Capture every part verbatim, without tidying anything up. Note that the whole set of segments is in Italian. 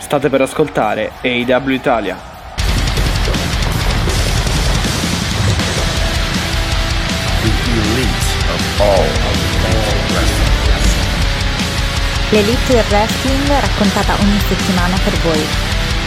State per ascoltare A E W Italia. L'elite del wrestling raccontata ogni settimana per voi.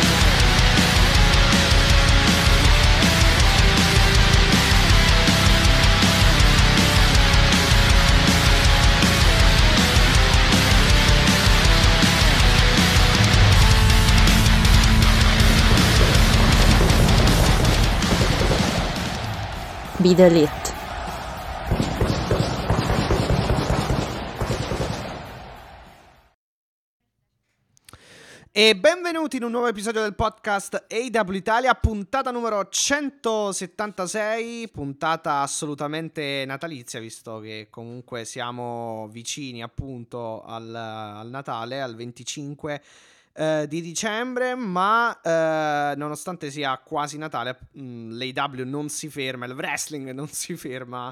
Be the elite. E benvenuti in un nuovo episodio del podcast A E W Italia, puntata numero centosettantasei, puntata assolutamente natalizia, visto che comunque siamo vicini appunto al, al Natale, al venticinque eh, di dicembre, ma eh, nonostante sia quasi Natale, mh, l'A E W non si ferma, il wrestling non si ferma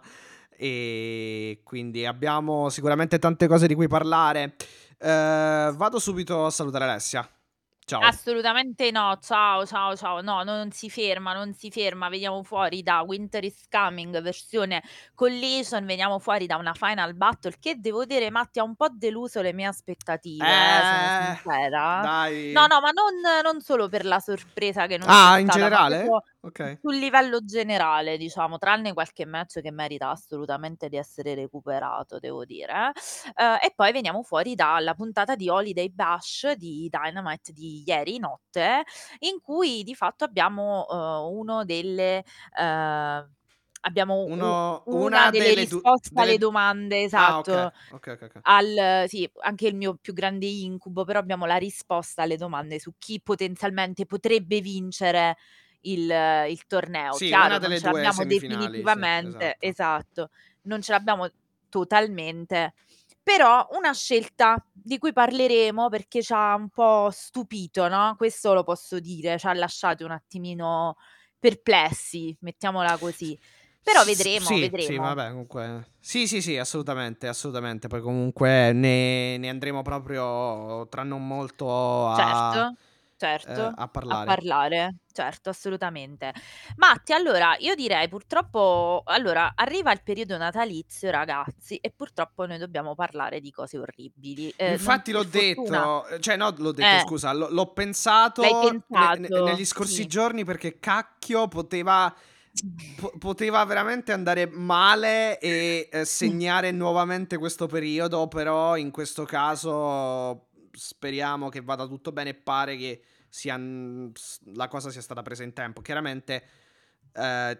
e quindi abbiamo sicuramente tante cose di cui parlare. Eh, vado subito a salutare Alessia. Ciao. Assolutamente no, ciao ciao ciao, no, non si ferma, non si ferma, veniamo fuori da Winter is Coming versione Collision, veniamo fuori da una Final Battle che devo dire, Matti, ha un po' deluso le mie aspettative, eh, sono Eh, sincera. dai. No, no, ma non, non solo per la sorpresa che non Ah, c'è in stata, ma generale? proprio Ok. sul livello generale, diciamo, tranne qualche match che merita assolutamente di essere recuperato, devo dire. Eh, e poi veniamo fuori dalla puntata di Holiday Bash di Dynamite di ieri notte, in cui di fatto abbiamo uh, uno delle uh, abbiamo Uno, u- una, una delle delle, du- risposte delle... alle domande, Ah, ok, esatto, ok, ok, ok. al sì, anche il mio più grande incubo, però abbiamo la risposta alle domande su chi potenzialmente potrebbe vincere il, il torneo. Sì, una Chiaro, non delle ce due l'abbiamo semifinali, sì, definitivamente, esatto. esatto, non ce l'abbiamo totalmente. Però una scelta di cui parleremo perché ci ha un po' stupito, no? Questo lo posso dire, ci ha lasciati un attimino perplessi, mettiamola così. Però S- s- vedremo, sì, sì, vedremo. vabbè, comunque... Sì, sì, sì, assolutamente, assolutamente. Poi comunque ne, ne andremo proprio tra non molto a, Certo, eh, certo, a a parlare. parlare, certo, assolutamente. Matti, allora io direi purtroppo, allora arriva il periodo natalizio, ragazzi, e purtroppo noi dobbiamo parlare di cose orribili. Eh, non, Infatti l'ho per fortuna, detto, cioè no, l'ho detto, eh, scusa, l- l'ho l'hai pensato ne- ne- negli pensato, scorsi sì. giorni perché cacchio poteva, po- poteva veramente andare male e eh, segnare nuovamente questo periodo, però in questo caso speriamo che vada tutto bene e pare che sia, la cosa sia stata presa in tempo. Chiaramente eh,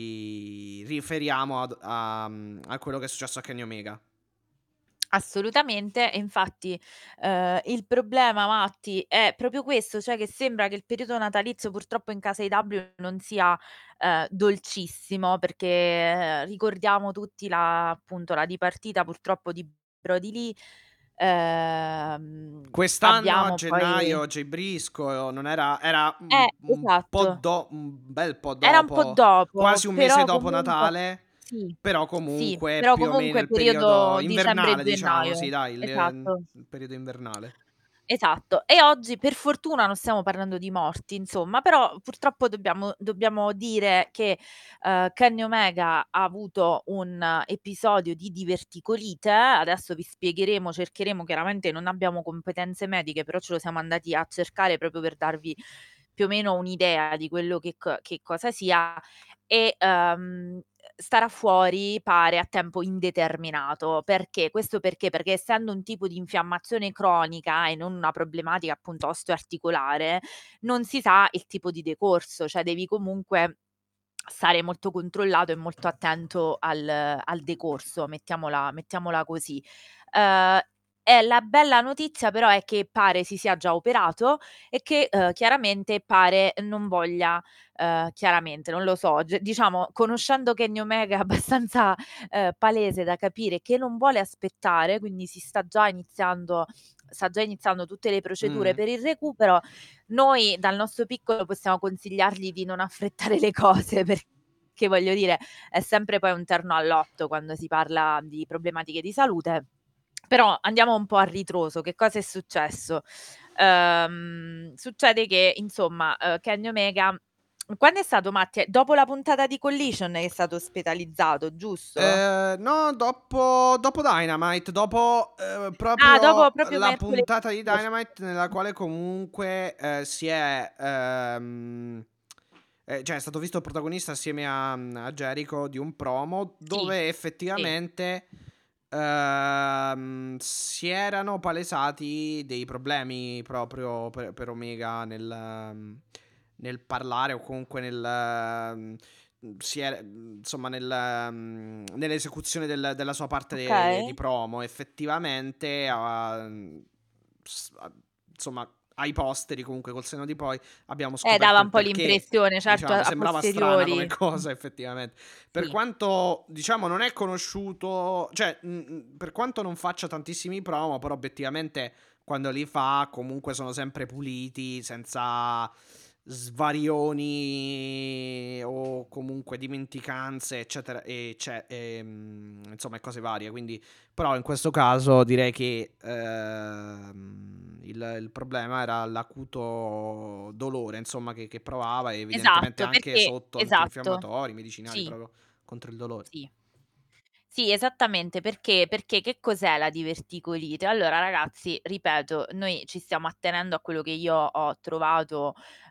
ci riferiamo ad- a, a quello che è successo a Kenny Omega. Assolutamente, e infatti eh, il problema, Matti, è proprio questo, cioè che sembra che il periodo natalizio purtroppo in casa I W non sia eh, dolcissimo, perché eh, ricordiamo tutti la, appunto, la dipartita purtroppo di Brody Lee. Ehm, Quest'anno a abbiamo poi... gennaio Jay Briscoe non era, era un, Eh, un po' esatto, do, un bel po' era un po' dopo, dopo, quasi un mese però dopo comunque Natale, sì, però sì, comunque però più o meno comunque il periodo periodo invernale, diciamo, dicembre-gennaio, sì, dai, il, esatto. il periodo invernale. Esatto, e oggi per fortuna non stiamo parlando di morti, insomma, però purtroppo dobbiamo, dobbiamo dire che eh, Kenny Omega ha avuto un eh, episodio di diverticolite. Adesso vi spiegheremo, cercheremo, chiaramente non abbiamo competenze mediche, però ce lo siamo andati a cercare proprio per darvi più o meno un'idea di quello che, co- che cosa sia. E ehm, starà fuori, pare, a tempo indeterminato. Perché? Questo perché? Perché essendo un tipo di infiammazione cronica e non una problematica appunto osteoarticolare, non si sa il tipo di decorso, cioè devi comunque stare molto controllato e molto attento al, al decorso, mettiamola, mettiamola così. Eh, e la bella notizia però è che pare si sia già operato e che eh, chiaramente pare non voglia, eh, chiaramente, non lo so, ge- diciamo, conoscendo Kenny Omega è abbastanza eh, palese da capire che non vuole aspettare, quindi si sta già iniziando, sta già iniziando tutte le procedure Mm. per il recupero. Noi dal nostro piccolo possiamo consigliargli di non affrettare le cose perché voglio dire, è sempre poi un terno all'otto quando si parla di problematiche di salute. Però andiamo un po' a ritroso. Che cosa è successo? Ehm, succede che, insomma, eh, Kenny Omega, quando è stato, Matti? Dopo la puntata di Collision è stato ospedalizzato, giusto? Eh, no, dopo, dopo Dynamite, dopo eh, Ah, dopo proprio proprio la mercoledì puntata di scorso. Dynamite nella quale comunque eh, si è... ehm, eh, cioè è stato visto il protagonista assieme a, a Jericho di un promo Sì, dove sì. effettivamente ehm, si erano palesati dei problemi proprio per, per Omega nel, ehm, nel parlare o comunque nel... ehm, si era, insomma, nel, ehm, nell'esecuzione del- della sua parte Ok. de- di promo. Effettivamente, ah, s- ah, insomma, ai posteri, comunque col senno di poi, abbiamo Eh, dava scoperto un il po' perché. l'impressione, certo, a Diciamo, a sembrava strana come posteriori. cosa, effettivamente. Per Sì. quanto, diciamo, non è conosciuto, cioè, mh, per quanto non faccia tantissimi promo, però obiettivamente quando li fa, comunque sono sempre puliti, senza svarioni o comunque dimenticanze, eccetera, e, c'è, e, mm, insomma, e cose varie. Quindi, però, in questo caso direi che ehm, il, il problema era l'acuto dolore, insomma, che, che provava, e evidentemente Esatto, anche perché sotto esatto. antinfiammatori, medicinali Sì, proprio contro il dolore. sì. Sì, esattamente, perché perché che cos'è la diverticolite? Allora ragazzi, ripeto, noi ci stiamo attenendo a quello che io ho trovato,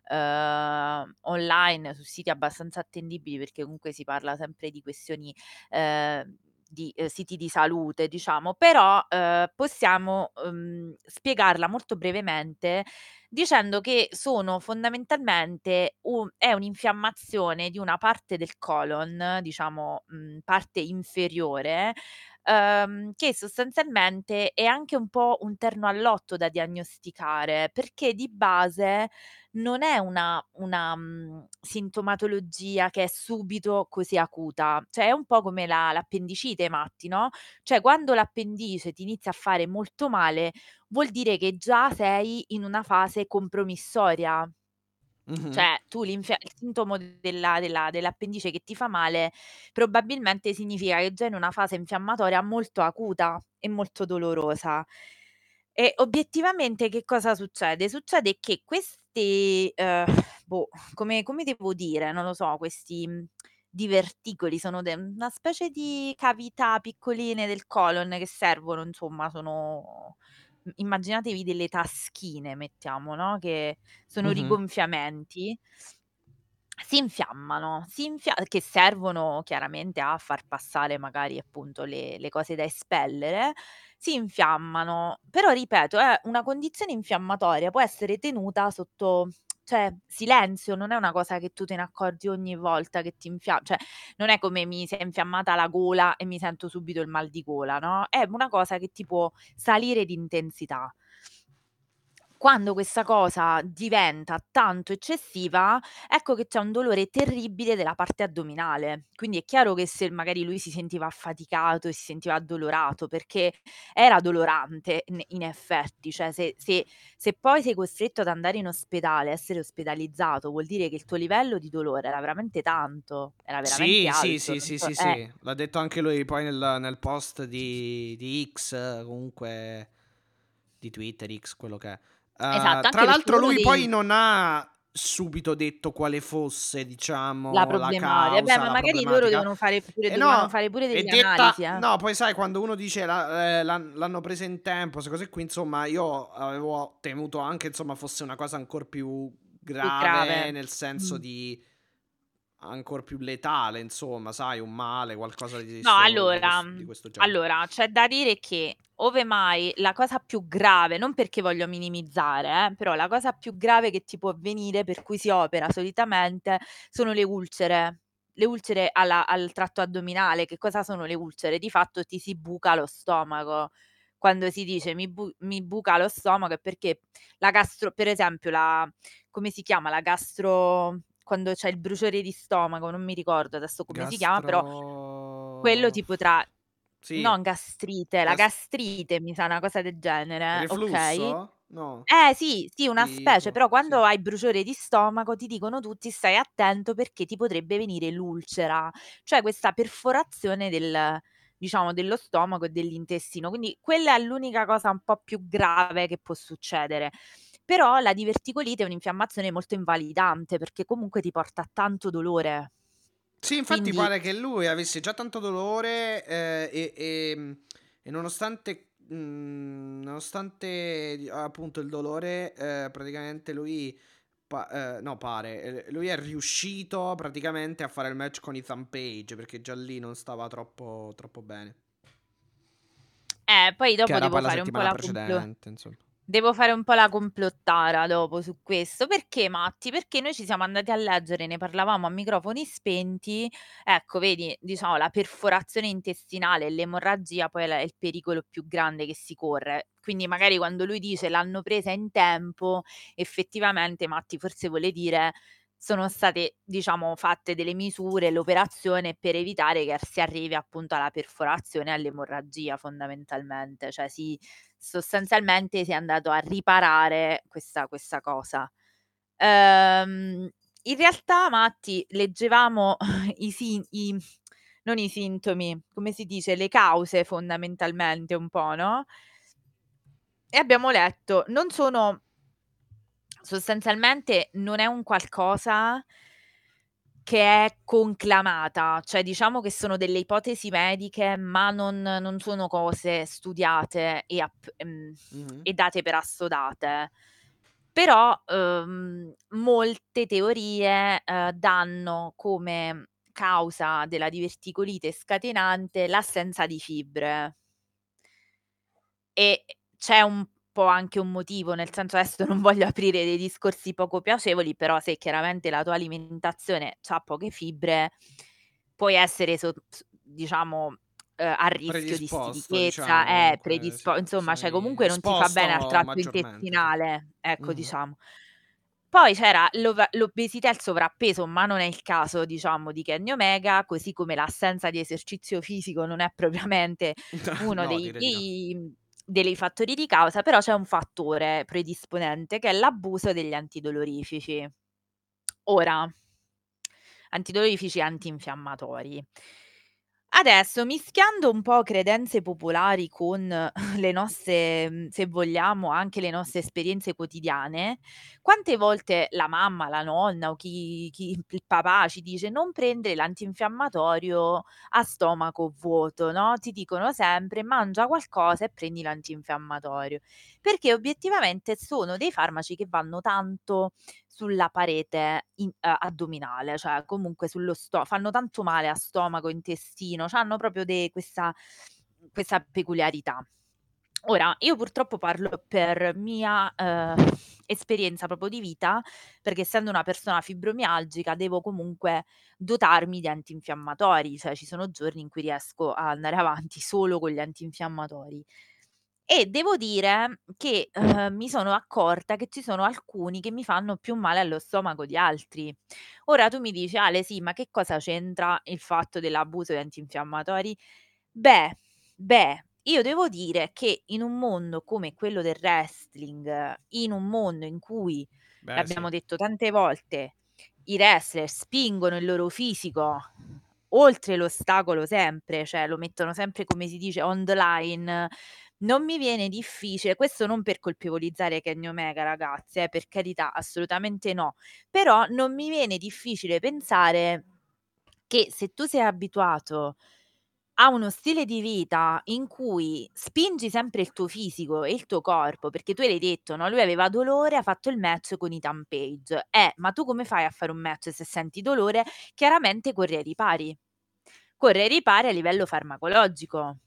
ehm, online su siti abbastanza attendibili, perché comunque si parla sempre di questioni, ehm, di, ehm, siti di salute, diciamo, però, ehm, possiamo, uhm, spiegarla molto brevemente dicendo che sono fondamentalmente un è un'infiammazione di una parte del colon, diciamo, mhmm, parte inferiore, uhm, che sostanzialmente è anche un po' un terno al lotto da diagnosticare, perché di base non è una una, mhmm, sintomatologia che è subito così acuta, cioè è un po' come la l'appendicite, Matti, no, cioè quando l'appendice ti inizia a fare molto male, vuol dire che già sei in una fase compromissoria. Mhm. Cioè tu l'infia il sintomo della della dell'appendice che ti fa male, probabilmente significa che già in una fase infiammatoria molto acuta e molto dolorosa. E obiettivamente che cosa succede? Succede che questi, ehm, boh, come come devo dire, non lo so, questi, mhmm, diverticoli sono de una specie di cavità piccoline del colon che servono, insomma, sono m immaginatevi delle taschine, mettiamo, no, che sono Mhm. rigonfiamenti, si infiammano, si infia che servono chiaramente a far passare magari appunto le le cose da espellere, si infiammano, però ripeto è una condizione infiammatoria, può essere tenuta sotto cioè silenzio, non è una cosa che tu te ne accorgi ogni volta che ti infia cioè non è come mi si è infiammata la gola e mi sento subito il mal di gola, no, è una cosa che ti può salire di intensità. Quando questa cosa diventa tanto eccessiva, ecco che c'è un dolore terribile della parte addominale. Quindi è chiaro che se magari lui si sentiva affaticato e si sentiva addolorato, perché era dolorante in in effetti, cioè se se se poi sei costretto ad andare in ospedale, essere ospedalizzato, vuol dire che il tuo livello di dolore era veramente tanto, era veramente Sì, sì, alto, sì, non sì, so sì, eh. sì. L'ha detto anche lui poi nel, nel post di, di X, comunque di Twitter, X, quello che è. Esatto, Eh, tra anche perché l'altro uno lui poi dei non ha subito detto quale fosse, la diciamo, la problematica. Eh beh, causa, ma la magari loro problematica. devono fare pure E dovevano no, fare pure è delle analisi, detta... eh. No, poi sai, quando uno dice la- eh, l'han- l'hanno presa in tempo, queste cose qui, insomma, io avevo temuto anche, insomma, fosse una cosa ancora più Più grave, grave. nel senso Mh. di ancor più letale, insomma, sai, un male, qualcosa di, No, sto- di, allora questo, di mhmm, questo genere. allora c'è da dire che, ove mai la cosa più grave, non perché voglio minimizzare eh, però la cosa più grave che ti può avvenire, per cui si opera solitamente, sono le ulcere. Le ulcere alla al tratto addominale. Che cosa sono le ulcere? Di fatto ti si buca lo stomaco. Quando si dice: "Mi bu mi buca lo stomaco" è perché la gastro per esempio la come si chiama, la gastro quando c'è il bruciore di stomaco, non mi ricordo adesso come si chiama, però quello Gastro... ti potrà Sì, non gastrite, la gas... gastrite mi sa, una cosa del genere, okay. reflusso? No. Eh sì, sì, una specie, Tipo, però sì. quando hai bruciore di stomaco ti dicono tutti: "Stai attento perché ti potrebbe venire l'ulcera", cioè questa perforazione del diciamo, dello stomaco e dell'intestino. Quindi quella è l'unica cosa un po' più grave che può succedere. Però la diverticolite è un'infiammazione molto invalidante, perché comunque ti porta a tanto dolore. Sì, infatti Quindi pare che lui avesse già tanto dolore eh, e, e- e nonostante, mm, nonostante di- appunto il dolore, eh, praticamente lui, pa- eh, no pare, eh, lui è riuscito praticamente a fare il match con Ethan Page perché già lì non stava troppo, troppo bene, Eh, poi che dopo era devo poi la fare un po' settimana la complo precedente, insomma. devo fare un po' la complottara dopo su questo. Perché, Matti? Perché noi ci siamo andati a leggere, ne parlavamo a microfoni spenti. Ecco, vedi, diciamo, la perforazione intestinale e l'emorragia poi è la- è il pericolo più grande che si corre. Quindi magari quando lui dice l'hanno presa in tempo, effettivamente, Matti forse vuole dire sono state, diciamo, fatte delle misure, l'operazione per evitare che si arrivi appunto alla perforazione e all'emorragia fondamentalmente, cioè si sostanzialmente si è andato a riparare questa questa cosa. Ehm, In realtà, Matti, leggevamo i sin i non i sintomi, come si dice, le cause fondamentalmente un po', no, e abbiamo letto non sono sostanzialmente non è un qualcosa che è conclamata, cioè diciamo che sono delle ipotesi mediche, ma non non sono cose studiate e app ehm, Mhm. e date per assodate. Però, uhm, molte teorie, uhm, danno come causa della diverticolite scatenante l'assenza di fibre. E c'è un po' anche un motivo, nel senso adesso non voglio aprire dei discorsi poco piacevoli, però se chiaramente la tua alimentazione c'ha poche fibre, puoi essere so s diciamo, uhm, a rischio di Predisposto, stitichezza, diciamo, eh, comunque, sì, predispo insomma, cioè sei comunque non ti fa bene al esposto tratto maggiormente, sì. intestinale, ecco Mhm. diciamo. Poi c'era l'ova l'obesità e il sovrappeso, ma non è il caso diciamo di Kenny Omega, così come l'assenza di esercizio fisico non è propriamente uno No, dei direi di no. dei mhmm, dei fattori di causa, però c'è un fattore predisponente che è l'abuso degli antidolorifici. Ora, antidolorifici e antinfiammatori. Adesso mischiando un po' credenze popolari con le nostre, mhmm, se vogliamo anche le nostre esperienze quotidiane, quante volte la mamma, la nonna o chi chi il papà ci dice: "Non prendere l'antinfiammatorio a stomaco vuoto", no, ti dicono sempre: "Mangia qualcosa e prendi l'antinfiammatorio", perché obiettivamente sono dei farmaci che vanno tanto sulla parete in uhm, addominale, cioè comunque sullo sto fanno tanto male a stomaco, intestino, c'hanno proprio de questa questa peculiarità. Ora, io purtroppo parlo per mia, uhm, esperienza proprio di vita, perché essendo una persona fibromialgica devo comunque dotarmi di antinfiammatori, cioè ci sono giorni in cui riesco a andare avanti solo con gli antinfiammatori. E devo dire che, uhm, mi sono accorta che ci sono alcuni che mi fanno più male allo stomaco di altri. Ora tu mi dici: "Ale sì, ma che cosa c'entra il fatto dell'abuso di antinfiammatori?" Beh, beh, io devo dire che in un mondo come quello del wrestling, in un mondo in cui, Beh, sì. l'abbiamo detto tante volte, i wrestler spingono il loro fisico oltre l'ostacolo sempre, cioè lo mettono sempre, come si dice, on the line, non mi viene difficile, questo non per colpevolizzare Kenny Omega ragazzi, eh, per carità, assolutamente no, però non mi viene difficile pensare che se tu sei abituato a uno stile di vita in cui spingi sempre il tuo fisico e il tuo corpo, perché tu l'hai detto, no, lui aveva dolore, ha fatto il match con Ethan Page. Eh, ma tu come fai a fare un match se senti dolore? Chiaramente corri ai ripari. Corri ai ripari a livello farmacologico.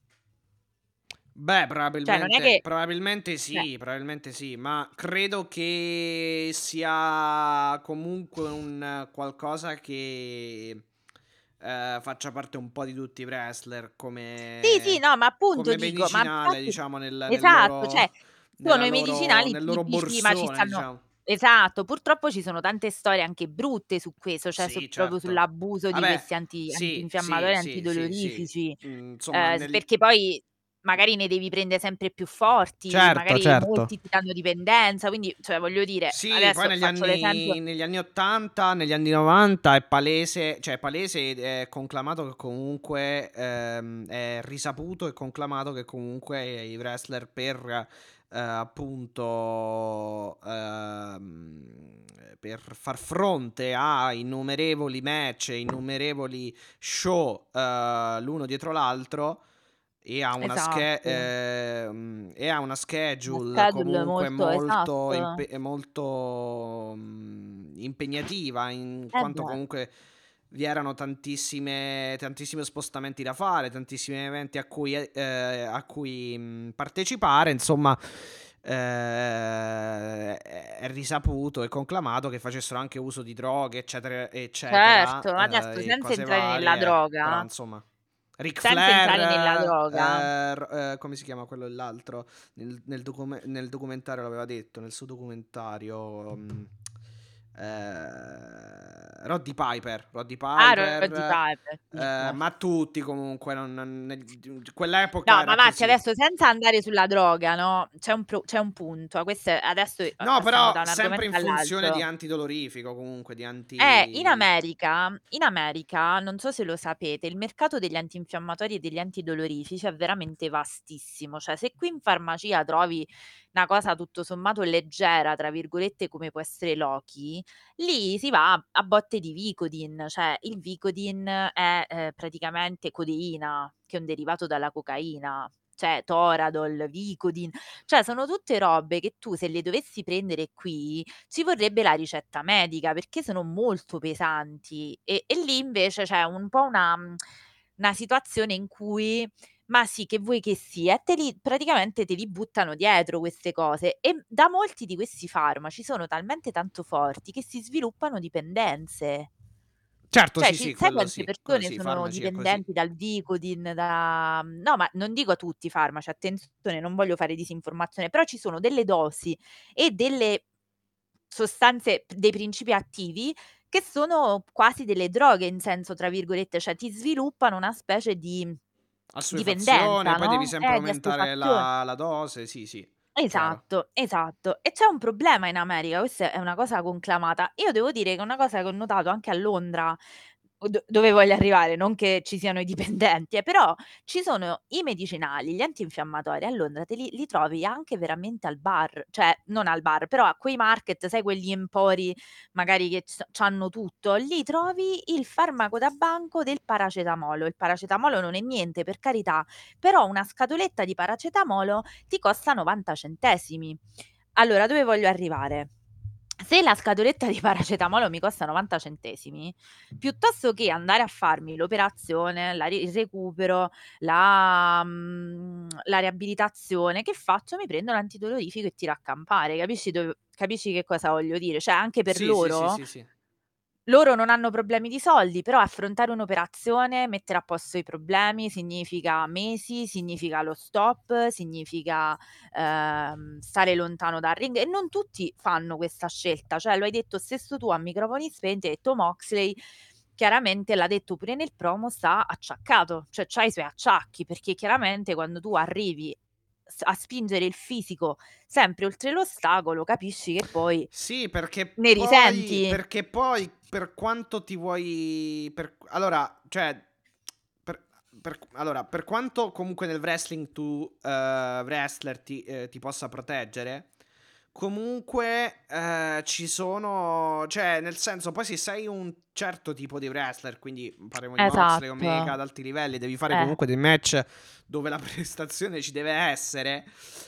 Beh, Cioè non è probabilmente, che probabilmente cioè sì, probabilmente sì, ma credo che sia comunque un qualcosa che eh, faccia parte un po' di tutti i wrestler sì, sì, come, no, ma appunto come dico, ma medicinale, infatti diciamo, nel, nel esatto, cioè loro, nella sono i loro, medicinali nel loro tipici, ma ci borsone, stanno diciamo. esatto, purtroppo ci sono tante storie anche brutte su questo, cioè su Sì, proprio certo. sull'abuso di Vabbè, questi anti sì, sì, antinfiammatori, sì, sì, sì. antidolorifici, Mm, insomma, ehm, s negli... perché poi magari ne devi prendere sempre più forti, Certo, magari certo. molti ti danno dipendenza, quindi, cioè, voglio dire, Sì, poi adesso negli faccio l'esempio. anni, negli anni ottanta, negli anni novanta è palese, cioè è palese ed è conclamato che comunque ehm, è risaputo e conclamato che comunque i wrestler per eh, appunto ehm, per far fronte a innumerevoli match, innumerevoli show eh, l'uno dietro l'altro e ha una, sch- Esatto, ehm, e ha una una schedule schedule comunque molto molto, esatto. impe- molto mm, impegnativa, in Eh quanto beh, comunque vi erano tantissime, tantissimi spostamenti da fare, tantissimi eventi a cui, eh, a cui mm, partecipare, insomma. eh, è risaputo e conclamato che facessero anche uso di droghe, eccetera, certo, ma eccetera, adesso eh, e senza cose entrare nella varie, però droga, insomma. Ric senza entrare nella Flair, droga. eh, r- eh, come si chiama quello e l'altro? Nel, nel docume- nel documentario l'aveva detto, nel suo documentario. mh, eh, Roddy Piper, Roddy Ah, Roddy Piper, Piper, sì, eh, certo. ma tutti comunque, non- non- nel- quell'epoca No, ma era Matti, così. adesso senza andare sulla droga, no? C'è un, pro- c'è un punto. Questo è- adesso eh, No, passiamo da però un sempre argomento in funzione di all'altro. antidolorifico, comunque di Eh, in anti... America, in America, non so se lo sapete, il mercato degli antinfiammatori e degli antidolorifici è veramente vastissimo. Cioè, se qui in farmacia trovi una cosa tutto sommato leggera, tra virgolette, come può essere Loki, lì si va a, a botte di Vicodin. Cioè, il Vicodin è eh, praticamente codeina, che è un derivato dalla cocaina. Cioè, Toradol, Vicodin, cioè sono tutte robe che tu se le dovessi prendere qui ci vorrebbe la ricetta medica perché sono molto pesanti e, e lì invece c'è un po' una, mh, una situazione in cui, ma sì, che vuoi che sia, e te li, praticamente te li buttano dietro queste cose e da molti di questi farmaci sono talmente tanto forti che si sviluppano dipendenze. Certo, Cioè, sì, ci sì, sai quello quante sì, quello persone sì, i sono farmaci è così. dipendenti dal Vicodin, da no, ma non dico a tutti i farmaci, attenzione, non voglio fare disinformazione, però ci sono delle dosi e delle sostanze p dei principi attivi che sono quasi delle droghe in senso tra virgolette, cioè ti sviluppano una specie di Assuefazione, dipendenza, poi devi no, sempre eh, di aumentare assuefazione. la, la dose, sì, sì, chiaro. Esatto, esatto. E c'è un problema in America, questa è una cosa conclamata. Io devo dire che è una cosa che ho notato anche a Londra, o do dove voglio arrivare, non che ci siano i dipendenti, eh, però ci sono i medicinali, gli antinfiammatori a Londra te li li trovi anche veramente al bar, cioè non al bar, però a quei market, sai quegli empori magari che c c'hanno tutto, lì trovi il farmaco da banco del paracetamolo. Il paracetamolo non è niente, per carità, però una scatoletta di paracetamolo ti costa novanta centesimi. Allora, dove voglio arrivare? Se la scatoletta di paracetamolo mi costa novanta centesimi, piuttosto che andare a farmi l'operazione, la ri il recupero, la mhmm, la riabilitazione, che faccio? Mi prendo l'antidolorifico e tiro a campare. Capisci dove capisci che cosa voglio dire? Cioè anche per Sì, sì, sì, loro sì, sì, loro non hanno problemi di soldi, però affrontare un'operazione, mettere a posto i problemi significa mesi, significa lo stop, significa, ehm, stare lontano dal ring e non tutti fanno questa scelta. Cioè, lo hai detto stesso tu a microfoni spenti, hai detto Moxley, chiaramente l'ha detto pure nel promo, sta acciaccato, cioè c'ha i suoi acciacchi, perché chiaramente quando tu arrivi s a spingere il fisico sempre oltre l'ostacolo, capisci che poi sì, perché ne poi, risenti. perché poi per quanto ti vuoi, per, allora, cioè, per, per- allora, per quanto comunque nel wrestling tu, eh, wrestler, ti, eh, ti possa proteggere, comunque eh, ci sono, cioè, nel senso, poi se sei un certo tipo di wrestler, quindi parliamo di Moxley, Esatto. Omega, ad alti livelli, devi fare Eh. comunque dei match dove la prestazione ci deve essere.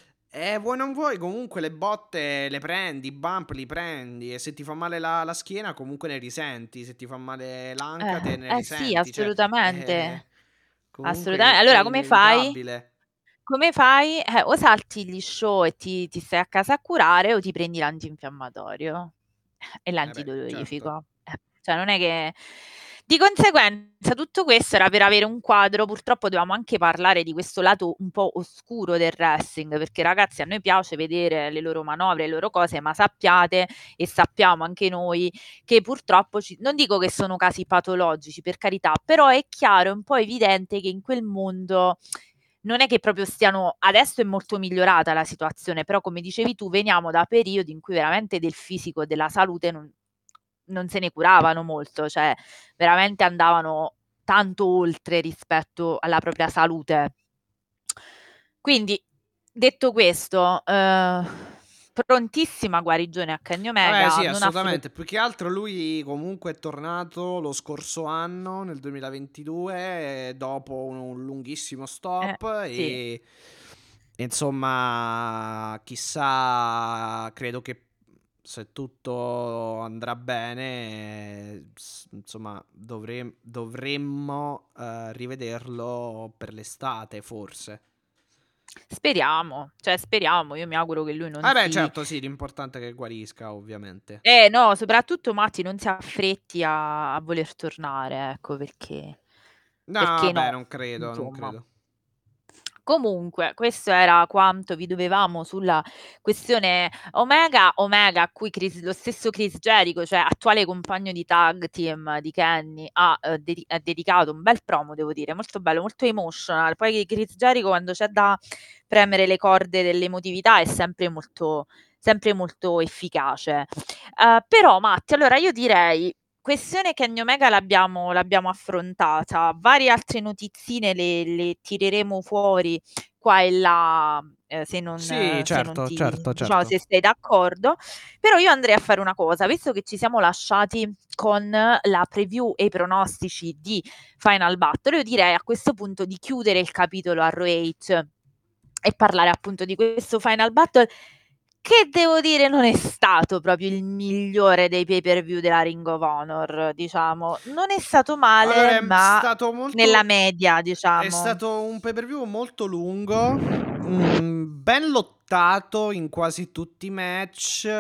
E vuoi non vuoi, comunque le botte le prendi, i bump li prendi. E se ti fa male la, la schiena, comunque ne risenti. Se ti fa male l'anca, te Eh, ne eh sì, risenti. Cioè, eh, assolutamente. comunque Assolutame è, è allora come fai? inevitabile. Come fai? Eh, o salti gli show e ti ti stai a casa a curare o ti prendi l'antinfiammatorio e Eh beh, certo. l'antidolorifico. Eh, cioè non è che di conseguenza tutto questo era per avere un quadro, purtroppo dovevamo anche parlare di questo lato un po' oscuro del wrestling, perché ragazzi a noi piace vedere le loro manovre, le loro cose, ma sappiate e sappiamo anche noi che purtroppo ci non dico che sono casi patologici, per carità, però è chiaro, è un po' evidente che in quel mondo non è che proprio stiano, adesso è molto migliorata la situazione, però come dicevi tu veniamo da periodi in cui veramente del fisico e della salute non, non se ne curavano molto, cioè veramente andavano tanto oltre rispetto alla propria salute. Quindi, detto questo, eh, prontissima guarigione a Kenny Vabbè, Omega, sì, non assolutamente. affrontare. Più che altro lui comunque è tornato lo scorso anno, nel duemilaventidue, eh, dopo un, un lunghissimo Eh, stop sì. e insomma, chissà, credo che se tutto andrà bene, eh, s- insomma, dovrem- dovremmo eh, rivederlo per l'estate, forse. Speriamo, cioè speriamo, io mi auguro che lui non Ah beh, si... certo, sì, l'importante è che guarisca, ovviamente. Eh no, soprattutto Matti non si affretti a, a voler tornare, ecco perché, No, perché vabbè, no, non credo, non insomma. credo. Comunque, questo era quanto vi dovevamo sulla questione Omega. Omega, a cui Chris- lo stesso Chris Jericho, cioè attuale compagno di tag team di Kenny, ha, eh, dedi- ha dedicato un bel promo, devo dire, molto bello, molto emotional. Poi Chris Jericho, quando c'è da premere le corde dell'emotività, è sempre molto, sempre molto efficace. Eh, però, Matti, allora io direi. Questione Kenny Omega l'abbiamo, l'abbiamo affrontata, varie altre notizzine le, le tireremo fuori qua e là, eh, se non, Sì, eh, se non certo, ti, certo, diciamo, certo. se sei d'accordo. Però io andrei a fare una cosa, visto che ci siamo lasciati con la preview e i pronostici di Final Battle, io direi a questo punto di chiudere il capitolo a R O H e parlare appunto di questo Final Battle che devo dire non è stato proprio il migliore dei pay per view della Ring of Honor, diciamo. Non è stato Allora, male, è ma stato nella molto. media, È diciamo. stato un pay per view molto lungo, mm, ben lottato in quasi tutti i match,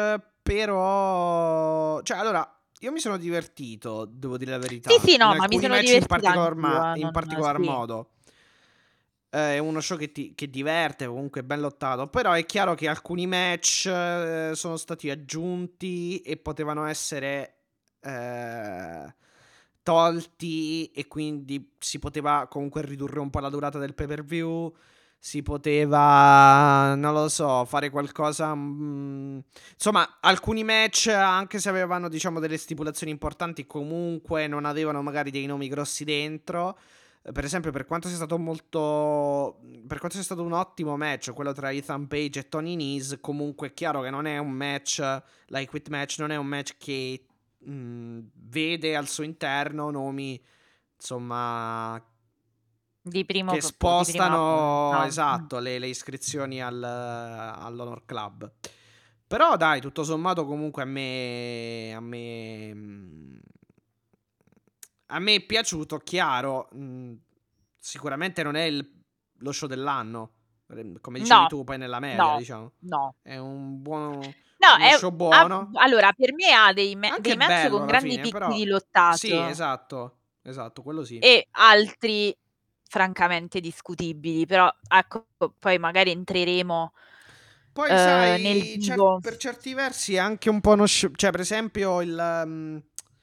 però. Cioè, allora, io mi sono divertito, devo dire la Sì, verità, sì, in no, ma mi alcuni sono match in divertita particolar, anch'io, ma- eh, in non, particolar sì. modo. Eh, È uno show che, ti- che diverte, comunque ben lottato, però è chiaro che alcuni match eh, sono stati aggiunti e potevano essere eh, tolti e quindi si poteva comunque ridurre un po' la durata del pay per view. Si poteva, non lo so, fare qualcosa. mm, Insomma, alcuni match, anche se avevano, diciamo, delle stipulazioni importanti, comunque non avevano magari dei nomi grossi dentro. Eh, Per esempio, per quanto sia stato molto. Per quanto sia stato un ottimo match, quello tra Ethan Page e Tony Nese, comunque è chiaro che non è un match. La Quit Match non è un match che mh, vede al suo interno nomi, insomma, Di primo, che po- di prima spostano, punta. Mm. esatto, le, le iscrizioni al, all'Honor Club. Però dai, tutto sommato comunque a me a me mh, a me è piaciuto, chiaro, mh, sicuramente non è il- lo show dell'anno, eh, come dicevi No, tu poi nella media, no, diciamo. no. È un buono No, uno è, show ha- buono, allora, per me ha dei, me- dei anche match bello con alla grandi fine, picchi però di sì, lottato esatto, esatto, quello sì. e altri francamente discutibili, però ecco, poi magari entreremo Poi, eh, nel sai, cer- vivo. per certi versi è anche un po' uno show. Cioè, per esempio, il. um,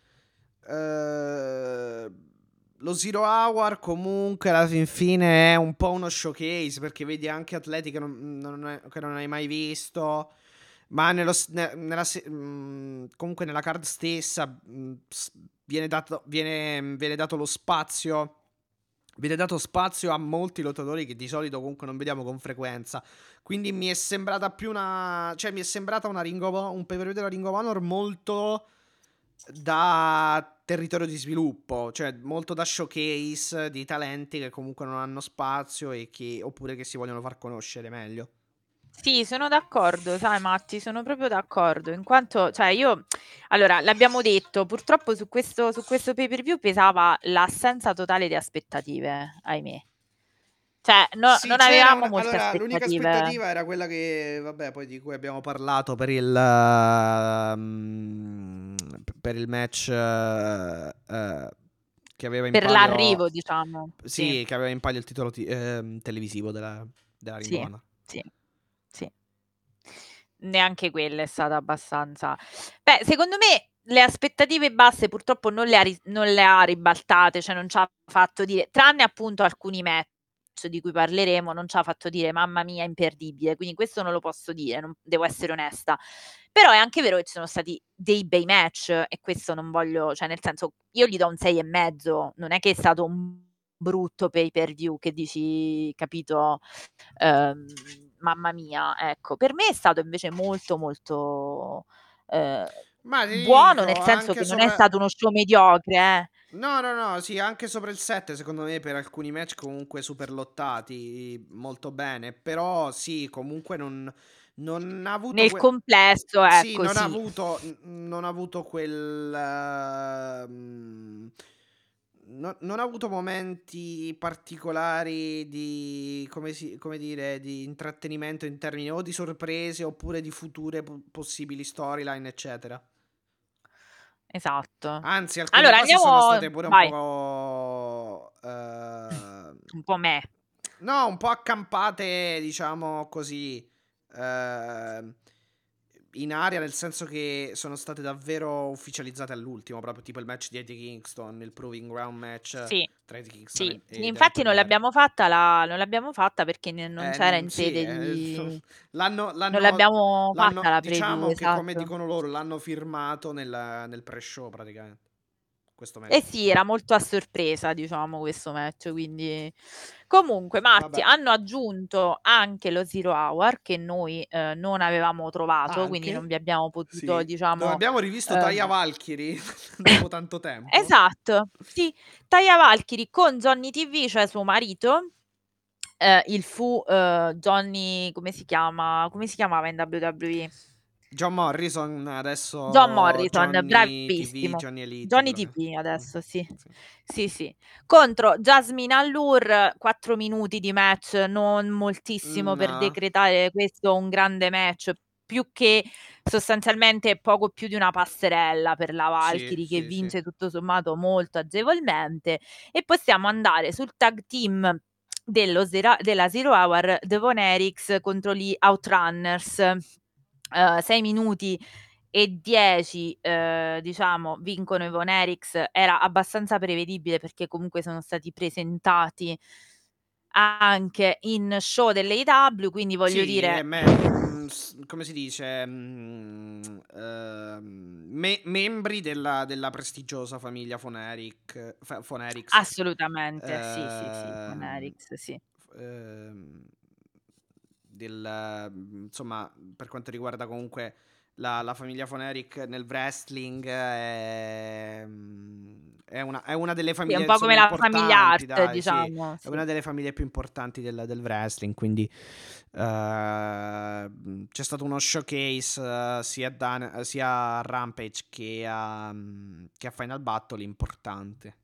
eh, lo Zero Hour comunque alla fin fine è un po' uno showcase perché vedi anche atleti che non, non hai- che non hai mai visto. Ma nello s- ne- nella se- mh, comunque nella card stessa mh, s- viene dato, viene, viene dato lo spazio. Viene dato spazio a molti lottatori che di solito comunque non vediamo con frequenza. Quindi mi è sembrata più una. Cioè, mi è sembrata una Ring of Honor, un pay per view della Ring of Honor molto da territorio di sviluppo. Cioè, molto da showcase di talenti che comunque non hanno spazio e che. Oppure che si vogliono far conoscere meglio. Sì, sono d'accordo, sai Matti, sono proprio d'accordo, in quanto, cioè io, allora, l'abbiamo detto, purtroppo su questo, su questo pay per view pesava l'assenza totale di aspettative, ahimè. Cioè, no- Sì, non c'era avevamo una. molte Allora, l'unica aspettative. aspettativa era quella che, vabbè, poi di cui abbiamo parlato per il. ehm, per il match. eh, eh, che aveva in Per palio. l'arrivo, diciamo, sì, Sì, che aveva in palio il titolo ti- ehm, televisivo della, della Ring of sì, Honor. sì, sì. Neanche quella è stata abbastanza. Beh, secondo me le aspettative basse purtroppo non le ha, ri- non le ha ribaltate, cioè non ci ha fatto dire, tranne appunto alcuni match. di cui parleremo non ci ha fatto dire mamma mia imperdibile, quindi questo non lo posso dire, non, devo essere onesta. Però è anche vero che ci sono stati dei bei match e questo non voglio, cioè nel senso io gli do un sei e mezzo, non è che è stato un brutto pay per view che dici, capito, ehm, mamma mia, ecco. Per me è stato invece molto molto eh, Ma ti buono, dico, nel senso anche che non è sopra... stato uno show mediocre, eh. No, no, no, sì, anche sopra il sette, secondo me, per alcuni match comunque super lottati, molto bene. Però sì, comunque non, non ha avuto Nel quel... complesso, Sì, ecco, non ha sì. avuto, n- non ha avuto quel... ehm, no- non ha avuto momenti particolari di, come, si- come dire, di intrattenimento in termini o di sorprese oppure di future po- possibili storyline, eccetera. Esatto. Anzi, alcune Allora cose sono andiamo, state pure un vai, po'... eh, un po' me. no, un po' accampate, diciamo così, eh, in aria, nel senso che sono state davvero ufficializzate all'ultimo, proprio tipo il match di Eddie Kingston, il Proving Ground match Sì, tra Eddie Kingston sì. e, e Daniel Infatti non Cormier. l'abbiamo fatta, la, non l'abbiamo fatta perché ne- non Eh, c'era n- in sì, sede eh, di... l'hanno, Non l'hanno, l'abbiamo fatta l'hanno, la preview, diciamo che come esatto. dicono loro, l'hanno firmato nel, nel pre-show praticamente, questo Eh match. sì, era molto a sorpresa, diciamo, questo match, quindi... Comunque, Marti, Vabbè, hanno aggiunto anche lo Zero Hour, che noi eh, non avevamo trovato, quindi non anche, vi abbiamo potuto, sì, dove diciamo... abbiamo rivisto Taya ehm, Valkyrie dopo tanto tempo. Esatto, sì. Taya Valkyrie con Johnny T V, cioè suo marito, eh, il fu eh, Johnny, come si chiama? Come si chiamava in W W E? John Morrison, John adesso Morrison, Johnny T V, bravissimo. Johnny Elite, Johnny quello che... T V Mm, adesso, sì. sì. Sì, sì. Contro Jasmine Allure, quattro minuti di match, non moltissimo per No, decretare questo un grande match, più che sostanzialmente poco più di una passerella per la sì, Valkyrie che sì, sì. vince tutto sommato molto agevolmente. E possiamo andare sul tag team dello Zero- della Zero Hour, Devon Eriks contro gli Outrunners. Eh, sei minuti e dieci, eh, diciamo, vincono i Von Eriks. Era abbastanza prevedibile perché comunque sono stati presentati anche in show dell'A E W, quindi voglio Sì, eh, dire... me- mm, s- come si dice, mm, ehm, me- membri della, della prestigiosa famiglia Foneric, Fa- Fonerics. Assolutamente, sì, sì, sì, Von ehm, Eriks, sì. ehm, del, insomma, per quanto riguarda comunque la, la famiglia Foneric nel wrestling, è, è una, è una delle Sì, è un famiglie po' insomma come la famiglia importanti, Hart, dai, sì, diciamo, è sì. una delle famiglie più importanti del, del wrestling, quindi eh, c'è stato uno showcase eh, sia, da, sia a Rampage che a, che a Final Battle importante.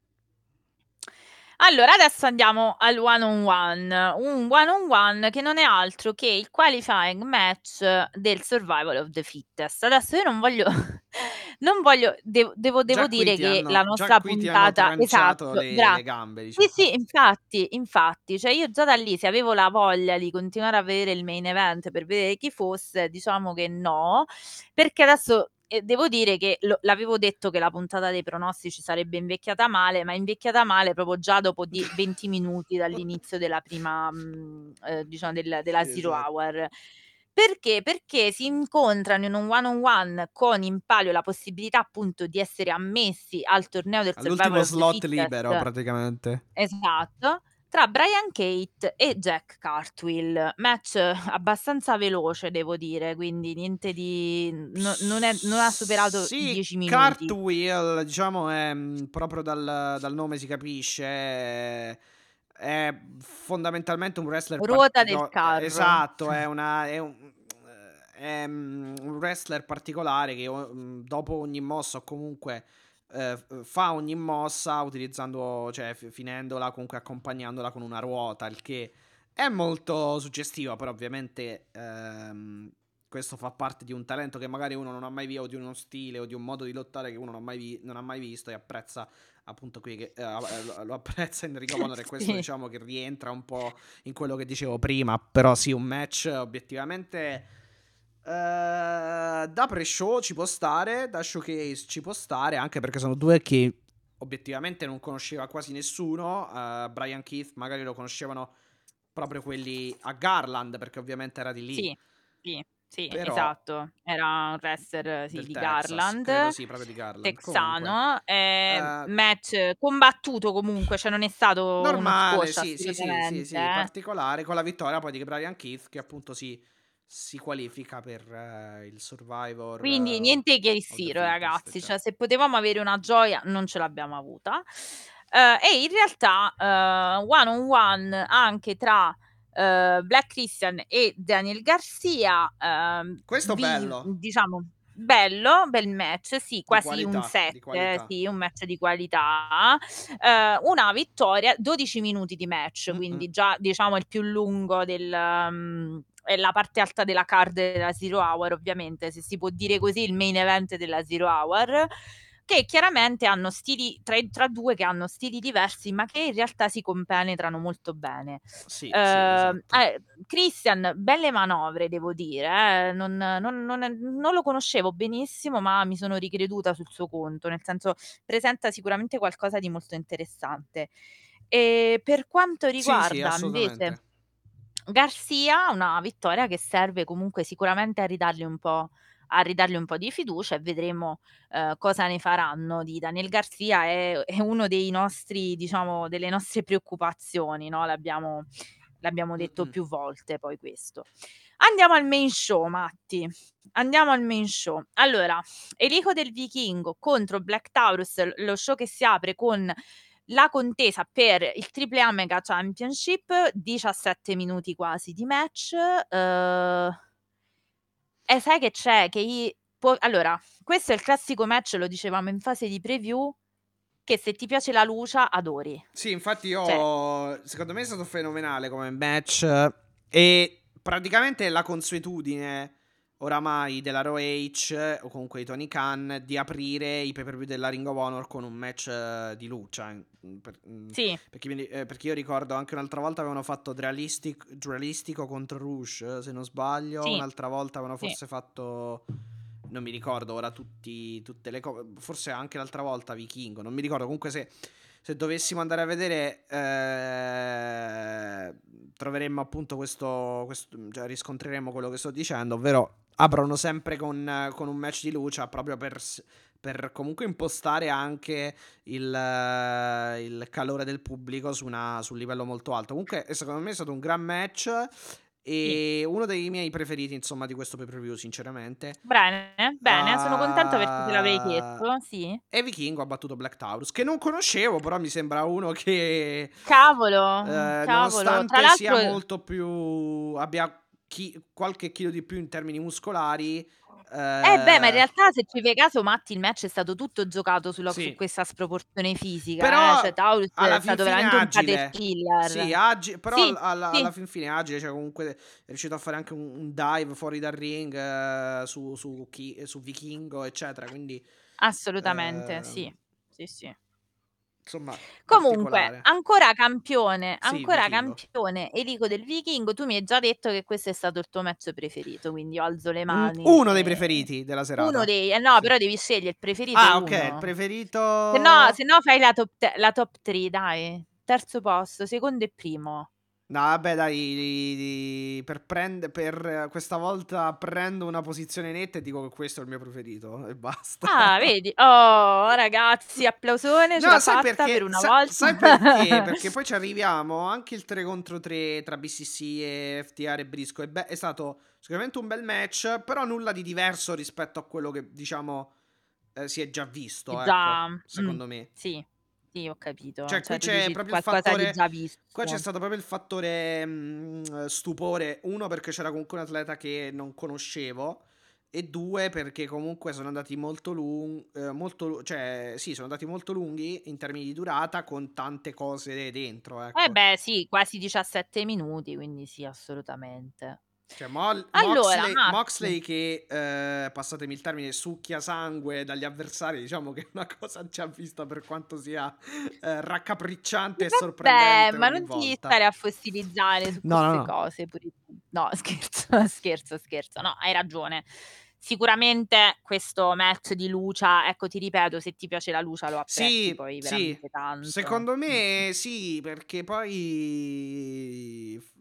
Allora, adesso andiamo al one on one, un one on one che non è altro che il qualifying match del Survival of the Fittest. Adesso io non voglio, non voglio, devo, devo, devo Già qui dire ti che la hanno, già nostra qui ti hanno puntata, tranciato esatto, le, gra- le gambe, sì, diciamo. sì, infatti, infatti, cioè io già da lì, se avevo la voglia di continuare a vedere il main event per vedere chi fosse, diciamo che no, perché adesso e devo dire che lo- l'avevo detto che la puntata dei pronostici sarebbe invecchiata male, ma invecchiata male proprio già dopo di venti minuti dall'inizio della prima, mh, eh, diciamo, del- della Sì, Zero esatto. Hour. Perché? Perché si incontrano in un one on one con in palio la possibilità appunto di essere ammessi al torneo del Survival All'ultimo of the slot libero, Fittest. praticamente. Esatto, tra Brian Cate e Jack Cartwheel. Match abbastanza veloce, devo dire, quindi niente di... no- non, è- non ha superato i Sì, dieci minuti. Cartwheel, diciamo, è mm, proprio dal, dal nome si capisce. È, è fondamentalmente un wrestler Ruota del particolare. carro. Esatto, è, una, è, un, è mm, un wrestler particolare che mm, dopo ogni mossa o comunque eh, fa ogni mossa utilizzando, cioè f- finendola, comunque accompagnandola con una ruota, il che è molto suggestivo, però ovviamente ehm, questo fa parte di un talento che magari uno non ha mai visto, o di uno stile o di un modo di lottare che uno non ha mai, vi- non ha mai visto e apprezza appunto qui che eh, lo- lo apprezza Enrico Honor e questo Sì. diciamo che rientra un po' in quello che dicevo prima, però sì, un match obiettivamente eh, da pre-show ci può stare, da showcase ci può stare, anche perché sono due che obiettivamente non conosceva quasi nessuno. uh, Brian Keith magari lo conoscevano proprio quelli a Garland, perché ovviamente era di lì. Sì, sì, sì, Però esatto. Era un wrestler, sì, del di Texas, Garland, credo sì, proprio di Garland. Comunque, texano. Eh, eh, match combattuto comunque, cioè non è stato uno normale, squash sì, sì, sì, sì, assolutamente. sì, eh. particolare, con la vittoria poi di Brian Keith, che appunto si, si qualifica per eh, il Survivor Quindi eh, niente che il of the Siro, Fittest, ragazzi, eccetera. cioè se potevamo avere una gioia non ce l'abbiamo avuta. Eh, e in realtà eh, one on one anche tra eh, Black Christian e Daniel Garcia, ehm, Questo vi- bello, diciamo bello, bel match, sì, di quasi un qualità, set, di qualità. sì, un match di qualità. Eh, una vittoria, dodici minuti di match, Mm-mm. quindi già diciamo il più lungo del... um, è la parte alta della card della Zero Hour, ovviamente, se si può dire così, il main event della Zero Hour, che chiaramente hanno stili, tra, tra due che hanno stili diversi, ma che in realtà si compenetrano molto bene. Sì, sì, Eh, esatto. eh, Christian, belle manovre, devo dire, eh, non, non- non- non lo conoscevo benissimo, ma mi sono ricreduta sul suo conto, nel senso presenta sicuramente qualcosa di molto interessante. E per quanto Sì, sì, riguarda invece assolutamente. Garcia, una vittoria che serve comunque sicuramente a ridargli un po', a ridargli un po' di fiducia, e vedremo eh, cosa ne faranno di Daniel Garcia. È, è uno dei nostri, diciamo, delle nostre preoccupazioni, no? L'abbiamo, l'abbiamo detto Mm-mm. più volte poi questo. Andiamo al main show, Matti. Andiamo al main show. Allora, Elico del Vichingo contro Black Taurus, lo show che si apre con la contesa per il Triple A Mega Championship, diciassette minuti quasi di match. eh, e sai che c'è? Che i- può- allora, questo è il classico match, lo dicevamo in fase di preview, che se ti piace la luce adori. Sì, infatti Cioè, io, secondo me è stato fenomenale come match e praticamente la consuetudine oramai della Raw H o comunque di Tony Khan di aprire i pay-per-view della Ring of Honor con un match eh, di lucha. Mm, Per, mm, sì, perché, mi- eh, perché io ricordo anche un'altra volta avevano fatto Realistic, Realistico contro Rouge, eh, se non sbaglio. sì, Un'altra volta avevano sì. forse fatto... Non mi ricordo ora tutti, tutte le cose. Forse anche l'altra volta Vichingo. Non mi ricordo. Comunque se se dovessimo andare a vedere, eh, troveremmo appunto questo, questo, cioè riscontreremo quello che sto dicendo, ovvero aprono sempre con, con un match di luce proprio per, per comunque impostare anche il, eh, il calore del pubblico su, una, su un livello molto alto. Comunque secondo me è stato un gran match Sì. e uno dei miei preferiti insomma di questo pay per view sinceramente. Bene, bene, sono contenta perché te l'avrei Uh, chiesto, sì. e Vichingo ha battuto Black Taurus, che non conoscevo, però mi sembra uno che, Cavolo, eh, cavolo. Tra nonostante sia l'altro, molto più, abbia chi- qualche chilo di più in termini muscolari, eh beh, ma in eh, realtà se ci fai caso, Matti, il match è stato tutto giocato sulla- su sì. questa sproporzione fisica, eh? Cioè Però Taurus è alla fin stato fine veramente un agile. Sì, caterpillar. agi- però Sì, al- alla, alla sì, fin fine agile, cioè comunque è riuscito a fare anche un, un dive fuori dal ring eh, su, su, chi- su Vichingo, eccetera. Quindi, assolutamente, eh, sì, sì, sì. insomma, Comunque, particolare. ancora campione, Sì, ancora Vichingo. campione Elico del Vichingo, tu mi hai già detto che questo è stato il tuo match preferito, quindi io alzo le Mm, mani. uno dei e- preferiti della Uno serata. dei... Eh no, Sì. però devi scegliere il preferito Ah, ok, il uno. Se no, preferito. se no fai la top, te- la top tre, dai. Terzo posto, secondo e primo. No, vabbè, dai, di- di- per, prend- per questa volta prendo una posizione netta e dico che questo è il mio preferito e basta. Ah, vedi? Oh, ragazzi, applausone, ce No, l'ha sai fatta per perché? una Sa- volta. sai perché? Perché poi ci arriviamo anche il tre contro tre tra B C C e F T R e Brisco. È, be- è stato sicuramente un bel match, però nulla di diverso rispetto a quello che, diciamo, eh, si è già visto, ecco, Già, mm, secondo me. sì, sì, ho capito. Cioè, qui Cioè, tu c'è dici proprio il qualcosa di fattore. già Qua c'è visto. stato proprio il fattore mh, stupore. Uno, perché c'era comunque un atleta che non conoscevo. E due, perché comunque sono andati molto lunghi. Eh, molto, cioè, sì, sono andati molto lunghi in termini di durata, con tante cose dentro, Eh ecco. beh, sì, quasi diciassette minuti, quindi sì, assolutamente. Cioè, Mo- Allora, Moxley, Matti, Moxley che, eh, passatemi il termine, succhia sangue dagli avversari, diciamo che è una cosa già vista per quanto sia eh, raccapricciante e vabbè, sorprendente ma ogni non ti volta. stare a fossilizzare su No, no, queste no. cose pure tu. No, scherzo, scherzo, scherzo. No, hai ragione. Sicuramente questo match di Lucia, ecco, ti ripeto, se ti piace la Lucia lo apprezzi Sì, poi sì, veramente tanto. secondo Mm. me sì, perché poi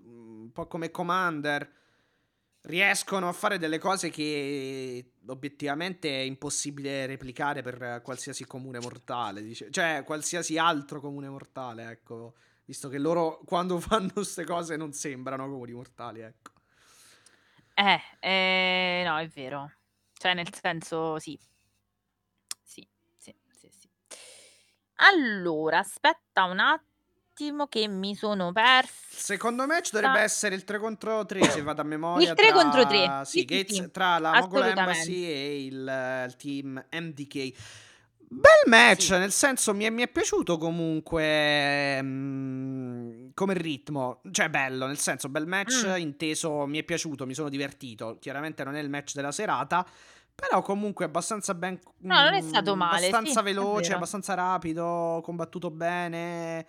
un po' come Commander, riescono a fare delle cose che obiettivamente è impossibile replicare per qualsiasi comune mortale, dice. Cioè qualsiasi altro comune mortale, ecco, visto che loro quando fanno queste cose non sembrano comuni mortali, ecco. Eh, eh, no, è vero. Cioè, nel senso, sì. Sì, sì, sì, sì. Allora, aspetta un attimo che mi sono persa. Il secondo match dovrebbe essere il tre contro tre, se vado a memoria. Il tre contro tre. Tra, Sì, sì, sì, Gates, sì, tra la Mogul assolutamente. Embassy e il, il team M D K. Bel match, Sì. nel senso mi è, mi è piaciuto comunque mh, come ritmo, cioè bello, nel senso bel match Mm. inteso, mi è piaciuto, mi sono divertito, chiaramente non è il match della serata, però comunque abbastanza ben, No, non è stato mh, male, sì, abbastanza è veloce, vero. abbastanza rapido, combattuto bene.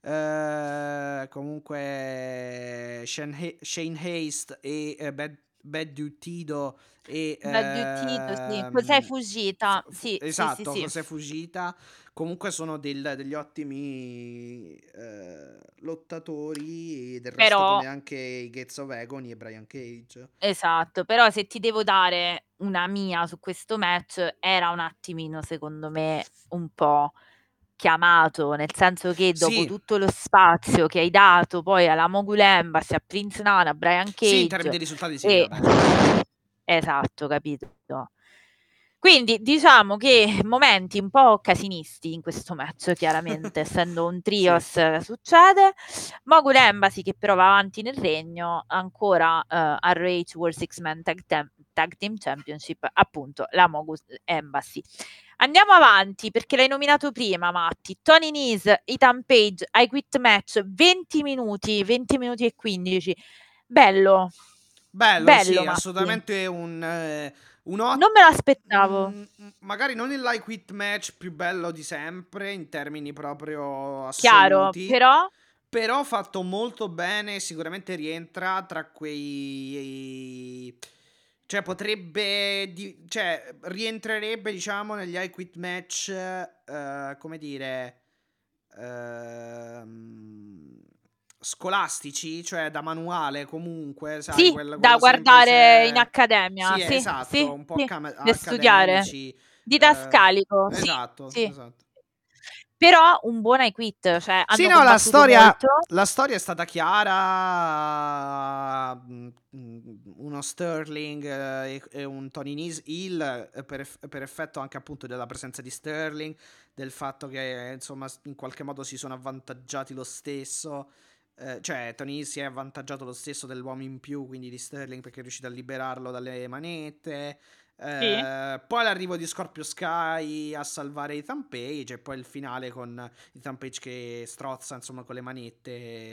Eh, comunque Shane, Ha- Shane Haste e eh, Bad, Bad Dude Tido e Da Duttito, sì. José ehm, Fujita, Fu- Fu- sì, sì, sì, esatto, sì. José Fujita comunque sono del- degli ottimi eh, lottatori, e del resto Però, come anche i Gates of Agony e Brian Cage. esatto, però se ti devo dare una mia su questo match, era un attimino, secondo me, un po' chiamato, nel senso che dopo Sì, tutto lo spazio che hai dato poi alla Mogul Embassy, a Prince Nana, a Brian sì, in termini Cage di risultati sì, e vabbè. esatto, capito. Quindi diciamo che momenti un po' casinisti in questo match, chiaramente, essendo un Sì. trios eh, succede. Mogul Embassy che però va avanti nel regno, ancora eh, a Rage World Six Man Tag, Tem- Tag Team Championship, appunto la Mogul Embassy. Andiamo avanti perché l'hai nominato prima, Matti. Tony Nese, Ethan Page, I Quit Match, venti minuti, venti minuti e quindici. Bello, Bello, bello, sì, Matti. assolutamente un, eh, un ot- Non me l'aspettavo. mm, magari non il I Quit match più bello di sempre in termini proprio Chiaro, assoluti, però però fatto molto bene, sicuramente rientra tra quei... Cioè potrebbe... di- cioè rientrerebbe, diciamo, negli I Quit match, eh, come dire... ehm, scolastici, cioè da manuale comunque, sai, sì, quello, da quello guardare in semplice. accademia, Sì, sì, esatto, sì, un po' sì, accam- da studiare. accademici. eh, Didascalico, sì, esatto, sì. esatto. Però un buon I Quit, cioè Sì, hanno no, la combattuto storia, molto. la storia è stata chiara. mm, mm, Uno Sterling eh, e, e un Tony Nese heel eh, per, eff- per effetto anche appunto della presenza di Sterling, del fatto che insomma in qualche modo si sono avvantaggiati lo stesso. Eh, cioè, Tony Nese si è avvantaggiato lo stesso dell'uomo in più, quindi di Sterling, perché è riuscito a liberarlo dalle manette. Sì. Eh, poi l'arrivo di Scorpio Sky a salvare Ethan Page, e poi il finale con Ethan Page che strozza insomma con le manette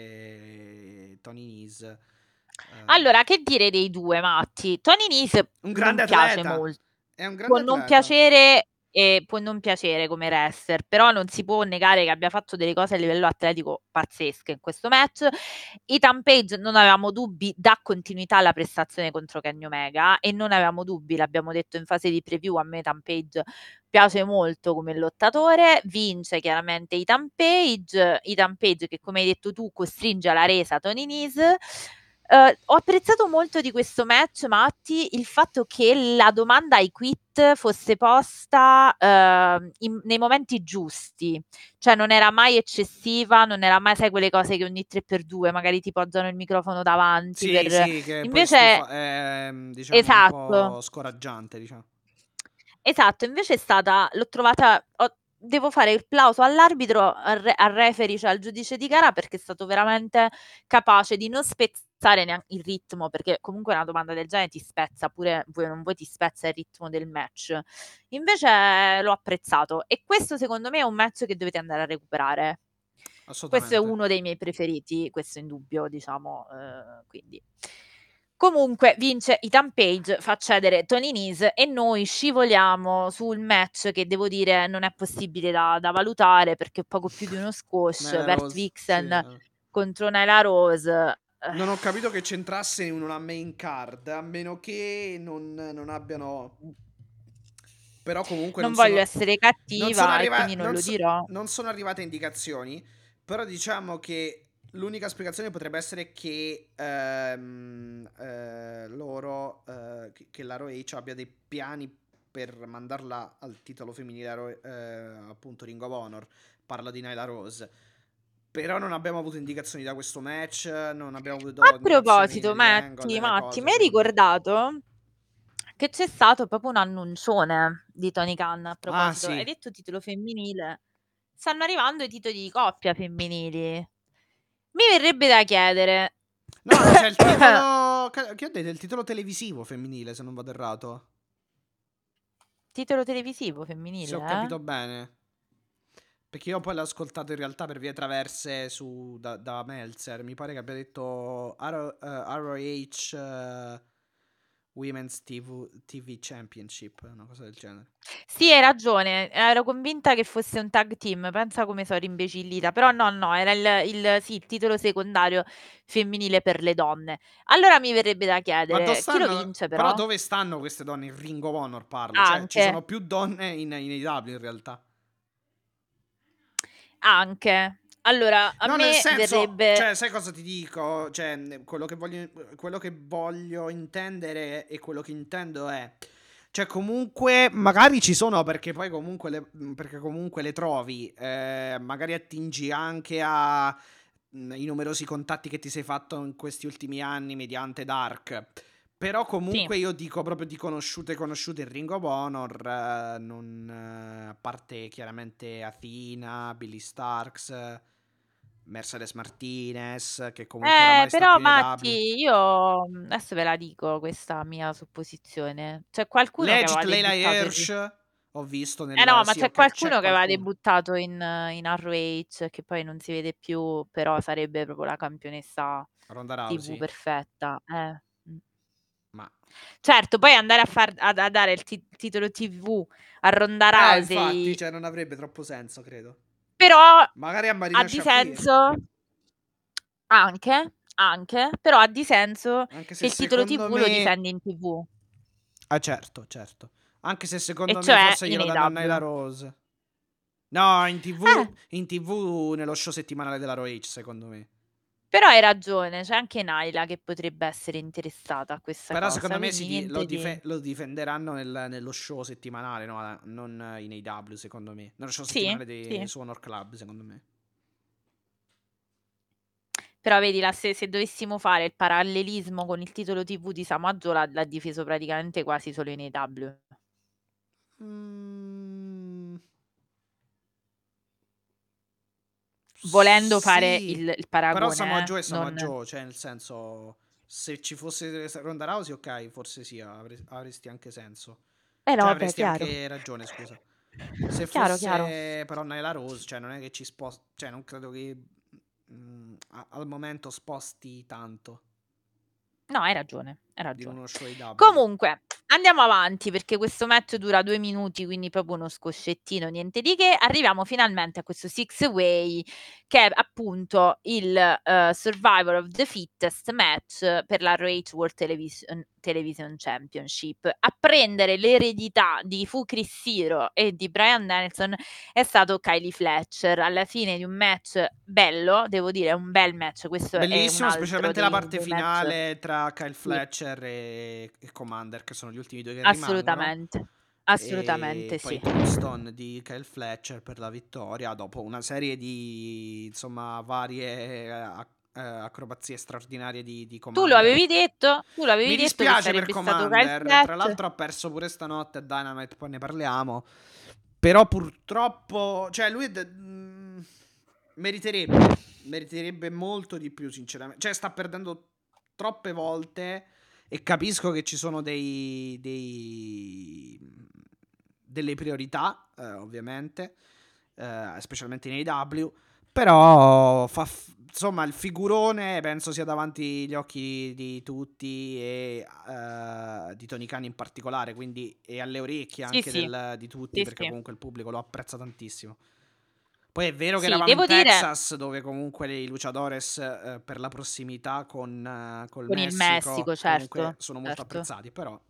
e Tony Nese. Eh, Allora, che dire dei due, Matti? Tony Nese un grande non piace atleta. molto. È un Può grande non atleta. piacere e può non piacere come wrestler, però non si può negare che abbia fatto delle cose a livello atletico pazzesche in questo match. Ethan Page, non avevamo dubbi, dà continuità alla prestazione contro Kenny Omega e non avevamo dubbi, l'abbiamo detto in fase di preview, a me Ethan Page piace molto come lottatore, vince chiaramente Ethan Page, Ethan Page che come hai detto tu costringe alla resa Tony Nese. Uh, ho apprezzato molto di questo match, Matti, il fatto che la domanda ai quit fosse posta uh, in, nei momenti giusti, cioè non era mai eccessiva, non era mai, sai, quelle cose che ogni tre per due magari ti poggiano il microfono davanti Sì, per... sì, che poi Invece, stufa, è, diciamo un esatto, po' scoraggiante, diciamo. esatto, invece è stata, l'ho trovata, ho- devo fare il plauso all'arbitro, al, re- al referee, cioè al giudice di gara, perché è stato veramente capace di non spezzare neanche il ritmo, perché comunque una domanda del genere ti spezza, pure vuoi o non vuoi ti spezza il ritmo del match. Invece l'ho apprezzato e questo secondo me è un match che dovete andare a recuperare. Questo è Assolutamente. uno dei miei preferiti, questo in dubbio, diciamo, eh, quindi. Comunque vince Ethan Page, fa cedere Tony Nese e noi scivoliamo sul match che devo dire non è possibile da, da valutare perché è poco più di uno squash. Nyla Bert Rose, sì. Vixen eh. contro Nyla Rose. Eh, Non ho capito che c'entrasse in una main card, a meno che non, non abbiano... Però comunque non non voglio sono... essere Non sono, cattiva e arriva- quindi non non lo so- dirò. non sono arrivate indicazioni, però diciamo che l'unica spiegazione potrebbe essere che ehm, eh, loro, eh, che, che la R O H abbia dei piani per mandarla al titolo femminile, Ro- eh, appunto Ring of Honor. Parlo di Nyla Rose. Però non abbiamo avuto indicazioni da questo match, non abbiamo avuto A indicazioni proposito, negli Matti, angle, né Matti, mi cose, hai quindi... ricordato che c'è stato proprio un annuncione di Tony Khan a Ah, proposito. Hai sì. detto titolo femminile. Stanno arrivando i titoli di coppia femminili. Mi verrebbe da chiedere. No, no, c'è il titolo... Che che ho detto? Il titolo televisivo femminile, se non vado errato. Titolo televisivo Se femminile, ho eh? capito bene. Perché io poi l'ho ascoltato in realtà per vie traverse su, da, da Meltzer. Mi pare che abbia detto R O H eh, Women's T V, T V Championship, una cosa del genere. Sì, hai ragione, ero convinta che fosse un tag team, pensa come sono rimbecillita, però no, no, era il, il, sì, il titolo secondario femminile per le donne. Allora mi verrebbe da Ma dove chiedere, chi lo stanno? vince Però però? dove stanno queste donne? In Ring of Honor parlo. Cioè, ci Anche, sono più donne in, in A E W in realtà. anche. Allora, a No, nel me senso, verrebbe... cioè, sai cosa ti dico? Cioè, quello che voglio, quello che voglio intendere e quello che intendo è, cioè, comunque, magari ci sono perché poi comunque le, perché comunque le trovi, eh, magari attingi anche a mh, i numerosi contatti che ti sei fatto in questi ultimi anni mediante Dark. Però Sì. comunque io dico proprio di conosciute conosciute il Ring of Honor, eh, non, eh, a parte chiaramente Athena, Billy Starks, eh, Mercedes Martinez, che comunque Eh, oramai sta però più in A E W. Matti, io mm, adesso ve la dico questa mia supposizione. C'è qualcuno che aveva Legit Layla debuttato in... ri- Hirsch, ho visto Eh nel... no, ma Sì, c'è ok, c'è qualcuno che aveva qualcuno. debuttato in, in R O H che poi non si vede più, però sarebbe proprio la campionessa Ronda T V Rousey. perfetta. Eh. mm. Ma... Certo, poi andare a, far, a, a dare il ti- titolo T V a Ronda Eh, infatti, Rousey, cioè, non avrebbe troppo senso, credo. però Magari a ha Marina di Shafir. senso anche, anche, però ha di senso Anche che se il titolo secondo T V lo me... difendi in T V, Ah, certo, certo. Anche se e secondo me cioè forse in glielo danno a Nyla A E W. Rose. No, in Eh, T V, in T V nello show settimanale della R O H, secondo me. però hai ragione, c'è anche Naila che potrebbe essere interessata a questa Però cosa, secondo me si quindi di- lo, niente di... dife- lo difenderanno nel- nello show settimanale, no? Non in A E W, secondo me. Nello show Sì, settimanale dei sì. su Honor Club, secondo me. Però vedi, la- se, se dovessimo fare il parallelismo con il titolo T V di Samoa Joe, l'ha, l'ha difeso praticamente quasi solo in A E W. Mm, Volendo fare sì. il, il Però Samoa paragone, eh? Joe è Samoa Non... Joe, cioè nel senso... Se ci fosse Ronda Rousey, ok, forse sì, avre- avresti anche senso. Eh Cioè no, vabbè, avresti chiaro. anche ragione, scusa. Se Chiaro, chiaro. fosse però Nyla Rose, cioè non è che ci sposti, cioè non credo che mm, a- al momento sposti tanto No, hai ragione, hai di ragione. uno show A E W. Comunque, andiamo avanti perché questo match dura due minuti, quindi proprio uno scoscettino, niente di che. Arriviamo finalmente a questo six way che è appunto il eh, Survivor of the Fittest match per la R O H World Television, Television Championship. A prendere l'eredità di Fu Chris Hero e di Bryan Danielson è stato Kylie Fletcher. Alla fine di un match bello, devo dire, un bel match. Questo è un Bellissimo, altro specialmente la dei, parte dei match. finale tra Kyle Sì, Fletcher e, e Commander, che sono gli ultimi due che rimangono. assolutamente. E Assolutamente poi sì. Tombstone di Kyle Fletcher per la vittoria dopo una serie di insomma varie eh, ac- eh, acrobazie straordinarie di, di Tu lo Commander. avevi detto, tu l'avevi Mi detto che dispiace per sarebbe stato Kyle Commander. Tra Fletcher. l'altro ha perso pure stanotte a Dynamite, poi ne parliamo. Però purtroppo, cioè lui è de- mm, meriterebbe, meriterebbe molto di più, sinceramente. Cioè sta perdendo troppe volte e capisco che ci sono dei, dei delle priorità, eh, ovviamente, eh, specialmente in A E W. Però fa f- insomma il figurone penso sia davanti agli occhi di tutti e eh, di Tony Khan in particolare, quindi e alle orecchie Sì, anche sì, del- di tutti sì, perché sì. comunque il pubblico lo apprezza tantissimo. Poi è vero che Sì, eravamo in devo dire Texas dove comunque i luchadores eh, per la prossimità con eh, col con il Messico Messico, comunque certo, sono molto certo. apprezzati, però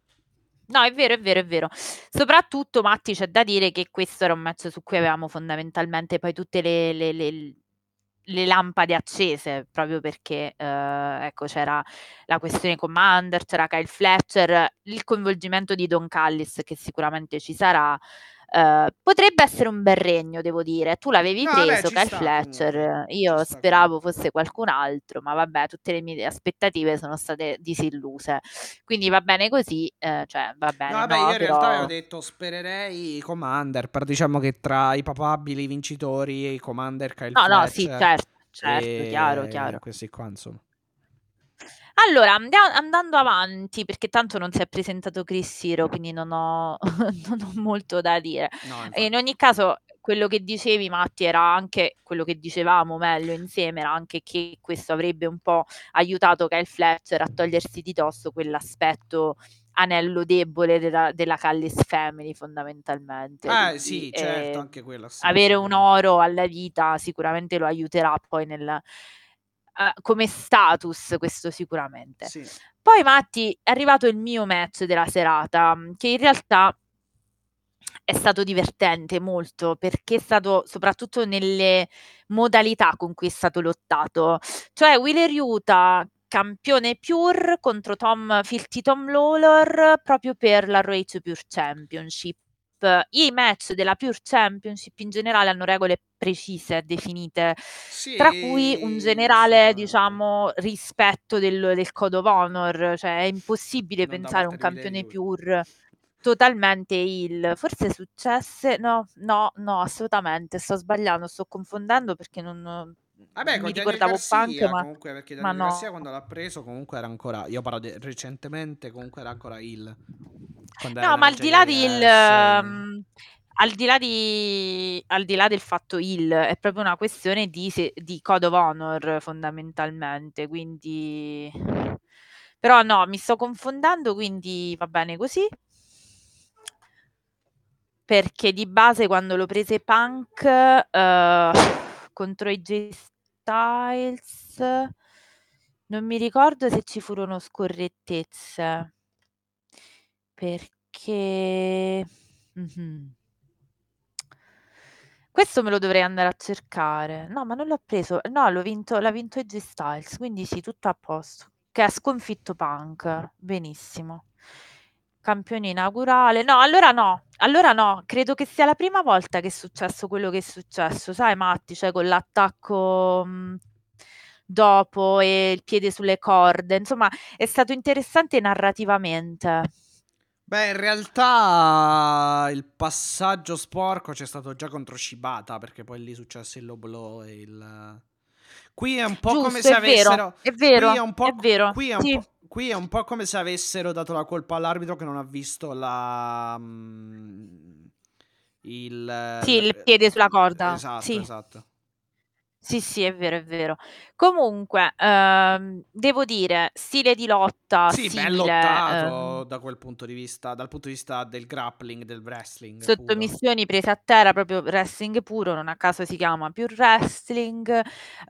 No, è vero, è vero, è vero. Soprattutto, Matti, c'è da dire che questo era un match su cui avevamo fondamentalmente poi tutte le, le- le- le lampade accese, proprio perché eh, ecco, c'era la questione Commander, c'era Kyle Fletcher, il coinvolgimento di Don Callis che sicuramente ci sarà. Uh, potrebbe essere un bel regno, devo dire. Tu l'avevi No, vabbè, preso, ci Kyle sta Fletcher, comunque. Ci io sta speravo comunque. fosse qualcun altro, ma vabbè, tutte le mie aspettative sono state disilluse. Quindi va bene così, eh, cioè va No, bene, vabbè, io no, in realtà avevo però... detto spererei Commander, però diciamo che tra i papabili vincitori, Commander, Kyle No, no, sì, Fletcher certo, certo, chiaro, e chiaro. questi qua, insomma. Allora, andia- andando avanti, perché tanto non si è presentato Chris Hero, quindi non ho, non ho molto da dire. No, E in infatti. ogni caso, quello che dicevi, Matti, era anche quello che dicevamo meglio insieme, era anche che questo avrebbe un po' aiutato Kyle Fletcher a togliersi di dosso quell'aspetto anello debole della, della Callis Family, fondamentalmente. Eh, Quindi sì, certo, eh, anche quello ha senso, avere un ovviamente. oro alla vita sicuramente lo aiuterà poi nel eh, come status, questo sicuramente. Sì. Poi, Matti, è arrivato il mio match della serata, che in realtà è stato divertente molto, perché è stato soprattutto nelle modalità con cui è stato lottato. Cioè, Wheeler Yuta, campione Pure contro Tom Filthy Tom Lawlor, proprio per la R O H Pure Championship. I match della Pure Championship in generale hanno regole precise e definite, tra cui un Sì, generale, assolutamente. diciamo, rispetto del, del Code of Honor. Cioè, è impossibile Non da pensare a parte un di Wheeler campione Yuta. Pure totalmente heel. Forse successe? No, no, no, assolutamente. Sto sbagliando, sto confondendo perché non, non- Vabbè, con mi Daniel ricordavo Punk, Garcia, ma, comunque, perché ma Daniel Garcia no. quando l'ha preso comunque era ancora, io parlo di recentemente, comunque era ancora il, quando era No, ma nella al di là del, J A S. ehm, al di là di, al di là del fatto heel, è proprio una questione di, se- di Code of Honor fondamentalmente, quindi... Però no, mi sto confondendo, quindi va bene così. Perché di base quando lo prese Punk eh, contro i J Styles non mi ricordo se ci furono scorrettezze perché mhm. Questo me lo dovrei andare a cercare. No, ma non l'ho preso. No, l'ho vinto, l'ha vinto A J Styles, quindi sì, tutto a posto. Che ha sconfitto Punk. Benissimo. Campione inaugurale. No, allora no. Allora no, credo che sia la prima volta che è successo quello che è successo, sai, Matti, cioè con l'attacco mh, dopo e il piede sulle corde. Insomma, è stato interessante narrativamente. Beh, in realtà il passaggio sporco c'è stato già contro Shibata, perché poi lì successe il low blow e il... Qui è un po' come Giusto, se è vero, avessero... è Qui è vero, un è po'... vero. Qui è un Sì. po'... Qui è un po' come se avessero dato la colpa all'arbitro che non ha visto la... mm, Il... Sì, il l- piede sulla corda. Esatto, Sì, esatto. sì, sì, è vero, è vero. Comunque, ehm, devo dire, stile di lotta Sì, ben simile, lottato ehm, da quel punto di vista, dal punto di vista del grappling, del wrestling puro. sottomissioni prese a terra, proprio wrestling puro, non a caso si chiama più wrestling.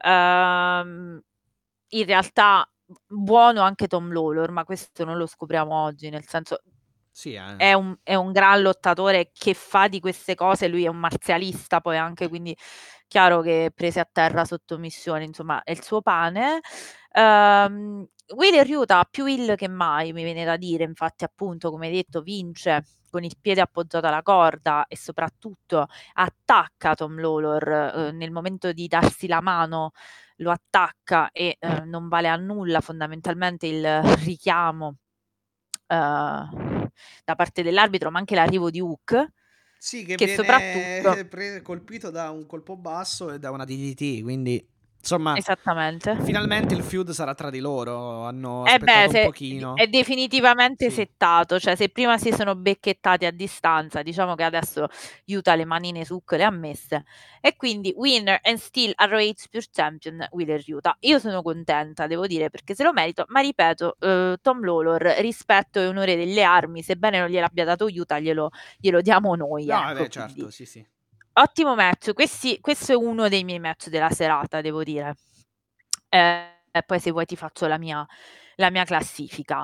Ehm, in realtà buono anche Tom Lawlor, ma questo non lo scopriamo oggi, nel senso Sì, eh. è un, è un gran lottatore che fa di queste cose, lui è un marzialista poi anche, quindi chiaro che prese a terra sottomissione, insomma, è il suo pane. Um, Wheeler Yuta più heel che mai, mi viene da dire, infatti appunto, come detto, vince con il piede appoggiato alla corda e soprattutto attacca Tom Lawlor eh, nel momento di darsi la mano, lo attacca e eh, non vale a nulla fondamentalmente il richiamo eh, da parte dell'arbitro, ma anche l'arrivo di Hook, Sì, che che soprattutto, viene pre- colpito da un colpo basso e da una D D T, quindi insomma, esattamente. finalmente il feud sarà tra di loro, hanno Eh beh, aspettato un se- pochino. è definitivamente Sì. settato, cioè se prima si sono becchettati a distanza, diciamo che adesso Utah le manine su le ha messe e quindi winner and still R O H Pure Champion Wheeler Utah. Io sono contenta, devo dire, perché se lo merito, ma ripeto, eh, Tom Lawlor, rispetto e onore delle armi, sebbene non gliel'abbia dato Utah, glielo, glielo diamo noi, No, ecco, vabbè, quindi certo, sì, sì. ottimo match. Questi- questo è uno dei miei match della serata, devo dire. Eh, poi se vuoi ti faccio la mia, la mia classifica.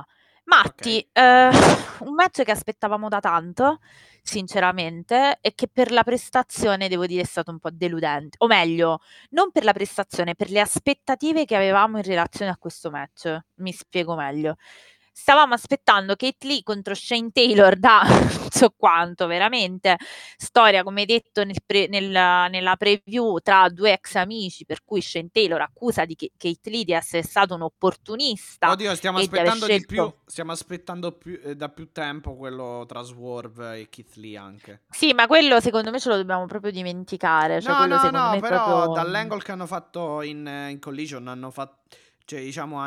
Matti, Ok. eh, un match che aspettavamo da tanto, sinceramente, e che per la prestazione devo dire è stato un po' deludente. O meglio, non per la prestazione, per le aspettative che avevamo in relazione a questo match. Mi spiego meglio. Stavamo aspettando Kate Lee contro Shane Taylor da non so quanto, veramente. Storia, come detto nel pre- nel- nella preview, tra due ex amici, per cui Shane Taylor accusa di K- Kate Lee di essere stato un opportunista Oddio, stiamo e di aver aspettando di più. scelto. Stiamo aspettando più, eh, da più tempo quello tra Swerve e Keith Lee anche. Sì, ma quello secondo me ce lo dobbiamo proprio dimenticare, cioè No, quello no, secondo no, me è però proprio. dall'angle che hanno fatto in, eh, in Collision hanno fatto, cioè diciamo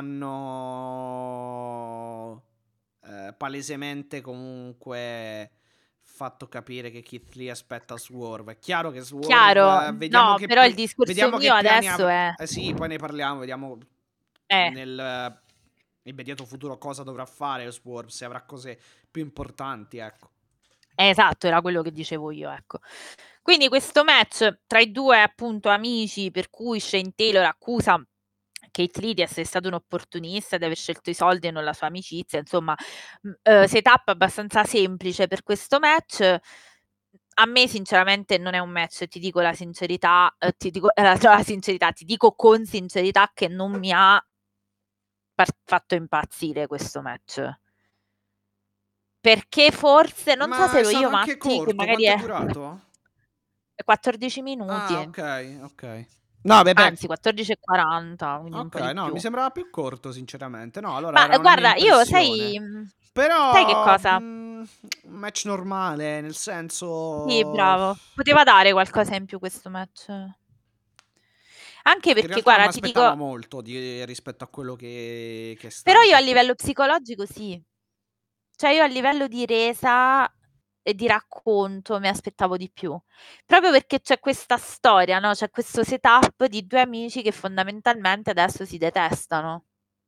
hanno eh, palesemente comunque fatto capire che Keith Lee aspetta Swerve. È chiaro che Chiaro, Swerve, eh, vediamo no, che, però il pl- discorso vediamo che mio piani adesso avrà. è. Eh sì, poi ne parliamo, vediamo Eh, nel eh, immediato futuro cosa dovrà fare Swerve, se avrà cose più importanti, ecco. Eh, esatto, era quello che dicevo io, ecco. Quindi questo match tra i due appunto amici, per cui Shane Taylor accusa Kate Lee di essere stato un opportunista, di aver scelto i soldi e non la sua amicizia, insomma, mh, eh, setup abbastanza semplice per questo match. A me sinceramente non è un match, ti dico la sincerità, eh, ti dico eh, la, la sincerità, ti dico con sincerità che non mi ha par- fatto impazzire questo match. Perché forse, non so Ma se è ero stato io anche Matti, che corto, magari quanto è è durato? quattordici Ah, minuti, ok, ok. No, beh, beh. anzi quattordici e quaranta, quindi un Ok, po' di no, mi più. sembrava più corto, sinceramente. No, allora Ma era eh, una mia guarda, io sai, impressione. mm, sai che Però, cosa? mm, un match normale, nel Sì, senso. bravo. Poteva dare qualcosa in più questo match. Anche In perché, realtà non mi guarda, ti aspettavo dico, molto di- rispetto a quello che, che è però io a stato. livello psicologico sì. Cioè io a livello di resa e di racconto mi aspettavo di più. Proprio perché c'è questa storia, no? C'è questo setup di due amici che fondamentalmente adesso si detestano.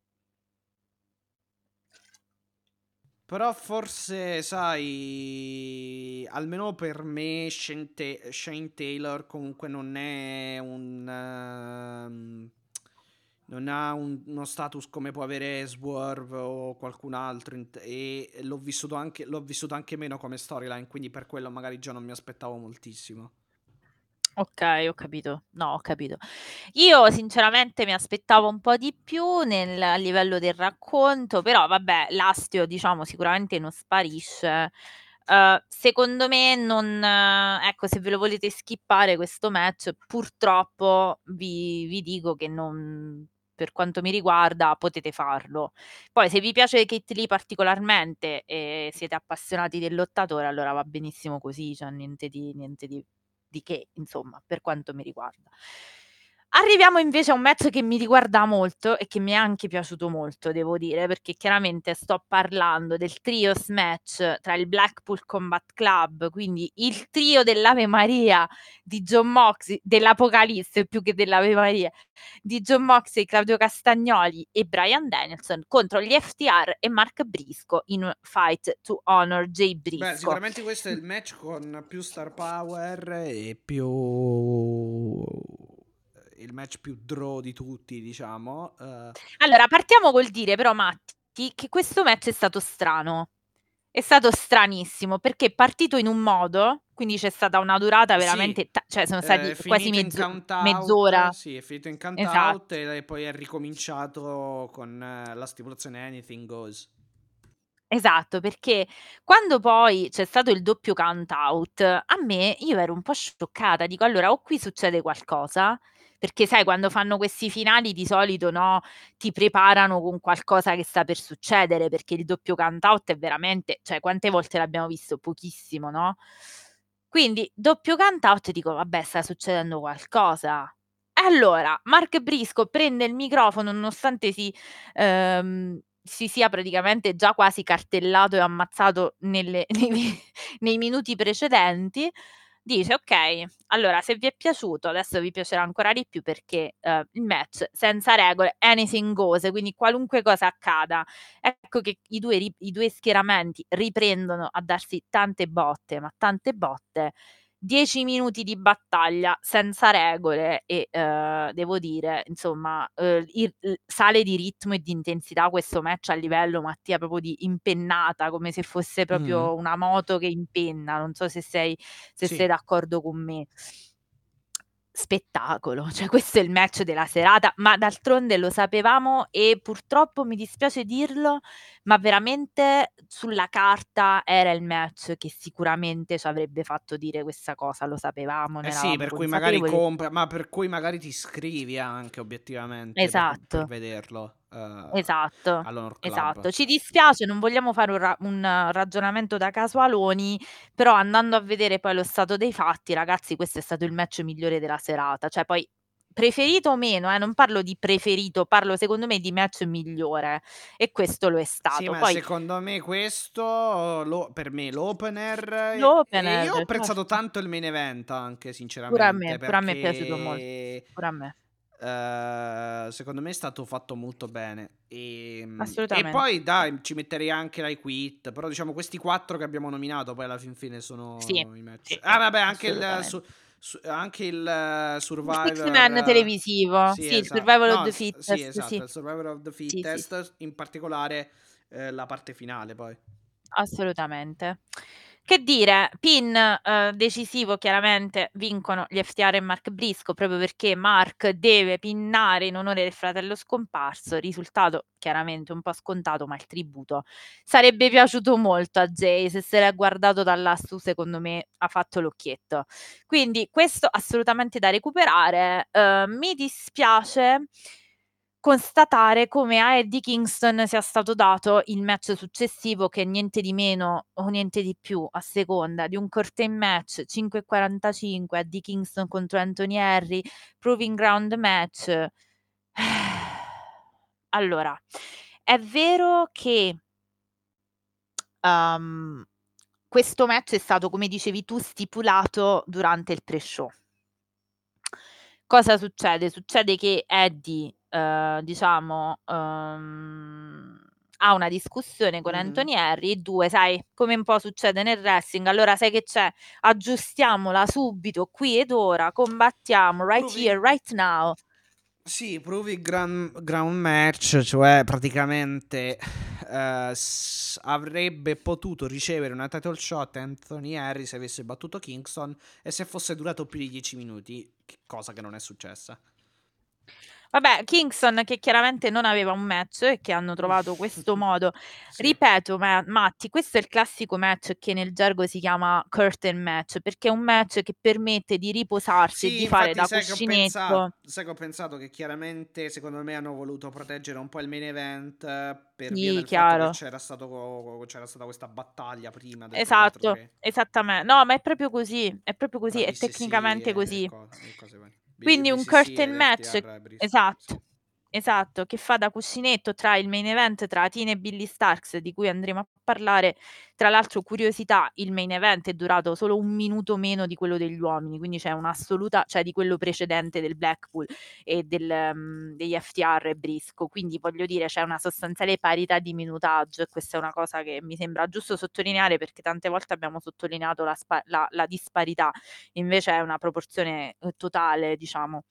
Però forse, sai, almeno per me Shane, Ta- Shane Taylor comunque non è un. ehm, non ha un- uno status come può avere Swerve o qualcun altro. int- E l'ho vissuto anche, l'ho vissuto anche meno come storyline. Quindi per quello magari già non mi aspettavo moltissimo. Ok, ho capito. No, ho capito. Io sinceramente mi aspettavo un po' di più nel, a livello del racconto, però vabbè, l'astio diciamo sicuramente non sparisce. Eh, secondo me non, eh, ecco, se ve lo volete skippare questo match, purtroppo vi, vi dico che non, per quanto mi riguarda, potete farlo. Poi se vi piace Kate Lee particolarmente e siete appassionati del lottatore, allora va benissimo così, cioè niente di, niente di di che, insomma, per quanto mi riguarda. Arriviamo invece a un match che mi riguarda molto e che mi è anche piaciuto molto, devo dire, perché chiaramente sto parlando del trios match tra il Blackpool Combat Club, quindi il trio dell'Ave Maria di John Moxley, dell'Apocalisse più che dell'Ave Maria, di John Moxley, Claudio Castagnoli e Bryan Danielson contro gli F T R e Mark Briscoe in Fight to Honor Jay Beh, Briscoe. sicuramente questo è il match con più star power e più. Il match più draw di tutti, diciamo. Eh, Allora, partiamo col dire però, Matti, che questo match è stato strano. È stato stranissimo perché è partito in un modo, quindi c'è stata una durata sì, veramente, ta- cioè sono eh, stati è quasi finito in mezzo- count out. mezz'ora. Sì, è finito in count out Esatto. e poi è ricominciato con eh, la stipulazione Anything Goes. Esatto, perché quando poi c'è stato il doppio count out, a me io ero un po' scioccata, dico allora o qui succede qualcosa, perché sai quando fanno questi finali di solito no, ti preparano con qualcosa che sta per succedere, perché il doppio count out è veramente, cioè quante volte l'abbiamo visto? Pochissimo, no? Quindi doppio count out dico vabbè sta succedendo qualcosa. E allora Mark Briscoe prende il microfono nonostante si ehm, si sia praticamente già quasi cartellato e ammazzato nelle nei nei minuti precedenti, dice: "Okay, allora se vi è piaciuto adesso vi piacerà ancora di più perché, ehm, il match senza regole, anything goes, quindi qualunque cosa accada". Ecco che i due ri i due schieramenti riprendono a darsi tante botte, ma tante botte, dieci minuti di battaglia senza regole e eh, devo dire, insomma, eh, il, il sale di ritmo e di intensità questo match a livello, Mattia, proprio di impennata, come se fosse Mm. proprio una moto che impenna, non so se sei, se sei Sì. d'accordo con me. Spettacolo, cioè questo è il match della serata, ma d'altronde lo sapevamo e purtroppo mi dispiace dirlo, ma veramente sulla carta era il match che sicuramente ci avrebbe fatto dire questa cosa, lo sapevamo, ne Eh sì, eravamo per cui magari consapevoli. compra, ma per cui magari ti iscrivi anche obiettivamente per, per Esatto, vederlo eh, esatto, all'Honor Club. esatto. Ci dispiace, non vogliamo fare un, ra- un eh, ragionamento da casualoni, però andando a vedere poi lo stato dei fatti, ragazzi, questo è stato il match migliore della serata. Cioè, poi preferito o meno, eh, non parlo di preferito, parlo secondo me di match migliore e questo lo è Sì, stato. ma Poi secondo me questo, lo- per me l'opener, e- e l'opener, io ho apprezzato certo, tanto il main event anche, pure a sinceramente, me, pure a me è piaciuto molto, perché pure a me, eh, secondo me è stato fatto molto bene. E, e assolutamente. poi dai, ci metterei anche l'I Quit, però diciamo questi quattro che abbiamo nominato poi alla fin fine Sì, sono i match. sì, Ah vabbè, anche il, assolutamente. su- su- anche il eh, Il six Survivor. man eh, televisivo, Sì, sì, il esatto. survival of No, the s- sì, fittest, esatto, sì, il Survivor of the sì, sì, Fittest, in particolare eh, la parte finale poi. assolutamente. Che dire, pin eh, decisivo, chiaramente vincono gli F T R e Mark Briscoe proprio perché Mark deve pinnare in onore del fratello scomparso. Risultato chiaramente un po' scontato, ma il tributo sarebbe piaciuto molto a Jay. Se se l'è guardato dall'astu, secondo me ha fatto l'occhietto. Quindi questo assolutamente da recuperare. Eh, mi dispiace constatare come a Eddie Kingston sia stato dato il match successivo che è niente di meno o niente di più a seconda di un curtain match cinque e quarantacinque Eddie Kingston contro Anthony Henry, Proving Ground match. Allora, è vero che um, questo match è stato, come dicevi tu, stipulato durante il pre-show. Cosa succede? Succede che Eddie, eh, diciamo, ehm, ha una discussione con Mhm. Anthony Henry e due, sai, come un po' succede nel wrestling, allora sai che c'è? Aggiustiamola subito, qui ed ora, combattiamo, right Proving- here, right now. Sì, Proving Ground, ground Match, cioè praticamente eh, s- avrebbe potuto ricevere una title shot Anthony Henry se avesse battuto Kingston e se fosse durato più di dieci minuti, che- cosa che non è successa. Vabbè, Kingston che chiaramente non aveva un match e che hanno trovato questo modo. Sì. Ripeto, ma- Matti, questo è il classico match che nel gergo si chiama curtain match, perché è un match che permette di riposarsi e Sì, di fare infatti da sai che ho pensato, cuscinetto. sai che ho pensato che chiaramente secondo me hanno voluto proteggere un po' il main event eh, per via Sì, del fatto che chiaro. c'era stato co- c'era stata questa battaglia prima del Esatto, tre contro tre. esattamente. No, ma è proprio così, è proprio Tra così, è B C C tecnicamente e, così. co- e cose varie. B- Quindi un BCC curtain ed match, F T R Briscoe, sì. esatto, esatto, che fa da cuscinetto tra il main event tra Tina e Billy Starks, di cui andremo a parlare. Tra l'altro, curiosità, il main event è durato solo un minuto meno di quello degli uomini, quindi c'è un'assoluta, cioè di quello precedente del Blackpool e del, um, degli F T R e Briscoe, quindi voglio dire c'è una sostanziale parità di minutaggio e questa è una cosa che mi sembra giusto sottolineare perché tante volte abbiamo sottolineato la, spa- la, la disparità, invece è una proporzione eh, totale, diciamo.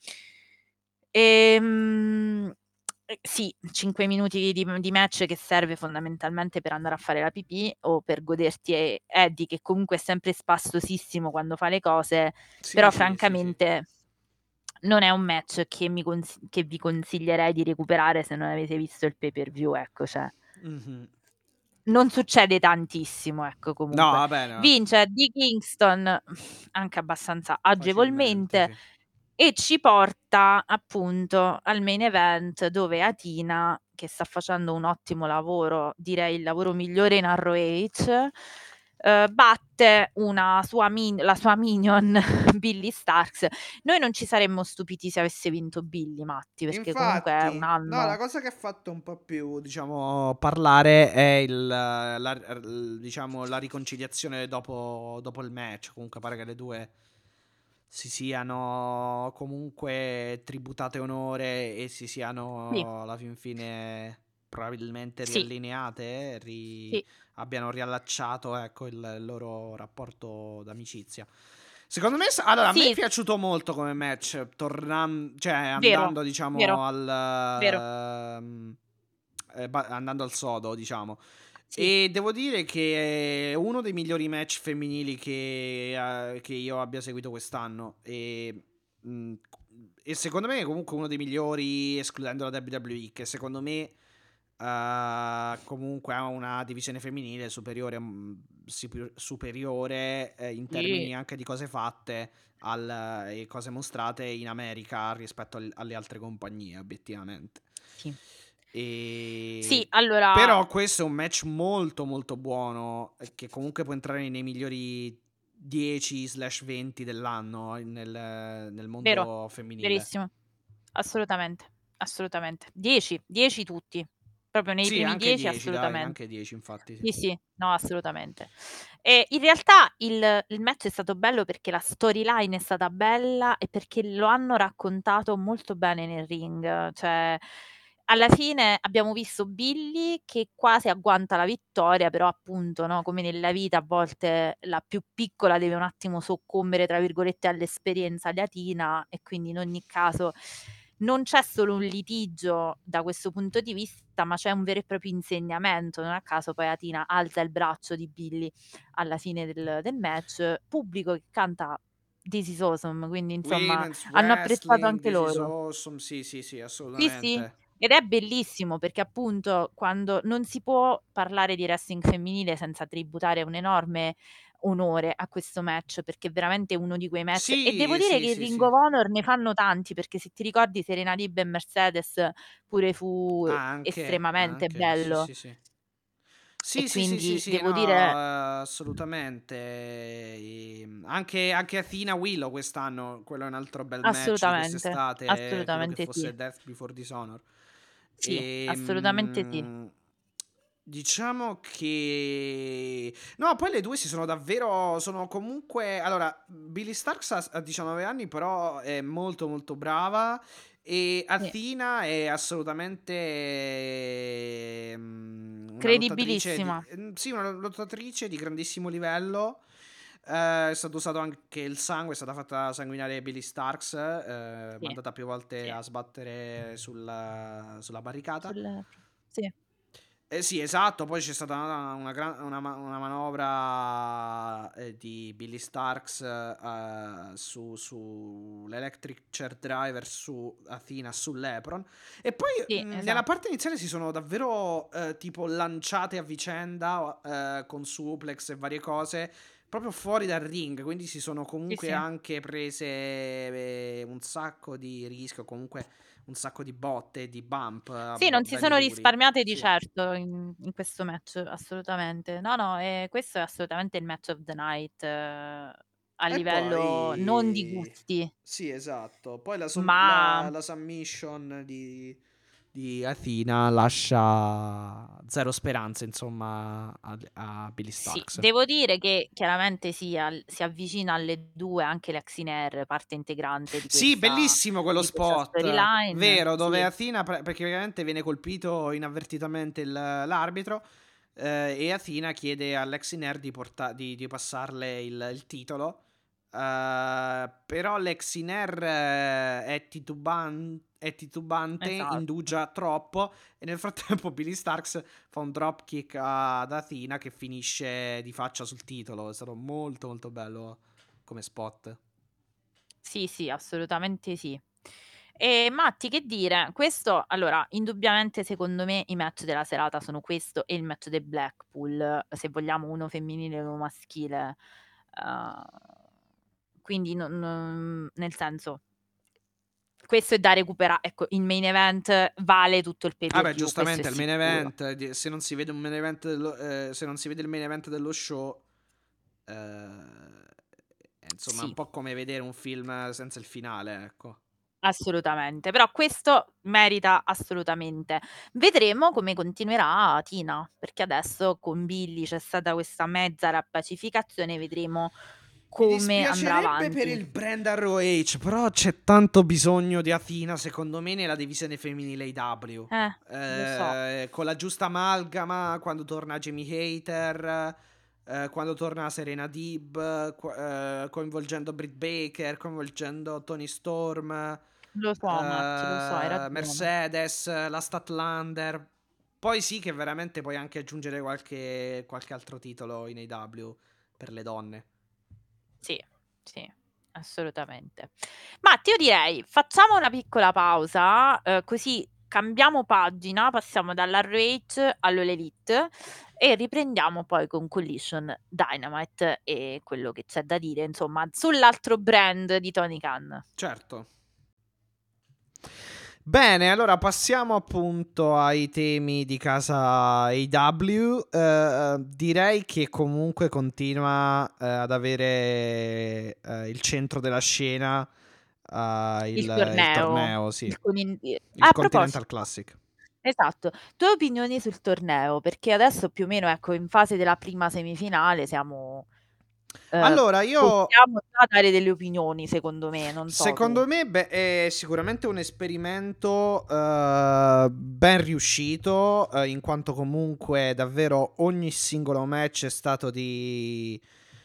Ehm, eh, sì, cinque minuti di, di match che serve fondamentalmente per andare a fare la pipì o per goderti e- Eddie, che comunque è sempre spastosissimo quando fa le cose, Sì, però sì, sì, sì. francamente non è un match che, mi cons- che vi consiglierei di recuperare se non avete visto il pay per view, ecco, cioè. Mhm. Non succede tantissimo, ecco, No, comunque. va bene, va. Vince di Kingston anche abbastanza Facilmente, agevolmente sì. e ci porta appunto al main event dove Atina, che sta facendo un ottimo lavoro, direi il lavoro migliore in R O H, eh, batte una sua min- la sua minion Billy Starks. Noi non ci saremmo stupiti se avesse vinto Billy, Matti, perché comunque è un Infatti, no, la anno. cosa che ha fatto un po' più, diciamo, parlare è il, la, l- diciamo, la riconciliazione dopo, dopo il match. Comunque pare che le due si siano comunque tributate onore e si Sì, siano alla fin fine probabilmente sì, riallineate, ri- sì. abbiano riallacciato, ecco, il loro rapporto d'amicizia. Secondo me, allora, a me Sì. è piaciuto molto come match, tornando, cioè Vero, andando, diciamo, vero, al vero. ehm, eh, ba- andando al sodo, diciamo. Sì. E devo dire che è uno dei migliori match femminili che, eh, che io abbia seguito quest'anno. E, mh, e secondo me è comunque uno dei migliori, escludendo la W W E, che secondo me eh, comunque ha una divisione femminile superiore, mh, sipu- superiore eh, in Sì. termini anche di cose fatte al- e cose mostrate in America rispetto al- alle altre compagnie, obiettivamente. Sì. E... Sì, allora... Però questo è un match molto molto buono, eh, che comunque può entrare nei migliori dieci venti dell'anno nel, nel mondo Vero, femminile. verissimo. Assolutamente, assolutamente. dieci, dieci tutti. Proprio nei Sì, primi anche dieci, dieci, dai, assolutamente. anche dieci, infatti. Sì. Sì, sì, no, assolutamente. E in realtà il, il match è stato bello perché la storyline è stata bella e perché lo hanno raccontato molto bene nel ring. Cioè, alla fine abbiamo visto Billy che quasi agguanta la vittoria, però appunto, no, come nella vita a volte la più piccola deve un attimo soccombere, tra virgolette, all'esperienza latina e quindi in ogni caso non c'è solo un litigio da questo punto di vista, ma c'è un vero e proprio insegnamento. Non a caso poi Atina alza il braccio di Billy alla fine del, del match, pubblico che canta This is awesome, quindi insomma Women's hanno apprezzato wrestling, anche this is loro. awesome. Sì, sì, sì, Sì, sì, assolutamente. ed è bellissimo perché appunto quando non si può parlare di wrestling femminile senza tributare un enorme onore a questo match, perché è veramente uno di quei match, e devo Sì, dire sì, che il sì, Ring sì. of Honor ne fanno tanti, perché se ti ricordi Serena Lib e Mercedes pure fu Anche, estremamente anche, sì, bello, sì, sì. e Sì, sì, sì, sì, quindi sì, devo no, dire eh, assolutamente. Ehm, Anche, anche Athena Willow quest'anno, quello è un altro bel match di assolutamente, quest'estate, credo che assolutamente fosse sì, Death Before Dishonor. sì, assolutamente sì, Ehm, diciamo che... No, poi le due si sono davvero... Sono comunque... Allora, Billy Starks ha, ha diciannove anni, però è molto molto brava. E sì. Athena è assolutamente mm, una lottatrice di, Credibilissima, mm, sì, una lottatrice di grandissimo livello. Eh, è stato usato anche il sangue, è stata fatta sanguinare Billy Starks, eh, sì, mandata più volte sì. a sbattere sulla, sulla barricata. Sul... sì. Eh sì, esatto, poi c'è stata una, una gran- una ma- una manovra eh, di Billy Starks eh, su, su l'Electric Chair Driver su Athena, sull'Epron. E poi Sì, mh, nella esatto. parte iniziale si sono davvero eh, tipo lanciate a vicenda eh, con suplex e varie cose proprio fuori dal ring, quindi si sono Sì, comunque sì. anche prese eh, un sacco di rischio, comunque un sacco di botte, di bump eh, Sì, b- non si belli sono duri. risparmiate di Sì. certo in, in questo match, assolutamente. No, no, e questo è assolutamente il match of the night, eh, a E livello non di poi... gusti, Sì, esatto. Poi la, som- ma la- la submission di, di Athena lascia zero speranze, insomma, a, a Billy sì, Starks. devo dire che chiaramente si, al- si avvicina alle due anche l'Exiner, parte integrante di Sì, questa, bellissimo quello di questa spot. storyline. Vero, dove Sì, Athena pra- praticamente viene colpito inavvertitamente il- l'arbitro. eh, e Athena chiede all'Exiner di, porta- di, di passarle il, il titolo. Eh, però l'Exiner eh, è, tituban- è titubante, esatto. indugia troppo. E nel frattempo Billy Starks fa un dropkick ad Athena che finisce di faccia sul titolo. È stato molto molto bello come spot. Sì, sì, assolutamente sì. E Matti, che dire? Questo, allora, indubbiamente secondo me i match della serata sono questo e il match del Blackpool, se vogliamo uno femminile e uno maschile. Uh, quindi, non- non- nel senso, questo è da recuperare. Ecco, il main event vale tutto il pay Ah per beh, view, questo è giustamente il main sicuro. event, di- se non si vede un main event dello, eh, se non si vede il main event dello show, eh, è, insomma, è un Sì. po' come vedere un film senza il finale, ecco. Assolutamente, però questo merita assolutamente. Vedremo come continuerà Tina, perché adesso con Billy c'è stata questa mezza rappacificazione, vedremo Mi come andrà dispiacerebbe per avanti. il brand R O H, però c'è tanto bisogno di Athena, secondo me, nella divisione femminile A E W. Eh, lo so. Eh, con la giusta amalgama, quando torna Jamie Hater, eh, quando torna Serena Deeb, qu- eh, coinvolgendo Britt Baker, coinvolgendo Tony Storm, Lo so, Marti, lo so, hai eh, ragione. Mercedes, la Statlander. Poi sì che veramente puoi anche aggiungere qualche, qualche altro titolo in A E W per le donne. Sì, sì, assolutamente. Matti, io direi, facciamo una piccola pausa, eh, così cambiamo pagina, passiamo dall'R O H all'All Elite e riprendiamo poi con Collision Dynamite e quello che c'è da dire, insomma, sull'altro brand di Tony Khan. Certo. Bene, allora passiamo appunto ai temi di casa A E W. Eh, direi che comunque continua eh, ad avere eh, il centro della scena eh, il, Il il torneo. torneo, sì, Il con- il A Continental proposito, Classic. esatto, tue opinioni sul torneo, perché adesso più o meno, ecco, in fase della prima semifinale siamo... eh, Allora, io possiamo già dare delle opinioni, secondo me, non so tu. secondo me beh, è sicuramente un esperimento eh, ben riuscito, eh, in quanto comunque davvero ogni singolo match è stato di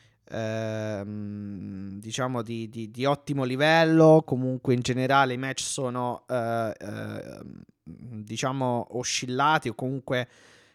ehm, diciamo di, di- di ottimo livello. Comunque in generale i match sono eh, eh, diciamo oscillati o comunque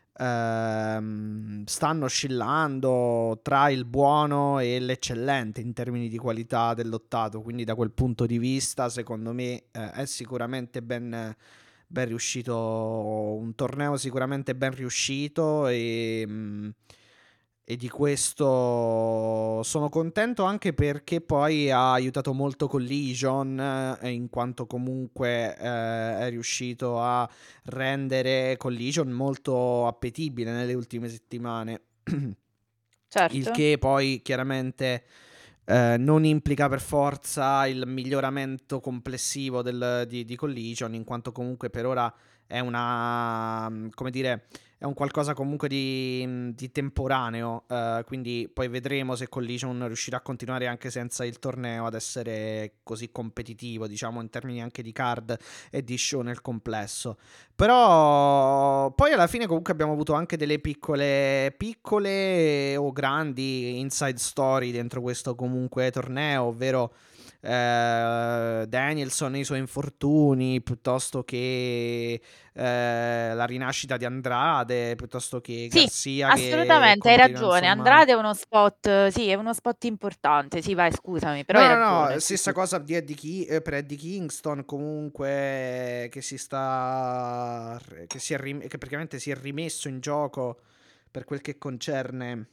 ehm, stanno oscillando tra il buono e l'eccellente in termini di qualità dell'ottato, quindi da quel punto di vista secondo me eh, è sicuramente ben, ben riuscito, un torneo sicuramente ben riuscito e, mh, e di questo sono contento anche perché poi ha aiutato molto Collision, eh, in quanto comunque eh, è riuscito a rendere Collision molto appetibile nelle ultime settimane. Il Certo. che poi chiaramente eh, non implica per forza il miglioramento complessivo del- di, di Collision, in quanto comunque per ora è una, mm, come dire, è un qualcosa comunque di, mm, di temporaneo, eh, quindi poi vedremo se Collision riuscirà a continuare anche senza il torneo ad essere così competitivo, diciamo in termini anche di card e di show nel complesso. Però poi alla fine comunque abbiamo avuto anche delle piccole, piccole o grandi inside story dentro questo comunque torneo, ovvero eh, Danielson e i suoi infortuni, piuttosto che eh, la rinascita di Andrade, piuttosto che Sì, Garcia che assolutamente, hai continua ragione. insomma... Andrade è uno spot, sì, è uno spot importante. Sì, vai, scusami, però No, hai no, no, ragione. Sì, stessa sì. cosa di Eddie Ki- eh, per Eddie Kingston comunque che si sta che, si è rim- che praticamente si è rimesso in gioco per quel che concerne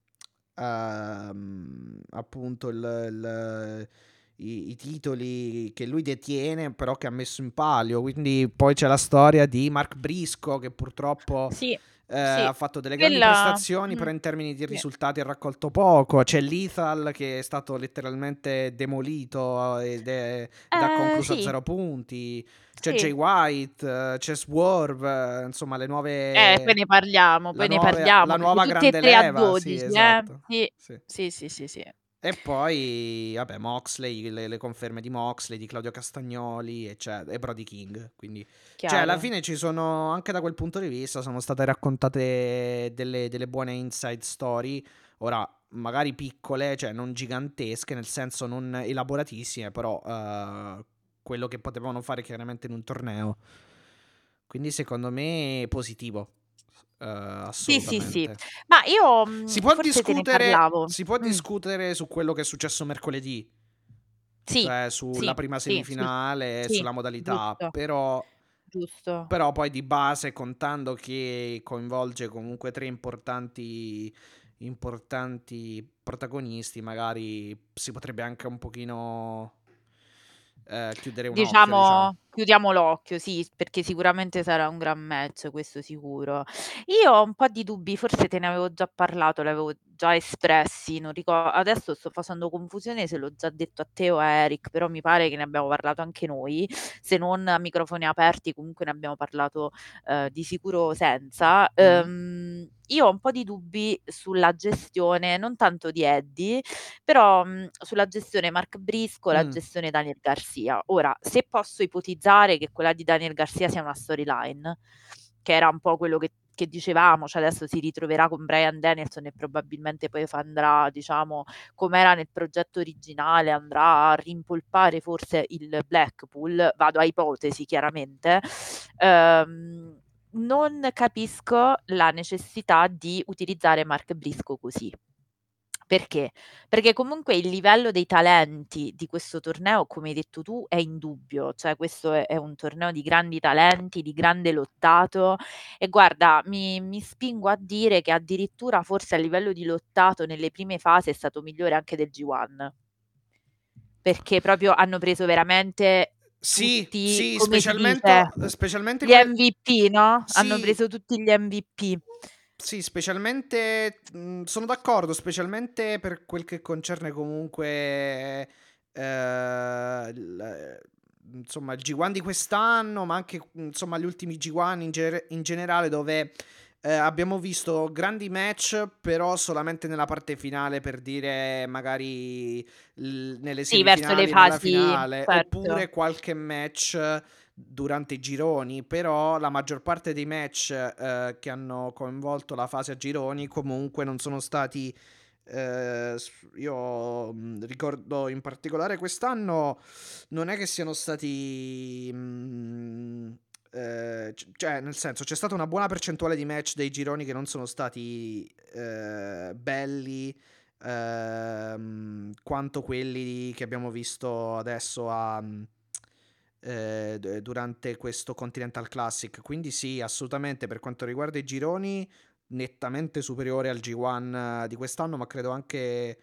ehm, appunto il- il- i, i titoli che lui detiene però che ha messo in palio, quindi poi c'è la storia di Mark Briscoe che purtroppo Sì, eh, sì. ha fatto delle grandi Quella... prestazioni, mm, però in termini di sì. risultati ha raccolto poco. C'è Lethal che è stato letteralmente demolito ed, è, ed ha Eh, concluso a sì, zero punti. C'è Jay sì. White, eh, c'è Swerve, eh, insomma le Eh, poi nuove... ne parliamo, La, poi ne nuove, parliamo, la perché nuova tutte e grande tre a leva, sì, dodici, eh? esatto. Sì, Sì. sì, sì, sì, sì. E poi, vabbè, Moxley, le, le conferme di Moxley, di Claudio Castagnoli eccetera, e Brody King. Quindi, cioè, alla Chiaro. fine ci sono, anche da quel punto di vista, sono state raccontate delle, delle buone inside story. Ora, magari piccole, cioè non gigantesche, nel senso non elaboratissime, però eh, quello che potevano fare chiaramente in un torneo. Quindi, secondo me, positivo. Eh, Sì, sì, sì. assolutamente. Ma io mm, Si può forse te ne discutere, parlavo. si può Mm, discutere su quello che è successo mercoledì, Sì, cioè sulla sì, prima sì, sul- semifinale, sì, sulla modalità, giusto, però, giusto. però poi di base, contando che coinvolge comunque tre importanti, importanti protagonisti, magari si potrebbe anche un pochino eh, chiudere un occhio, diciamo. Diciamo, chiudiamo l'occhio, sì, perché sicuramente sarà un gran match, questo sicuro. Io ho un po' di dubbi, forse te ne avevo già parlato, l'avevo già espressi, non ricordo, adesso sto facendo confusione se l'ho già detto a te o a Eric, però mi pare che ne abbiamo parlato anche noi, se non a microfoni aperti, comunque ne abbiamo parlato eh, di sicuro senza. Mm. Ehm, io ho un po' di dubbi sulla gestione, non tanto di Eddie, però mh, sulla gestione Mark Briscoe, la Mm. gestione Daniel Garcia. Ora, se posso ipotizzare che quella di Daniel Garcia sia una storyline, che era un po' quello che che dicevamo, cioè adesso si ritroverà con Bryan Danielson e probabilmente poi fa- andrà, diciamo, come era nel progetto originale, andrà a rimpolpare forse il Blackpool, vado a ipotesi chiaramente. Ehm, non capisco la necessità di utilizzare Mark Briscoe così. Perché? Perché comunque il livello dei talenti di questo torneo, come hai detto tu, è indubbio, cioè questo è, è un torneo di grandi talenti, di grande lottato e guarda, mi, mi spingo a dire che addirittura forse a livello di lottato nelle prime fasi è stato migliore anche del G uno, perché proprio hanno preso veramente Sì, tutti, sì, come si specialmente, dice, specialmente gli que- M V P, no? Hanno sì, preso tutti gli M V P. sì, specialmente mh, sono d'accordo, specialmente per quel che concerne comunque eh, il, insomma, il G uno di quest'anno, ma anche insomma gli ultimi G uno in, ge- in generale dove eh, abbiamo visto grandi match, però solamente nella parte finale, per dire magari l- nelle Sì, verso le semifinali, nella fasi, finale, certo. oppure qualche match durante i gironi, però la maggior parte dei match eh, che hanno coinvolto la fase a gironi comunque non sono stati eh, s- io mh, ricordo in particolare quest'anno non è che siano stati mh, eh, c- cioè nel senso c'è stata una buona percentuale di match dei gironi che non sono stati eh, belli ehm, quanto quelli che abbiamo visto adesso a eh, d- durante questo Continental Classic. Quindi sì, assolutamente per quanto riguarda i gironi, nettamente superiore al G uno di quest'anno, ma credo anche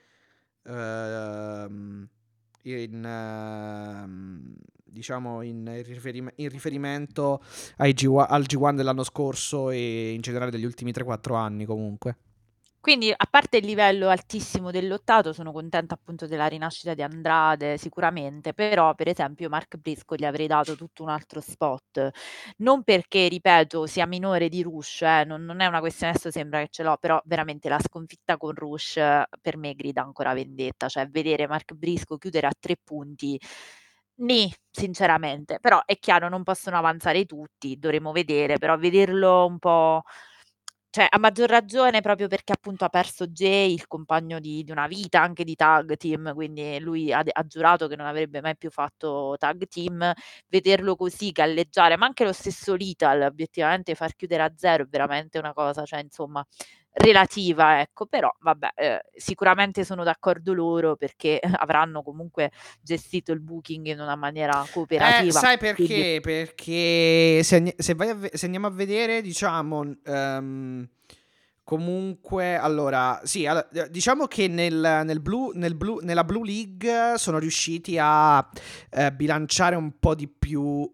ehm, in, ehm, diciamo in, riferim- in riferimento ai G uno al G uno dell'anno scorso e in generale degli ultimi tre quattro anni comunque. Quindi, a parte il livello altissimo del lottato, sono contenta appunto della rinascita di Andrade, sicuramente, però per esempio Mark Briscoe gli avrei dato tutto un altro spot, non perché, ripeto, sia minore di Rush, eh, non, non è una questione, adesso sembra che ce l'ho, però veramente la sconfitta con Rush eh, per me grida ancora vendetta, cioè vedere Mark Briscoe chiudere a tre punti, nì, sinceramente, però è chiaro, non possono avanzare tutti, dovremo vedere, però vederlo un po'. Cioè, a maggior ragione proprio perché appunto ha perso Jay, il compagno di, di una vita, anche di tag team, quindi lui ha, de- ha giurato che non avrebbe mai più fatto tag team. Vederlo così galleggiare, ma anche lo stesso Lethal, obiettivamente far chiudere a zero è veramente una cosa, cioè insomma, relativa, ecco, però vabbè, eh, sicuramente sono d'accordo loro perché avranno comunque gestito il booking in una maniera Eh, cooperativa. sai Quindi perché? Perché se, ani- se vai a ve- se andiamo a vedere, diciamo, ehm, comunque, allora, sì, allo- eh, diciamo che nel, nel blu, nel blu- nella Blue League sono riusciti a eh, bilanciare un po' di più,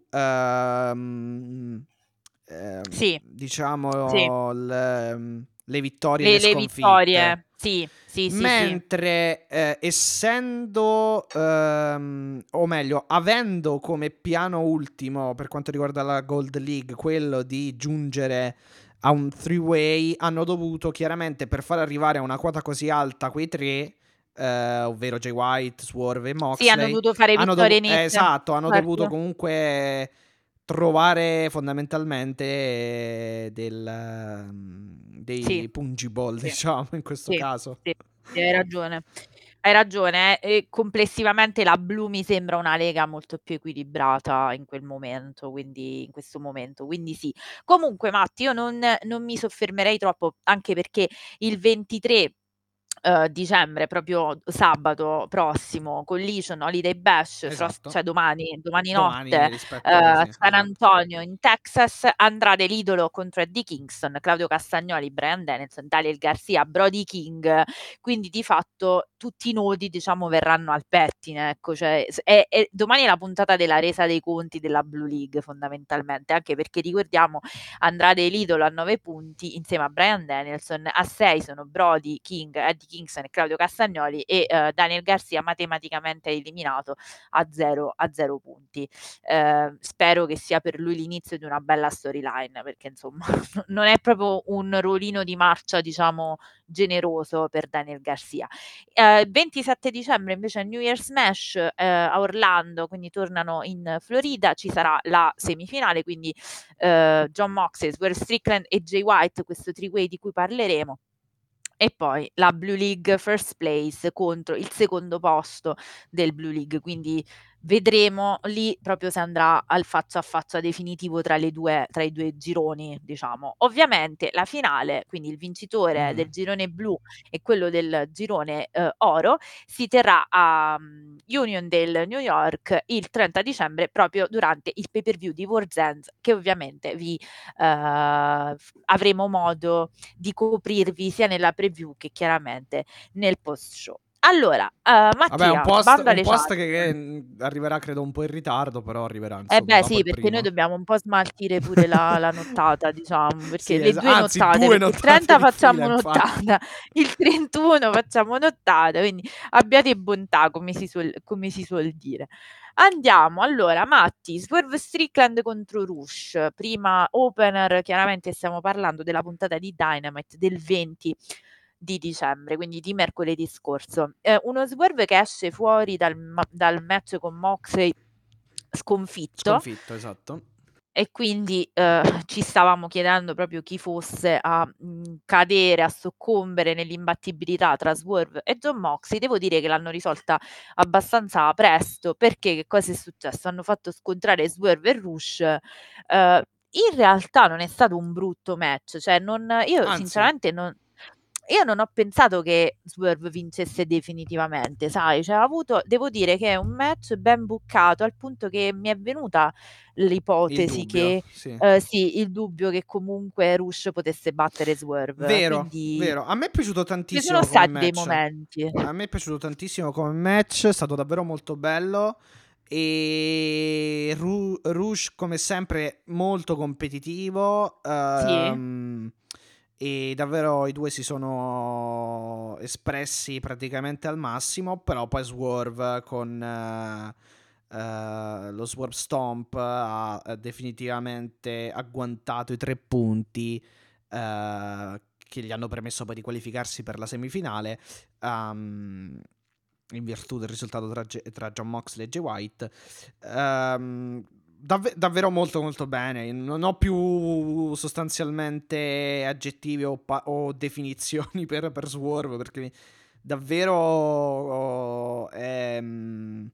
ehm, ehm, sì, sì. diciamo, le, ehm, le vittorie e Le le le sconfitte. vittorie, sì, sì, sì, sì. Mentre eh, essendo, ehm, o meglio, avendo come piano ultimo per quanto riguarda la Gold League quello di giungere a un three-way, hanno dovuto chiaramente per far arrivare a una quota così alta quei tre, eh, ovvero Jay White, Swerve e Sì, hanno Moxley, dovuto fare hanno vittorie dovu- eh, nette, esatto, hanno dovuto certo. comunque trovare fondamentalmente eh, del, ehm, Sì, dei pungible, sì, diciamo, in questo sì, caso. sì, sì, hai ragione. Hai ragione, eh, e complessivamente la blu mi sembra una lega molto più equilibrata in quel momento, quindi in questo momento, quindi sì. Comunque, Matti, io non, non mi soffermerei troppo, anche perché il ventitré eh, dicembre, proprio sabato prossimo, Collision Holiday Bash, fros- Esatto. cioè domani, domani Domani notte, rispetto, eh, sì, San esatto. Antonio in Texas, Andrade l'idolo contro Eddie Kingston, Claudio Castagnoli, Brian Dennison, Daniel Garcia, Brody King, quindi di fatto tutti i nodi, diciamo, verranno al pettine, ecco, cioè, s- è- è- domani è la puntata della resa dei conti della Blue League, fondamentalmente, anche perché ricordiamo Andrade l'idolo a nove punti insieme a Brian Danielson, a sei sono Brody King, Eddie Kingston e Claudio Castagnoli e eh, Daniel Garcia matematicamente eliminato a zero, a zero punti. Eh, spero che sia per lui l'inizio di una bella storyline, perché insomma non è proprio un ruolino di marcia, diciamo, generoso per Daniel Garcia. Eh, ventisette dicembre invece New Year's Smash eh, a Orlando, quindi tornano in Florida, ci sarà la semifinale, quindi eh, Jon Moxley, Swerve Strickland e Jay White, questo three-way di cui parleremo. E poi la Blue League First Place contro il secondo posto del Blue League, quindi vedremo lì proprio se andrà al faccia a faccia definitivo tra le due, tra i due gironi, diciamo. Ovviamente la finale, quindi il vincitore Mm. del girone blu e quello del girone eh, oro, si terrà a um, Uniondale, New York, il trenta dicembre, proprio durante il pay-per-view di War's End, che ovviamente vi eh, f- avremo modo di coprirvi sia nella preview che chiaramente nel post-show. Allora, eh, Vabbè, un Mattia, post, bando un alle post ciance. che, che, mh, arriverà credo un po' in ritardo, però arriverà Eh insomma beh dopo sì, il perché noi primo. dobbiamo un po' smaltire pure la, la nottata, diciamo, perché Sì, le esa- due anzi, nottate, due perché il nottate trenta di facciamo fila, infatti. nottata, il trentuno facciamo nottata, quindi abbiate bontà, come si suol, come si suol dire. Andiamo, allora, Matti, Swerve Strickland contro Rush, prima opener, chiaramente stiamo parlando della puntata di Dynamite del venti di dicembre, quindi di mercoledì scorso. Eh, uno Swerve che esce fuori dal, ma- dal match con Moxley sconfitto, Sconfitto, esatto. e quindi eh, ci stavamo chiedendo proprio chi fosse a mh, cadere, a soccombere nell'imbattibilità tra Swerve e Jon Moxley. Devo dire che l'hanno risolta abbastanza presto, perché che cosa è successo? Hanno fatto scontrare Swerve e Rush. eh, in realtà non è stato un brutto match, cioè non, io Anzi, sinceramente non, io non ho pensato che Swerve vincesse definitivamente, sai, cioè, ha avuto, devo dire che è un match ben buccato, al punto che mi è venuta il l'ipotesi dubbio, che, sì. eh, sì, il dubbio che comunque Rush potesse battere Swerve, Vero, quindi vero. A me è piaciuto ci tantissimo sono come stati dei match. momenti. A me è piaciuto tantissimo come match, è stato davvero molto bello. E Ru- Rouge, come sempre, molto competitivo. Sì, ehm, e davvero i due si sono espressi praticamente al massimo. Però poi Swerve con eh, eh, lo Swerve Stomp ha eh, definitivamente agguantato i tre punti eh, che gli hanno permesso poi di qualificarsi per la semifinale. Um, in virtù del risultato tra, G- tra Jon Moxley e Jay White. Ehm, davve- davvero molto molto bene. Non ho più sostanzialmente aggettivi o, pa- o definizioni per, per Swerve, perché davvero oh, ehm,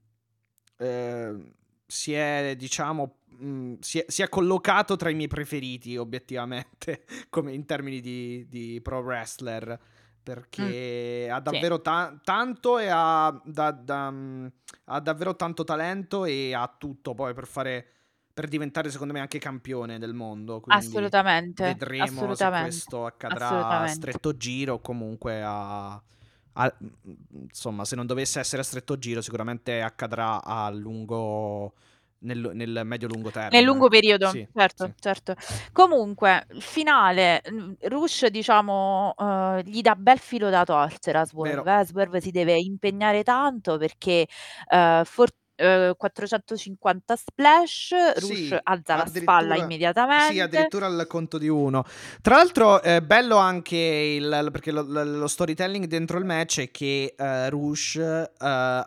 eh, si è, diciamo, mh, si è, si è collocato tra i miei preferiti, obiettivamente, come in termini di, di pro wrestler, perché ha sì. davvero ta- tanto e ha, da- da- mh, ha davvero tanto talento e ha tutto poi per fare, per diventare secondo me anche campione del mondo, quindi Assolutamente, vedremo se assolutamente, questo accadrà a assolutamente. stretto giro o comunque a, a- insomma, se non dovesse essere a stretto giro, sicuramente accadrà a lungo, nel, nel medio-lungo Nel termine. lungo Ecco. periodo, Sì, certo, sì. certo. Comunque, il finale, mh, Rush, diciamo, eh, gli dà bel filo da torcere a Vero. Swerve. eh. Swerve si deve impegnare tanto perché eh, for- eh, quattrocentocinquanta splash, Rush Sì, alza la spalla addirittura. Sì, immediatamente. addirittura al conto di uno. Tra l'altro, è bello anche il, perché lo, lo storytelling dentro il match è che uh, Rush uh,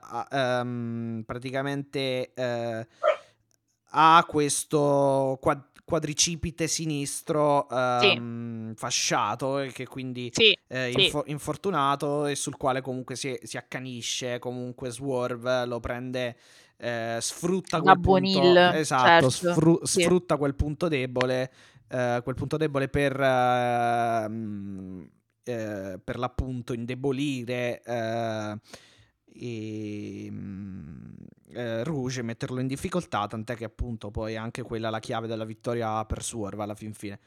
um, praticamente uh, ha questo quad- quadricipite sinistro Sì, um, fasciato, e che quindi sì, eh, sì, info- infortunato, e sul quale comunque si, si accanisce. Comunque Swerve lo prende, eh, sfrutta da quel buon punto, heel, esatto, certo. sfru- Sì. sfrutta quel punto debole, eh, quel punto debole per, eh, mh, eh, per l'appunto indebolire eh, e, mh, eh, Rouge, e metterlo in difficoltà, tant'è che appunto poi anche quella la chiave della vittoria per Swerve alla fin fine.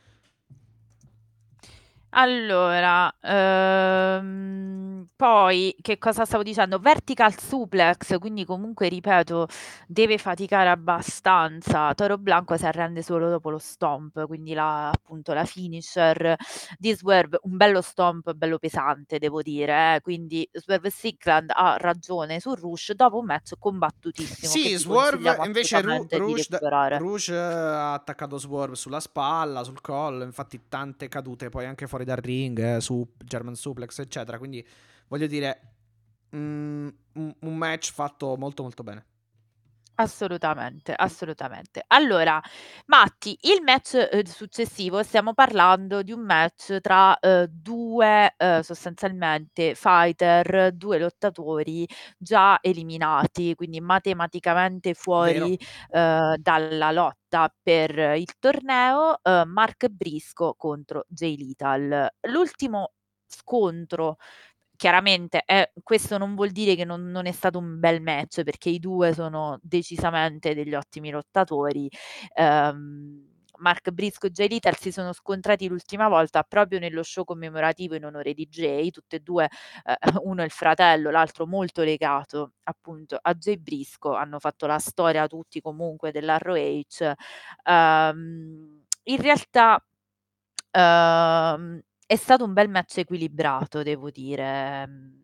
Allora, ehm, poi che cosa stavo dicendo? Vertical suplex, quindi comunque ripeto, deve faticare abbastanza. Toro Blanco si arrende solo dopo lo stomp, quindi la, appunto la finisher di Swerve, un bello stomp, bello pesante, devo dire. eh. Quindi Swerve Strickland ha ragione su Rush dopo un match combattutissimo che Sì, vi Swerve consigliamo invece Ru- assolutamente di Rouge, da- recuperare. Rouge, eh, ha attaccato Swerve sulla spalla, sul collo, infatti tante cadute poi anche fuori fuori dal ring, eh, su German Suplex, eccetera. Quindi voglio dire, mm, un, un match fatto molto molto bene. Assolutamente, assolutamente. Allora, Matti, il match eh, successivo, stiamo parlando di un match tra eh, due eh, sostanzialmente fighter, due lottatori già eliminati, quindi matematicamente fuori eh, dalla lotta per il torneo, eh, Mark Briscoe contro Jay Lethal. L'ultimo scontro. Chiaramente eh, questo non vuol dire che non, non è stato un bel match, perché i due sono decisamente degli ottimi lottatori. Ehm, Mark Briscoe e Jay Lethal si sono scontrati l'ultima volta proprio nello show commemorativo in onore di Jay, tutte e due, eh, uno è il fratello, l'altro molto legato appunto a Jay Briscoe, hanno fatto la storia tutti comunque dell'R O H. Ehm, in realtà ehm, è stato un bel match equilibrato, devo dire. Mhmm,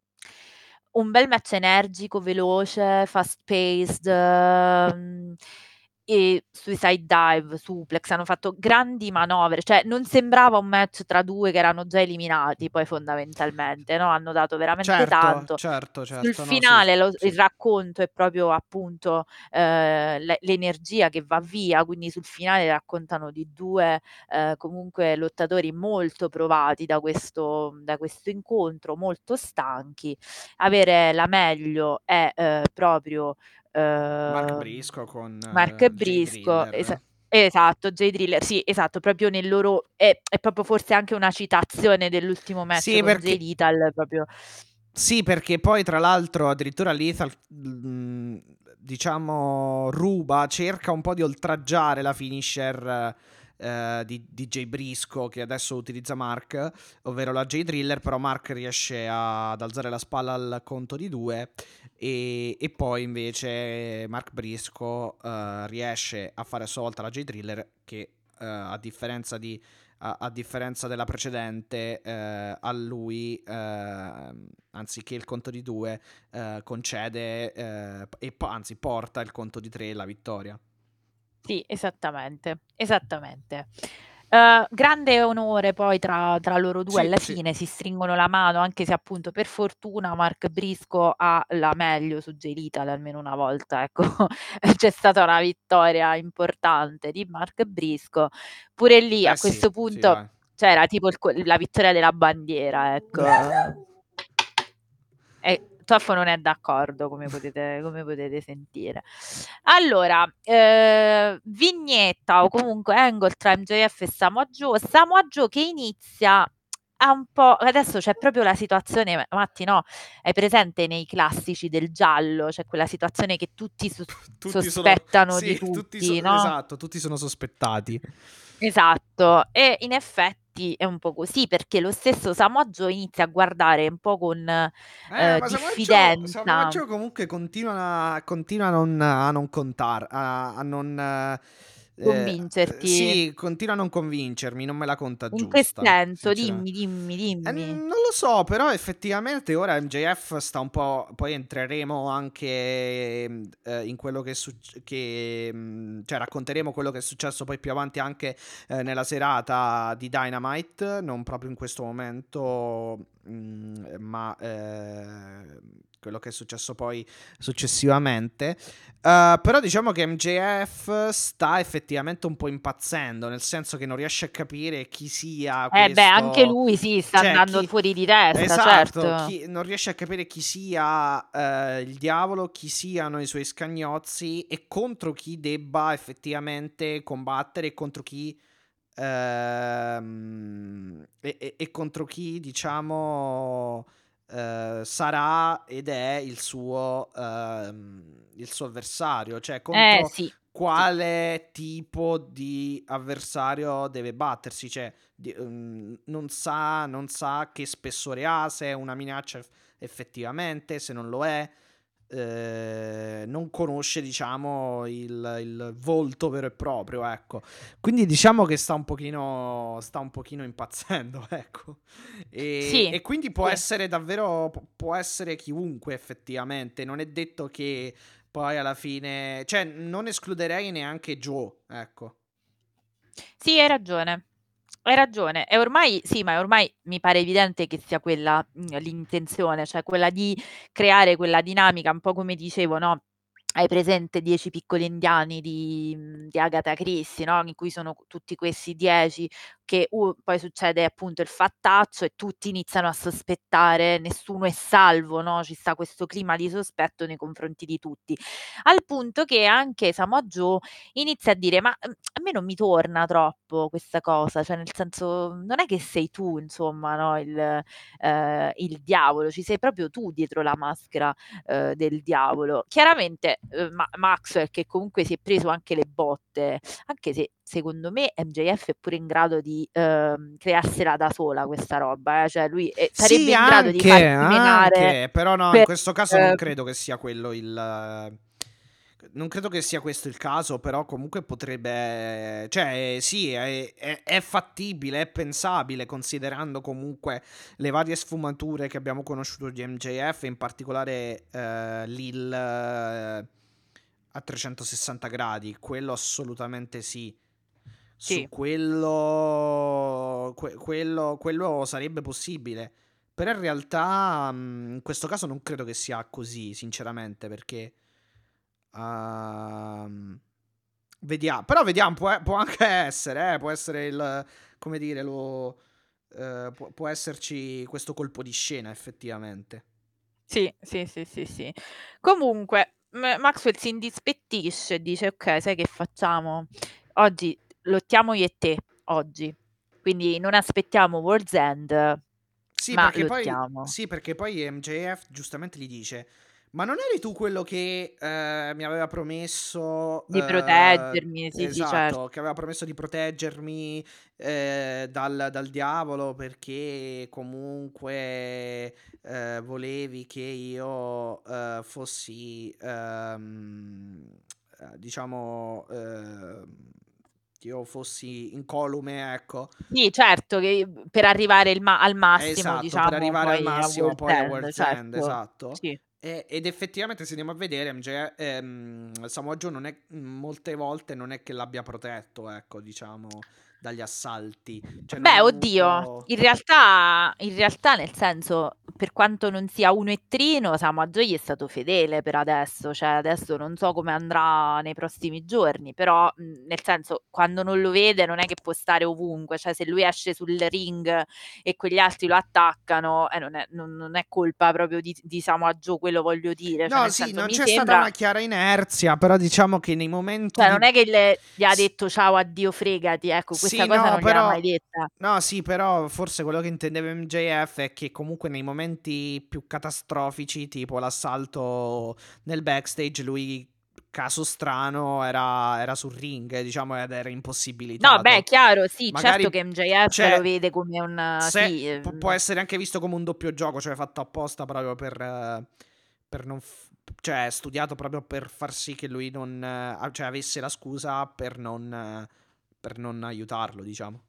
un bel match energico, veloce, fast paced, mhmm, e suicide dive, suplex, hanno fatto grandi manovre, cioè non sembrava un match tra due che erano già eliminati poi fondamentalmente, no, hanno dato veramente Certo, tanto. certo, Sul certo, no, sì, finale lo sì. il racconto è proprio appunto, ehm, le l'energia che va via, quindi sul finale raccontano di due eh, comunque lottatori molto provati da questo, da questo incontro, molto stanchi. Avere la meglio è eh, proprio Mark ehm, Briscoe con Mark eh, Jay Briscoe, esa- Driller. esatto, Jay Driller, sì, esatto, proprio nel loro, è, è proprio forse anche una citazione dell'ultimo match Sì, con Jay perché Lethal, proprio. Sì, perché poi tra l'altro addirittura Lethal, mh, diciamo, ruba, cerca un po' di oltraggiare la finisher eh, di, di Jay Briscoe, che adesso utilizza Mark, ovvero la Jay Driller, però Mark riesce a- ad alzare la spalla al conto di due e, e poi invece Mark Briscoe eh, riesce a fare a sua volta la Jay Driller che eh, a differenza di a, a differenza della precedente, eh, a lui, eh, anziché il conto di due, eh, concede eh, e po- anzi porta il conto di tre la vittoria. Sì, esattamente, esattamente. Eh, grande onore poi tra, tra loro due, Sì, alla sì. fine si stringono la mano, anche se appunto per fortuna Mark Briscoe ha la meglio su Jay Lethal almeno una volta, ecco, c'è stata una vittoria importante di Mark Briscoe. Pure lì Eh a sì, questo sì, punto dai. c'era tipo il co- la vittoria della bandiera, ecco. E Toff non è d'accordo, come potete, come potete sentire. Allora, eh, vignetta o comunque angle tra M J F e Samoa Joe. Samoa Joe che inizia a un po'. Adesso c'è proprio la situazione, Matti, no? Hai presente nei classici del giallo? C'è quella situazione che tutti sos- Tutti sono, sospettano di sì, tutti so- tutti, no? esatto, tutti sono sospettati. Esatto, e in effetti è un po' così, perché lo stesso Samoa Joe inizia a guardare un po' con Eh, eh, ma Samoa Joe, Samoa diffidenza. Joe comunque continua, a- continua a non, a non contare, a, a non... eh, eh, Convincerti. sì, continua a non convincermi, non me la conta In che giusta, senso? sinceramente. Dimmi, dimmi, Eh, dimmi. non lo so, però effettivamente ora M J F sta un po'. Poi entreremo anche eh, in quello che, suc- che mh, cioè racconteremo quello che è successo poi più avanti anche eh, nella serata di Dynamite, non proprio in questo momento, mh, ma eh, quello che è successo poi successivamente. Uh, però diciamo che M J F sta effettivamente un po' impazzendo, nel senso che non riesce a capire chi sia Eh beh, anche questo. lui sì, sta Cioè, andando chi. fuori di testa, Esatto, certo. chi... non riesce a capire chi sia eh, il diavolo, chi siano i suoi scagnozzi e contro chi debba effettivamente combattere e contro chi. ehm, e, e- e contro chi, diciamo eh, sarà ed è il suo, ehm, il suo avversario, cioè Eh contro sì, sì. quale tipo di avversario deve battersi, cioè di- mm, non sa, non sa che spessore ha, se è una minaccia eff- effettivamente, se non lo è. Eh, non conosce, diciamo, il, il volto vero e proprio, ecco. Quindi diciamo che sta un pochino, sta un pochino impazzendo, ecco. E, Sì, e quindi può sì. essere davvero, pu- può essere chiunque effettivamente. Non è detto che poi alla fine, cioè, non escluderei neanche Joe, ecco. Sì, hai ragione. hai ragione. E ormai, sì, ma ormai mi pare evidente che sia quella mh, l'intenzione, cioè quella di creare quella dinamica, un po' come dicevo, no? Hai presente Dieci piccoli indiani di, mh, di Agatha Christie, no? In cui sono tutti questi dieci che uh, poi succede appunto il fattaccio e tutti iniziano a sospettare, nessuno è salvo, no? Ci sta questo clima di sospetto nei confronti di tutti, al punto che anche Samoa Joe inizia a dire: ma mm, a me non mi torna troppo questa cosa, cioè nel senso non è che sei tu, insomma, no? Il, eh, il diavolo, ci sei proprio tu dietro la maschera eh, del diavolo. Chiaramente eh, Ma- Maxwell, che comunque si è preso anche le botte, anche se secondo me M J F è pure in grado di ehm, crearsela da sola questa roba, eh? Cioè lui eh, sarebbe Sì, in grado di anche, farsi menare anche, però no, in per... questo caso non eh, credo che sia quello il... Non credo che sia questo il caso, però comunque potrebbe... Cioè, sì, è, è- è fattibile, è pensabile, considerando comunque le varie sfumature che abbiamo conosciuto di M J F, in particolare eh, Lil eh, a trecentosessanta gradi, quello assolutamente sì. Su sì. quello, que- quello, quello sarebbe possibile. Però in realtà, mh, in questo caso non credo che sia così, sinceramente, perché... ehm, vediamo. Però vediamo, può, può anche essere, eh, può essere il... Come dire, lo... eh, può, può esserci questo colpo di scena, effettivamente. Sì, sì, sì, sì, sì. Comunque, M- Maxwell si indispettisce e dice: Ok, sai che facciamo? Oggi lottiamo io e te, oggi. Quindi non aspettiamo World's End, Sì, ma perché poi, lottiamo. sì, perché poi M J F giustamente gli dice: Ma non eri tu quello che eh, mi aveva promesso, Di eh, proteggermi, sì, sì, certo. esatto, che aveva promesso di proteggermi eh, dal, dal diavolo perché comunque eh, volevi che io eh, fossi, ehm, eh, diciamo, eh, che io fossi incolume, ecco. Sì, certo, che per arrivare il ma- al massimo, Esatto, per diciamo, arrivare al poi a massimo World's poi a End, World's End, certo. esatto. Sì. E- ed effettivamente se andiamo a vedere M J, ehm, Samoa Joe non è, molte volte non è che l'abbia protetto, ecco, diciamo, dagli assalti. Cioè non ha Beh, oddio, avuto... in realtà, in realtà, nel senso, per quanto non sia un ettrino, Samoa Joe gli è stato fedele per adesso, cioè adesso non so come andrà nei prossimi giorni, però mh, nel senso, quando non lo vede non è che può stare ovunque, cioè se lui esce sul ring e quegli altri lo attaccano, eh, non è, non- non è colpa proprio di, di Samoa Joe, quello voglio dire, cioè No, nel sì, senso non mi c'è stata sembra, una chiara inerzia, però diciamo che nei momenti cioè non di... è che le- gli ha S- detto ciao, addio, fregati, ecco, questa Sì, cosa no, non gliel'ha mai però... detta. No, sì, però forse quello che intendeva M J F è che comunque nei momenti più catastrofici, tipo l'assalto nel backstage, lui, caso strano, era, era sul ring, eh, diciamo, ed era No, beh, è impossibilitato. chiaro, sì, certo Magari, che M J F lo cioè, vede come un... se, Sì, pu- può ehm, essere anche visto come un doppio gioco, cioè fatto apposta proprio per, eh, per non... f- cioè, studiato proprio per far sì che lui non... eh, cioè, avesse la scusa per non... eh, per non aiutarlo, diciamo.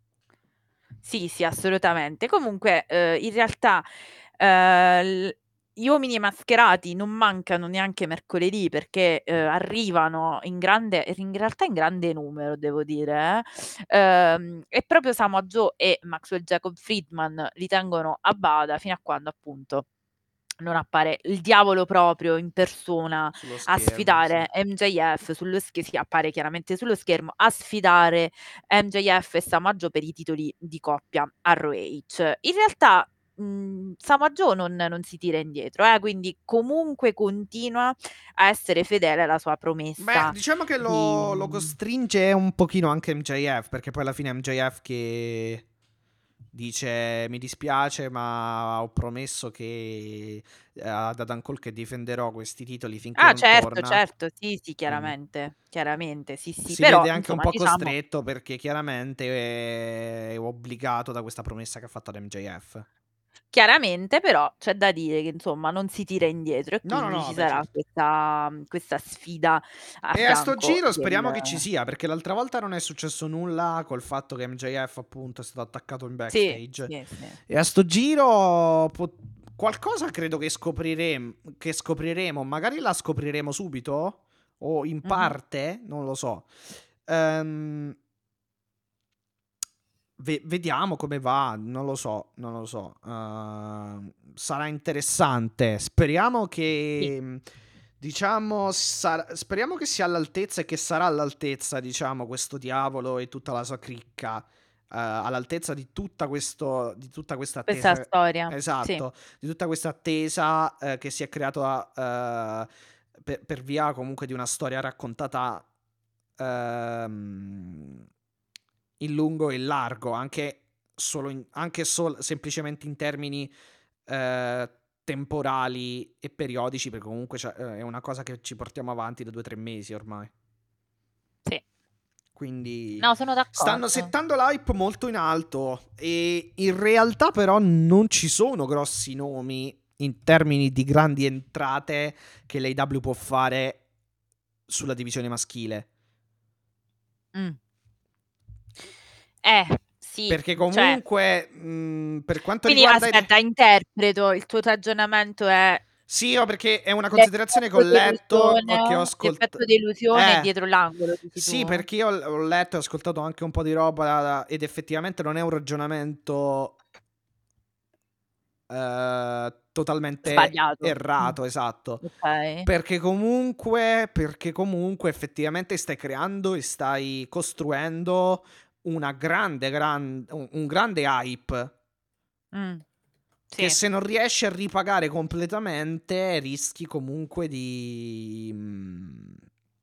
sì, sì, assolutamente. Comunque, eh, in realtà, eh, l- gli uomini mascherati non mancano neanche mercoledì perché eh, arrivano in grande, in realtà in grande numero, devo dire. eh. Ehm, e proprio Samoa Joe e Maxwell Jacob Friedman li tengono a bada fino a quando, appunto, non appare il diavolo proprio in persona Sullo a schermo, sì. sfidare M J F sullo schermo, si appare chiaramente sullo schermo, a sfidare M J F e Samoa Joe per i titoli di coppia a R O H. In realtà mh, Samoa Joe non, non si tira indietro, eh, quindi comunque continua a essere fedele alla sua Beh, promessa diciamo che di... lo, lo costringe un pochino anche M J F, perché poi alla fine M J F che dice mi dispiace ma ho promesso che eh, ad Adam Cole che difenderò questi titoli finché Ah, non certo, torna. certo, sì, sì, Quindi chiaramente, chiaramente, sì, sì, si però vede anche un insomma po' diciamo... costretto perché chiaramente è obbligato da questa promessa che ha fatto ad M J F. Chiaramente, però c'è da dire che insomma non si tira indietro e No, no, quindi no, ci beh, sarà certo. questa, questa sfida a E a sto fianco giro del... speriamo che ci sia, perché l'altra volta non è successo nulla col fatto che M J F appunto è stato attaccato in Sì, backstage. sì, sì. E a sto giro po- qualcosa credo che scopriremo, che scopriremo, magari la scopriremo subito o in Mhm. parte, non lo so. Ehm, ve- vediamo come va, non lo so, non lo so. Uh, sarà interessante. Speriamo Sì. che, diciamo, sar- speriamo che sia all'altezza e che sarà all'altezza, diciamo, questo diavolo e tutta la sua cricca. Uh, all'altezza di tutta, questo, di tutta questa Questa attesa. storia, sì. Esatto, di tutta questa attesa uh, che si è creata uh, per, per via comunque di una storia raccontata ehm, in lungo e in largo, anche, solo in- anche sol- semplicemente in termini eh, temporali e periodici, perché comunque c'è- eh, è una cosa che ci portiamo avanti da due o tre mesi ormai. Sì. Quindi No, sono stanno d'accordo. settando l'hype molto in alto e in realtà però non ci sono grossi nomi in termini di grandi entrate che l'A E W può fare sulla divisione maschile. Mm. Eh, sì, Perché cioè, comunque, mh, per quanto quindi riguarda i... aspetta, interpreto, il tuo ragionamento è Sì, no, perché è una considerazione che ho l'effetto letto o che ho delusione, ascoltato. l'effetto delusione Eh, dietro l'angolo, dici sì, tu? perché io ho ho letto e ho ascoltato anche un po' di roba ed effettivamente non è un ragionamento eh, totalmente Sbagliato. Mm. errato, esatto. Ok. Perché comunque, perché comunque effettivamente stai creando e stai costruendo una grande, gran- un, un grande hype Mm. che Sì. se non riesci a ripagare completamente rischi comunque di... mm,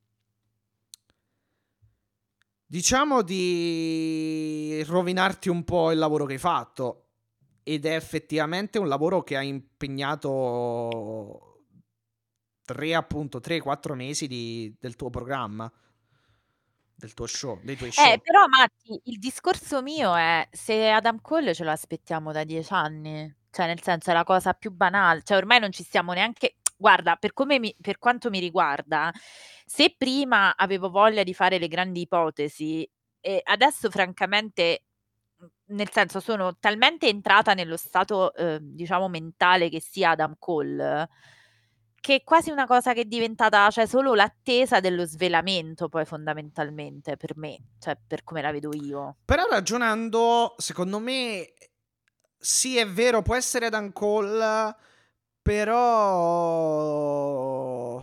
diciamo di rovinarti un po' il lavoro che hai fatto. Ed è effettivamente un lavoro che ha impegnato tre, appunto, tre quattro mesi di- del tuo programma, del tuo show, dei tuoi Eh, show. però Matti, il discorso mio è se Adam Cole ce lo aspettiamo da dieci anni, cioè nel senso è la cosa più banale, cioè ormai non ci stiamo neanche, guarda, per come mi- per quanto mi riguarda, se prima avevo voglia di fare le grandi ipotesi, e adesso francamente, mh, nel senso sono talmente entrata nello stato, eh, diciamo, mentale che sia Adam Cole, che è quasi una cosa che è diventata, cioè, solo l'attesa dello svelamento, poi fondamentalmente per me, cioè per come la vedo io. Però ragionando, secondo me, sì, è vero, può essere Adam Cole, però...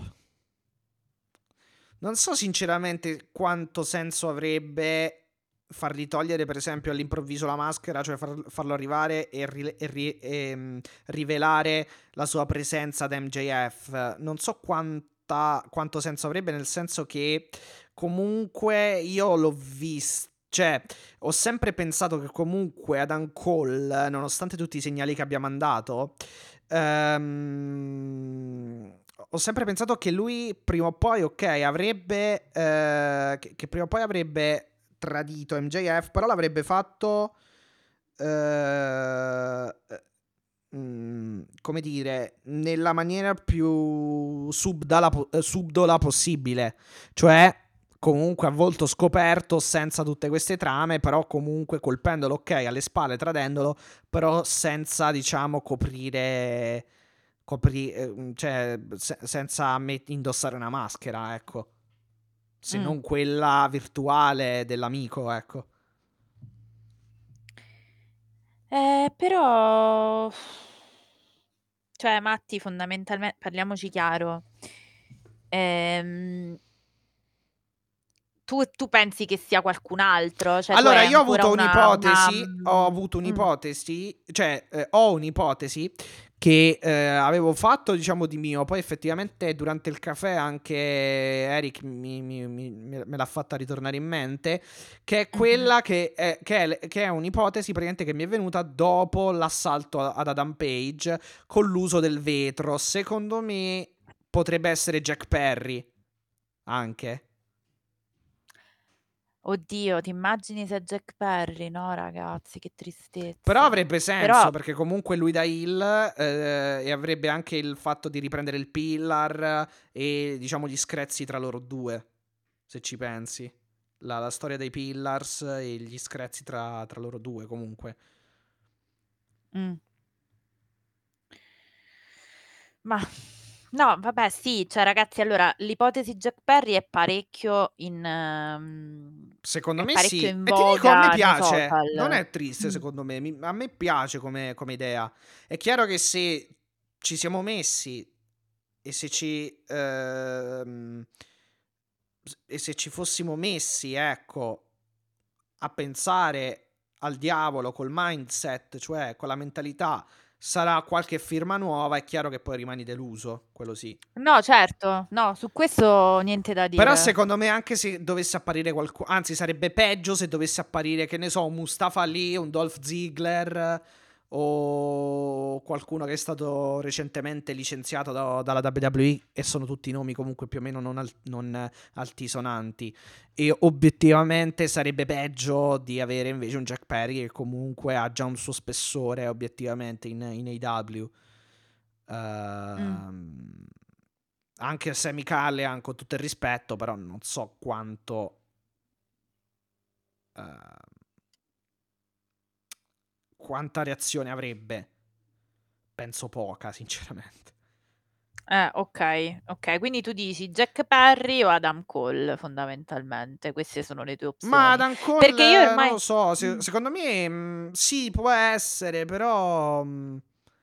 non so sinceramente quanto senso avrebbe fargli togliere, per esempio, all'improvviso la maschera, cioè far- farlo arrivare e, ri- e ri- e, mm, rivelare la sua presenza ad M J F. Non so quanta- quanto senso avrebbe, nel senso che comunque io l'ho visto. Cioè, ho sempre pensato che comunque Adam Cole, nonostante tutti i segnali che abbia mandato, ehm, ho sempre pensato che lui prima o poi, ok, avrebbe, eh, che, che prima o poi avrebbe tradito M J F, però l'avrebbe fatto, eh, mm, come dire, nella maniera più subdola, po- eh, subdola possibile, cioè comunque a volto scoperto, senza tutte queste trame, però comunque colpendolo, ok, alle spalle, tradendolo, però senza, diciamo, coprire, copri- eh, cioè se- senza met- indossare una maschera, ecco, se Mm. non quella virtuale dell'amico, ecco. Eh, però, cioè, Matti, fondamentalmente, parliamoci chiaro. Ehm, tu, tu pensi che sia qualcun altro? Cioè, tu Allora, hai io ho ancora avuto una, una, un'ipotesi, ho mm, avuto mm, un'ipotesi, cioè eh, ho un'ipotesi che eh, avevo fatto, diciamo, di mio, poi effettivamente durante il caffè anche Eric mi- mi- mi- me l'ha fatta ritornare in mente, che è mhm. quella che è, che è- che è un'ipotesi praticamente che mi è venuta dopo l'assalto ad Adam Page con l'uso del vetro. Secondo me potrebbe essere Jack Perry, anche. Oddio, ti immagini se Jack Perry? No, ragazzi, che Però tristezza. avrebbe Però, senso perché comunque lui da heel eh, e avrebbe anche il fatto di riprendere il pillar e diciamo gli screzi tra loro due, se ci pensi. La, la storia dei pillars e gli screzi tra, tra loro due comunque. mm, ma No, vabbè, sì, cioè ragazzi, allora l'ipotesi Jack Perry è parecchio in ehm, Secondo è me parecchio sì. in E ti dico, a me voga nei piace. Non social. è triste, Mm. secondo me. Mi- a me piace come, come idea. È chiaro che se ci siamo messi e se ci... ehm, e se ci fossimo messi, ecco, a pensare al diavolo col mindset, cioè con la mentalità, sarà qualche firma nuova, è chiaro che poi rimani deluso, quello sì. No, certo, no, su questo niente da Però dire. secondo me anche se dovesse apparire qualcuno, anzi sarebbe peggio se dovesse apparire, che ne so, un Mustafa Ali, un Dolph Ziggler o qualcuno che è stato recentemente licenziato da- dalla W W E, e sono tutti nomi comunque più o meno non, al- non altisonanti, e obiettivamente sarebbe peggio di avere invece un Jack Perry che comunque ha già un suo spessore obiettivamente in, in A E W. Mm. Ehm, Anche Sammy Callihan, con tutto il rispetto, però non so quanto eh, quanta reazione avrebbe. Penso poca, sinceramente. Eh, ok, ok, quindi tu dici Jack Perry o Adam Cole, fondamentalmente, queste sono le tue Ma opzioni. Adam Perché io Cole, eh, non lo ormai... so, se- Mm. secondo me mh, sì, può essere, però... mh,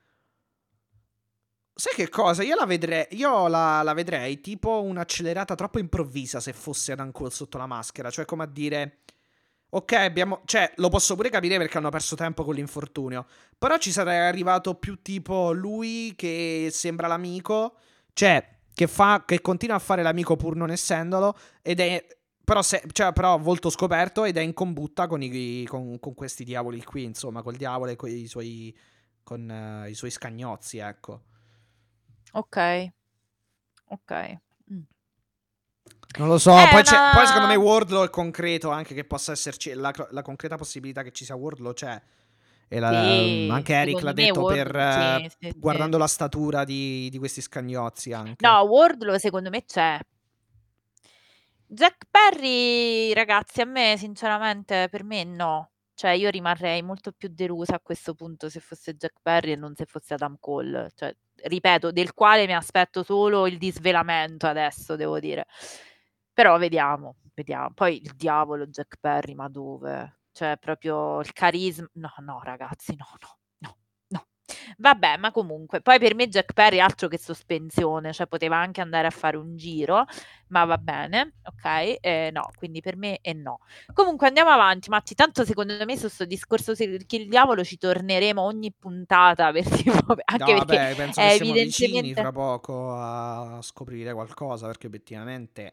sai che cosa? Io la vedrei, io la, la vedrei tipo un'accelerata troppo improvvisa se fosse Adam Cole sotto la maschera, cioè come a dire... Ok, abbiamo... Cioè, lo posso pure capire perché hanno perso tempo con l'infortunio. Però ci sarei arrivato più tipo lui che sembra l'amico. Cioè, che fa... Che continua a fare l'amico pur non essendolo. Ed è... Però, se, cioè, però volto scoperto ed è in combutta con, i, con, con questi diavoli qui, insomma, col diavolo e con i suoi... Con eh, i suoi scagnozzi, ecco. Ok, ok. Mm. Non lo so, È poi, c'è, poi secondo me una... Wardlow è concreto anche che possa esserci, la, la concreta possibilità che ci sia Wardlow c'è. E la- Sì, anche Eric l'ha secondo me detto per, Ward... eh, Sì, sì, sì. guardando la statura di, di questi scagnozzi anche. No, Wardlow secondo me c'è. Jack Perry, ragazzi, a me sinceramente, per me no. Cioè, io rimarrei molto più delusa a questo punto se fosse Jack Perry e non se fosse Adam Cole. Cioè, ripeto, del quale mi aspetto solo il disvelamento adesso, devo dire. Però vediamo, vediamo. Poi il diavolo Jack Perry, ma dove? Cioè, proprio il carisma. No, no, ragazzi, no, no, no, no. Vabbè, ma comunque, poi per me Jack Perry è altro che sospensione, cioè poteva anche andare a fare un giro, ma va bene, ok? Eh, no, quindi per me è no. Comunque andiamo avanti, Matti, tanto secondo me su questo discorso se- che il diavolo ci torneremo ogni puntata, per tipo, No, anche perché vabbè, penso che è siamo vicini evidentemente... fra poco a scoprire qualcosa, perché obiettivamente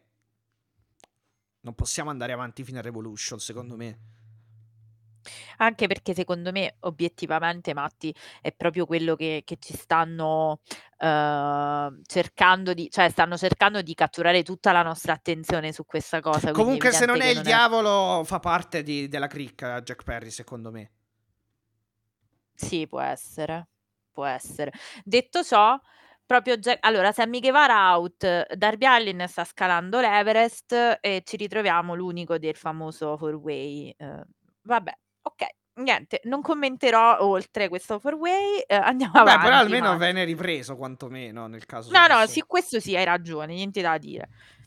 non possiamo andare avanti fino a Revolution, secondo me. Anche perché secondo me, obiettivamente, Matti, è proprio quello che, che ci stanno eh, cercando di, cioè stanno cercando di catturare tutta la nostra attenzione su questa cosa, quindi è Comunque, se non evidente è che il non è... diavolo, fa parte di- della cricca Jack Perry, secondo me. Sì, può essere, può essere. Detto ciò, proprio Jack... Allora, Sammy Guevara out, Darby Allin sta scalando l'Everest e ci ritroviamo l'unico del famoso four-way. eh, vabbè, ok. Niente, non commenterò oltre questo four-way, eh, andiamo Vabbè, però avanti, almeno Matti. venne ripreso, quantomeno, nel caso ci No, no, fosse... sì, questo sì, hai ragione, niente da dire.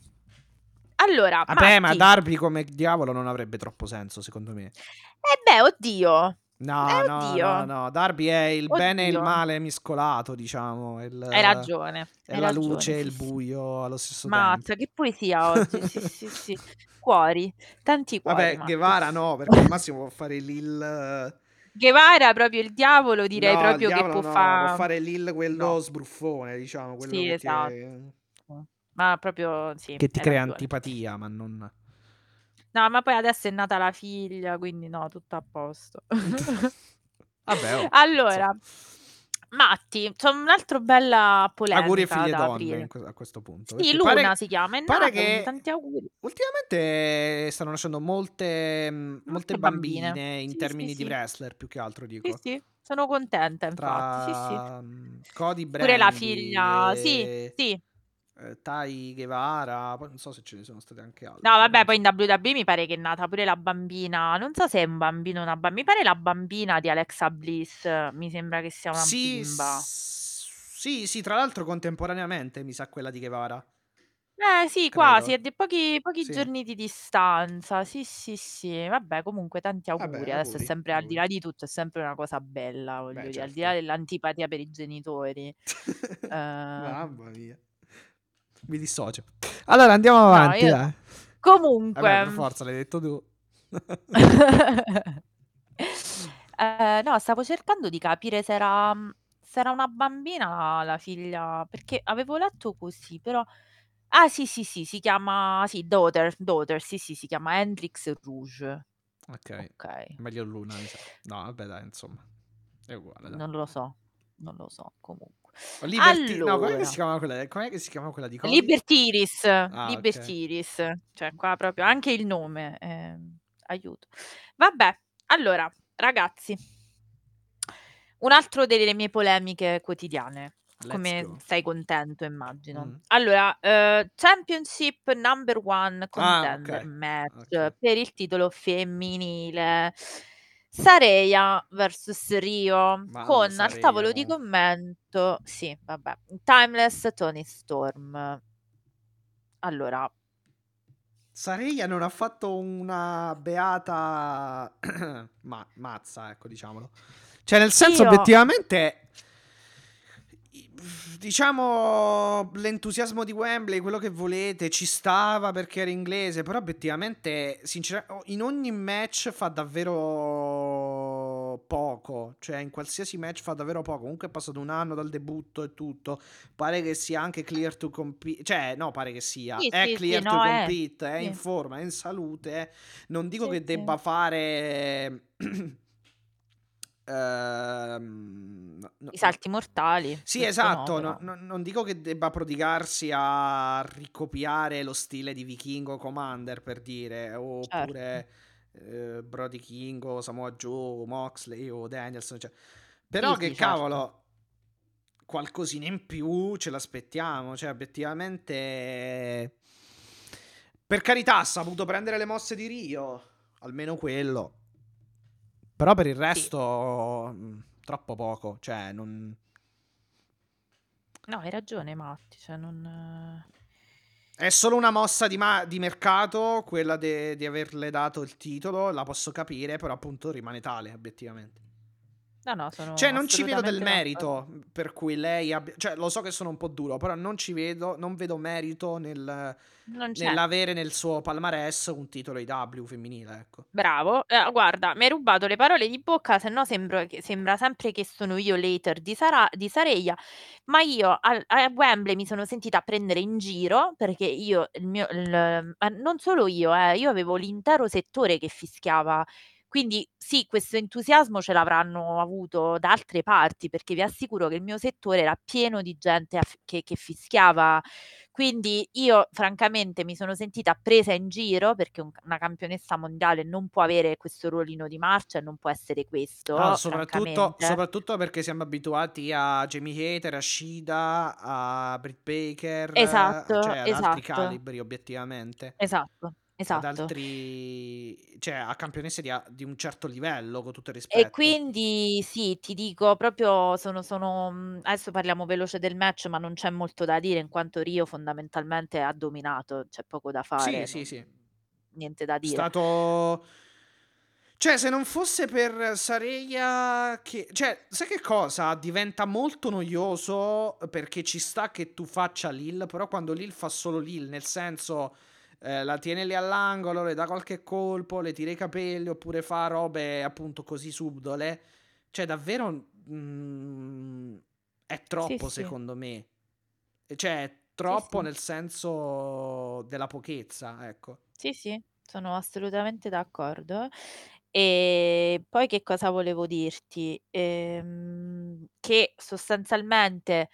Allora, Vabbè, ma Matti, Darby come diavolo non avrebbe troppo senso, secondo me. eh beh, oddio, No, eh, no, no, oddio, no. Darby è il bene e il oddio, male miscolato, diciamo. hai Il- ragione, è hai la ragione, luce e sì, il sì. buio allo stesso tempo. Mazza, che poesia oggi, sì, sì, sì. Cuori, tanti cuori, Vabbè, Matti. Guevara no, perché al massimo può fare Lil... Guevara, proprio il diavolo, direi No, il proprio che diavolo può no, può fare... fare Lil quello No, sbruffone, diciamo, quello sì, che ti, esatto. Ma proprio, sì, che ti hai crea ragione. antipatia, ma non... No, ma poi adesso è nata la figlia, quindi no, tutto a posto. Vabbè, oh, insomma. Allora, Matti, c'è un'altra bella Auguri e polemica figlie da donne aprire. in que- a questo punto, Sì, perché Luna pare, si chiama, è pare nata, quindi che tanti auguri. ultimamente stanno nascendo molte, mm, molte Molte bambine. bambine in Sì, sì, termini di sì. wrestler, più che altro Sì, dico. sì, sono contenta infatti, sì, sì. Tra mm, Cody Pure la Brandy figlia, sì, e sì. eh, Tai Guevara, poi non so se ce ne sono state anche No, altre, però vabbè, poi in insomma. W W E mi pare che è nata pure la bambina, non so se è un bambino o una bambina, mi pare la bambina di Alexa Bliss, mi sembra che sia una Sì, bimba. s- Sì, sì, tra l'altro contemporaneamente mi sa quella di Guevara. Eh sì, Credo. quasi, è di pochi, pochi Sì. giorni di distanza. Sì, sì, sì. Vabbè, comunque tanti auguri. Vabbè, Adesso è auguri, sempre, al di auguri. là di tutto, è sempre una cosa bella, voglio Beh, dire, al di là certo. dell'antipatia per i genitori. Eh, Mamma mia. Mi dissocio. Allora andiamo no, avanti, io dai. no. Vabbè, per Comunque, forza, l'hai detto tu. eh, no, stavo cercando di capire se era, se era una bambina la figlia, perché avevo letto così, però... Ah sì, sì, sì, si chiama, sì, Daughter, Daughter, sì, sì, si chiama Hendrix Rouge. Ok, Ok, meglio Luna, mi sa. No, vabbè, dai, insomma. È uguale, dai. non lo so, non lo so, comunque. O Liberty... No, com'è che si Allora, chiamava quella? Com'è che si chiamava quella di Cody? Libertiris, Ah, ok. Libertiris, cioè qua proprio anche il nome, ehm, aiuto. Vabbè, allora, ragazzi, un altro delle mie polemiche quotidiane, Let's come go. sei contento, immagino. Mm. Allora, eh, Championship Number One Ah, Contender ok. Match Ok. per il titolo femminile. Saraya versus Rio Mamma con al Sareia tavolo di comunque. commento, sì, vabbè, Timeless Tony Storm. Allora, Sareia non ha fatto una beata ma- mazza, ecco, diciamolo. Cioè, nel senso, io obiettivamente, diciamo, l'entusiasmo di Wembley, quello che volete, ci stava perché era inglese, però obiettivamente, sinceramente, in ogni match fa davvero poco, cioè in qualsiasi match fa davvero poco. Comunque è passato un anno dal debutto e tutto, pare che sia anche clear to compete, cioè no, pare che sia, sì, è sì, sì, clear to no, è. compete, è in Sì, forma, è in salute, non dico sì, che sì. debba fare... Ehm, no, no, I no. salti mortali, Sì, questo no, esatto. però. no- no- non dico che debba prodigarsi a ricopiare lo stile di Vichingo Commander, per dire, Certo. oppure eh, Brody King o Samoa Joe, Moxley o Danielson. Cioè. Sì, Però sì, che certo. cavolo, qualcosina in più ce l'aspettiamo. Cioè, obiettivamente, per carità, ha saputo prendere le mosse di Rio, almeno quello. Però per il Sì. resto, mh, troppo poco. Cioè, non. No, hai ragione, Matti, cioè non... È solo una mossa di, ma- di mercato, quella de- di averle dato il titolo, la posso capire, però appunto rimane tale, obiettivamente. No, no, Cioè, sono non ci vedo del assolutamente d'accordo. merito per cui lei abbia... Cioè, lo so che sono un po' duro, però non ci vedo, non vedo merito nel, Non c'è. nell'avere nel suo palmarès un titolo I W femminile, ecco. Bravo. Eh, guarda, mi hai rubato le parole di bocca, se no sembra, che- sembra sempre che sono io l'hater di, Sara, di Sareia, ma io al- a, Wembley mi sono sentita prendere in giro perché io, il mio, il- ma non solo io, eh, io avevo l'intero settore che fischiava. Quindi sì, questo entusiasmo ce l'avranno avuto da altre parti, perché vi assicuro che il mio settore era pieno di gente a- che, che fischiava. Quindi io francamente mi sono sentita presa in giro perché un- una campionessa mondiale non può avere questo ruolino di marcia e non può essere Ah, questo, soprattutto, francamente. soprattutto perché siamo abituati a Jamie Hater, a Shida, a Britt Baker, eh, Esatto, cioè ad altri esatto, calibri, obiettivamente. esatto, Ad esatto. altri, cioè a campionesse di, a- di un certo livello, con tutto il E rispetto. quindi sì, ti dico proprio sono, sono mh, adesso parliamo veloce del match, ma non c'è molto da dire in quanto Rio fondamentalmente ha dominato, c'è poco da Sì, fare, sì, non- sì. niente da dire. Stato. Cioè, se non fosse per Sareia che... Cioè, sai che cosa? Diventa molto noioso perché ci sta che tu faccia Lil, però quando Lil fa solo Lil, nel senso eh, la tiene lì all'angolo, le dà qualche colpo, le tira i capelli oppure fa robe appunto così subdole. Cioè, davvero mm, è Sì, troppo sì, secondo me. Cioè, è sì, troppo sì. nel senso della pochezza, ecco. Sì, sì, sono assolutamente d'accordo. E poi che cosa volevo dirti? Ehm, che sostanzialmente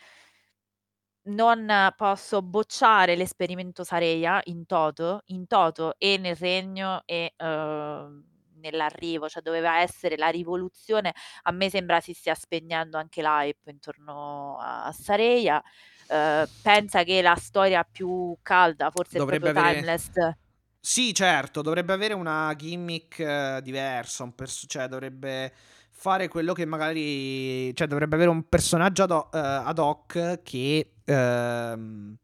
non posso bocciare l'esperimento Sareia in toto, in toto e nel regno e ehm, nell'arrivo, cioè doveva essere la rivoluzione. A me sembra si stia spegnendo anche l'hype intorno a, a Sareia. Eh, pensa che la storia più calda, forse è Dovrebbe proprio avere. Timeless. Sì, certo, dovrebbe avere una gimmick eh, diversa, un pers- cioè dovrebbe fare quello che magari, cioè dovrebbe avere un personaggio ad, ho- eh, ad hoc che ehm,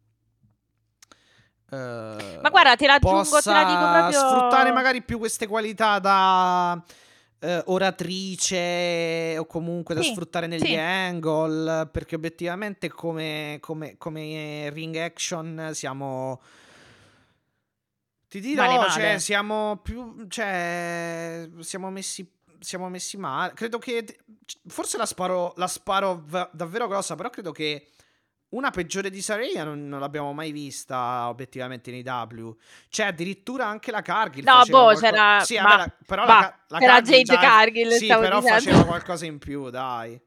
Ma eh, guarda, te l'aggiungo, te la dico possa sfruttare proprio. magari più queste qualità da eh, oratrice o comunque da Sì, sfruttare negli sì, angle, perché obiettivamente come, come, come ring action siamo... Ti male dirò, cioè, male. siamo più, cioè, siamo messi, siamo messi male. Credo che, forse la sparo, la sparo va- davvero grossa, però credo che una peggiore di Saraya non, non l'abbiamo mai vista obiettivamente nei W. Cioè, addirittura anche la Cargill No, faceva boh, qualcosa. c'era. Sì, vabbè, Ma la- però la, va, Ca- la c'era Cargill Jade già. Cargill, Sì, stavo però dicendo. faceva qualcosa in più, dai.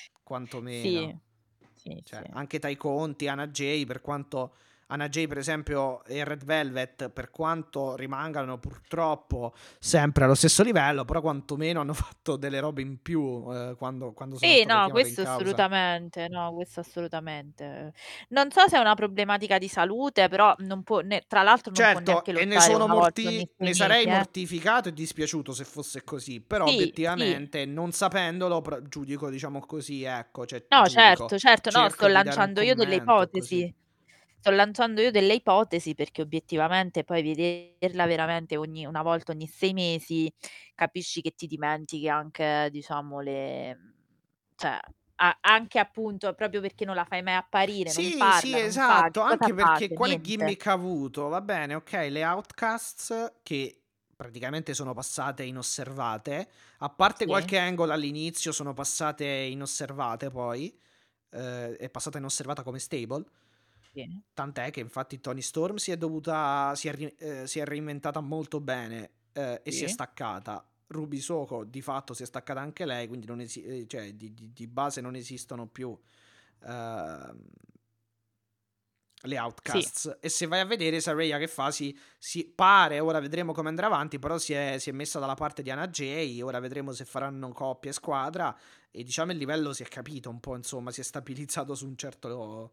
Sì, Quantomeno. sì, sì. Cioè, anche Tai Conti, Anna Jay, per quanto Anna Jay, per esempio, e Red Velvet, per quanto rimangano purtroppo sempre allo stesso livello, però quantomeno hanno fatto delle robe in più eh, quando, quando sono Sì, state no, chiamate in questo causa. assolutamente, no, questo assolutamente. Non so se è una problematica di salute, però non può, ne- tra l'altro non può Certo, neanche e ne lottare sono una volta ogni morti, sei ne sarei mesi, eh. mortificato e dispiaciuto se fosse così, però Sì, sì. obiettivamente non sapendolo pro- giudico, diciamo così, ecco, cioè No, giudico, certo, certo, no, sto cerco di dare un lanciando io delle commento così. ipotesi. Sto lanciando io delle ipotesi perché obiettivamente poi vederla veramente ogni una volta ogni sei mesi, capisci che ti dimentichi anche, diciamo, le mhmm, cioè a anche appunto proprio perché non la fai mai apparire, non Sì, sì, parla, non fa, esatto, che cosa anche fa? perché Che quale niente. gimmick ha avuto? Va bene, ok, le Outcasts che praticamente sono passate inosservate, a parte Sì, qualche angle all'inizio sono passate inosservate poi, eh, è passata inosservata come stable, sì, tant'è che infatti Tony Storm si è dovuta, si è, ri- eh, si è reinventata molto bene eh, e si è sì, staccata. Ruby Soko di fatto si è staccata anche lei, quindi non esi- eh, cioè, di, di- di base non esistono più ehm, le sì. Outcasts. E se vai a vedere Saraya che fa, si, si pare, ora vedremo come andrà avanti, però si è, si è messa dalla parte di Anna Jay, ora vedremo se faranno coppia e squadra e diciamo il livello si è capito un po', insomma, si è stabilizzato su un certo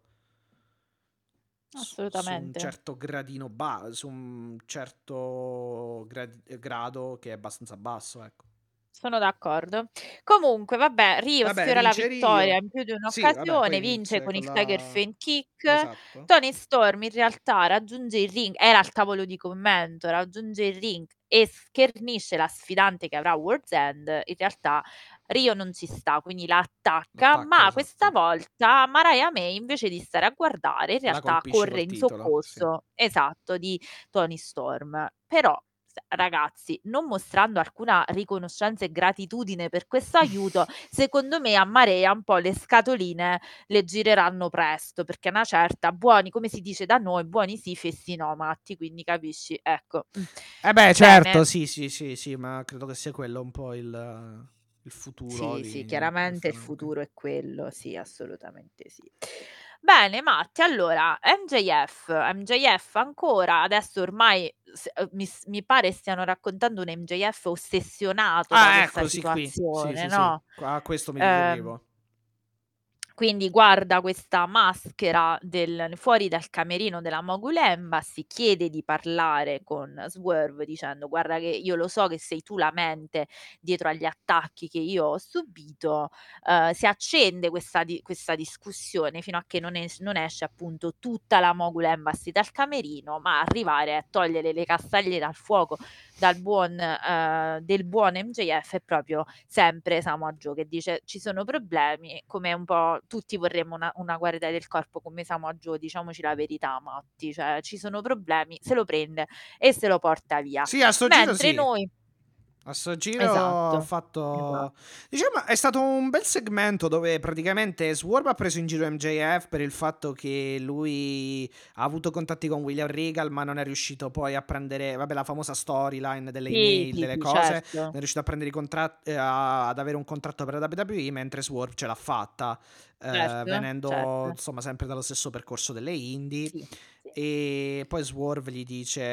su, su un Assolutamente. certo gradino ba- su un certo grad- grado che è abbastanza basso, ecco. Sono d'accordo. Comunque, vabbè, Rio Vabbè, sfiora la vince vittoria Rio. in più di Sì, vabbè, poi un'occasione, vince vinse con con il Tiger la... Feint Kick. Esatto. Tony Storm in realtà raggiunge il ring, era al tavolo di commento, raggiunge il ring e schernisce la sfidante che avrà World's End. In realtà Rio non ci sta, quindi la attacca, L'attacca, ma questa esatto. volta Mariah May invece di stare a guardare, in La realtà colpisce corre col in titolo, sì. soccorso, esatto, di Tony Storm. Però ragazzi, non mostrando alcuna riconoscenza e gratitudine per questo aiuto, secondo me a Marea un po' le scatoline le gireranno presto, perché una certa, buoni, come si dice da noi, buoni sì, fessi no, matti, quindi capisci? Ecco. Mm. Eh beh, certo, Bene. sì, sì, sì, sì, ma credo che sia quello un po' il, il futuro Sì, sì, di, del chiaramente il fenomeno. futuro è quello, sì, assolutamente sì. Bene, Matti, allora, M J F, M J F ancora, adesso ormai s- eh, mi, s- mi pare stiano raccontando un M J F ossessionato da Ah, questa eccoci qui. Sì, situazione, sì, sì. no? A questo mi Ehm, riferivo. quindi guarda questa maschera del, fuori dal camerino della Mogul Embassy, chiede di parlare con Swerve dicendo guarda che io lo so che sei tu la mente dietro agli attacchi che io ho subito. Eh, si accende questa, di- questa discussione fino a che non, es- non esce appunto tutta la Mogul Embassy dal camerino, ma arrivare a togliere le castagne dal fuoco dal buon, eh, del buon M J F è proprio sempre Samoa Joe che dice ci sono problemi, come un po' tutti vorremmo una, una guardia del corpo come Samoa Joe, diciamoci la verità, Matti, cioè ci sono problemi, se lo prende e se lo porta via. Sì, a sto giro Mentre sì. noi, A sto giro ho esatto, fatto. esatto, Diciamo, è stato un bel segmento dove praticamente Swerve ha preso in giro M J F per il fatto che lui ha avuto contatti con William Regal, ma non è riuscito poi a prendere. Vabbè, la famosa storyline delle sì, email, sì, delle sì, cose. Non certo, è riuscito a prendere i contratti, eh, a- ad avere un contratto per la W W E, mentre Swerve ce l'ha fatta, eh, certo, venendo certo, insomma sempre dallo stesso percorso delle indie. sì, sì, E poi Swerve gli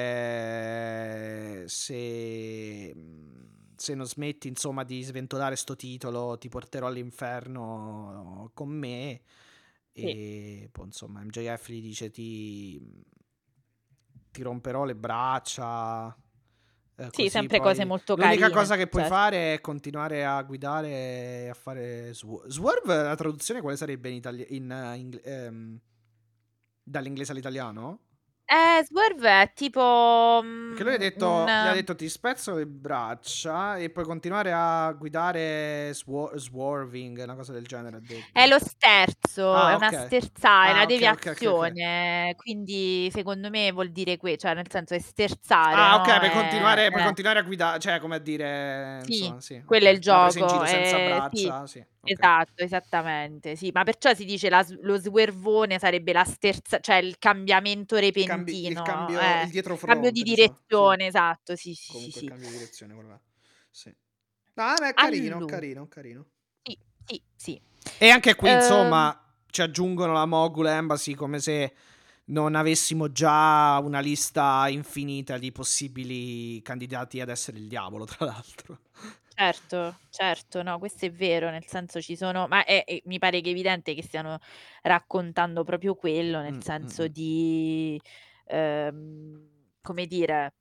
dice se, se non smetti insomma di sventolare sto titolo ti porterò all'inferno con me. sì, E poi insomma M J F gli dice ti, ti romperò le braccia Eh, Sì, così sempre cose poi molto l'unica carine, cosa che puoi certo. fare è continuare a guidare e a fare sw- Swerve. La traduzione quale sarebbe in italiano? In, eh, ingle- ehm, dall'inglese all'italiano? Eh, Swerve è tipo Perché lui ha mm, un... detto, gli ha detto ti spezzo le braccia e puoi continuare a guidare swa- swerving, una cosa del genere ha È detto. lo sterzo, è Ah, una ok. sterzata, è la Ah, ok, ok, ok, ok. deviazione, quindi secondo me vuol dire que, cioè nel senso è sterzare, Ah, ok, no? puoi È, continuare, puoi è- continuare a guidare, cioè come a dire, Sì, insomma, sì, quello è ok. il L'ha presa in gioco, giro senza eh, sì, braccia, sì, ok. esatto, esattamente, sì, ma perciò si dice la s- lo swervone sarebbe la sterza, cioè il cambiamento Il, cambi- il repentino, cambio, eh, il dietro cambio di fronte, diciamo, sì. direzione, esatto, sì, sì, sì, Comunque il sì. cambio di direzione, quello là. Sì. Ah, ma è carino, Allora, carino, carino. sì, sì, sì. E anche qui, Ehm, insomma, ci aggiungono la Mogul Embassy come se non avessimo già una lista infinita di possibili candidati ad essere il diavolo, tra l'altro. Certo, certo, no, questo è vero, nel senso ci sono, ma è, è- mi pare che è evidente che stiano raccontando proprio quello, nel Mm, mm, senso mm. di, ehm, come dire,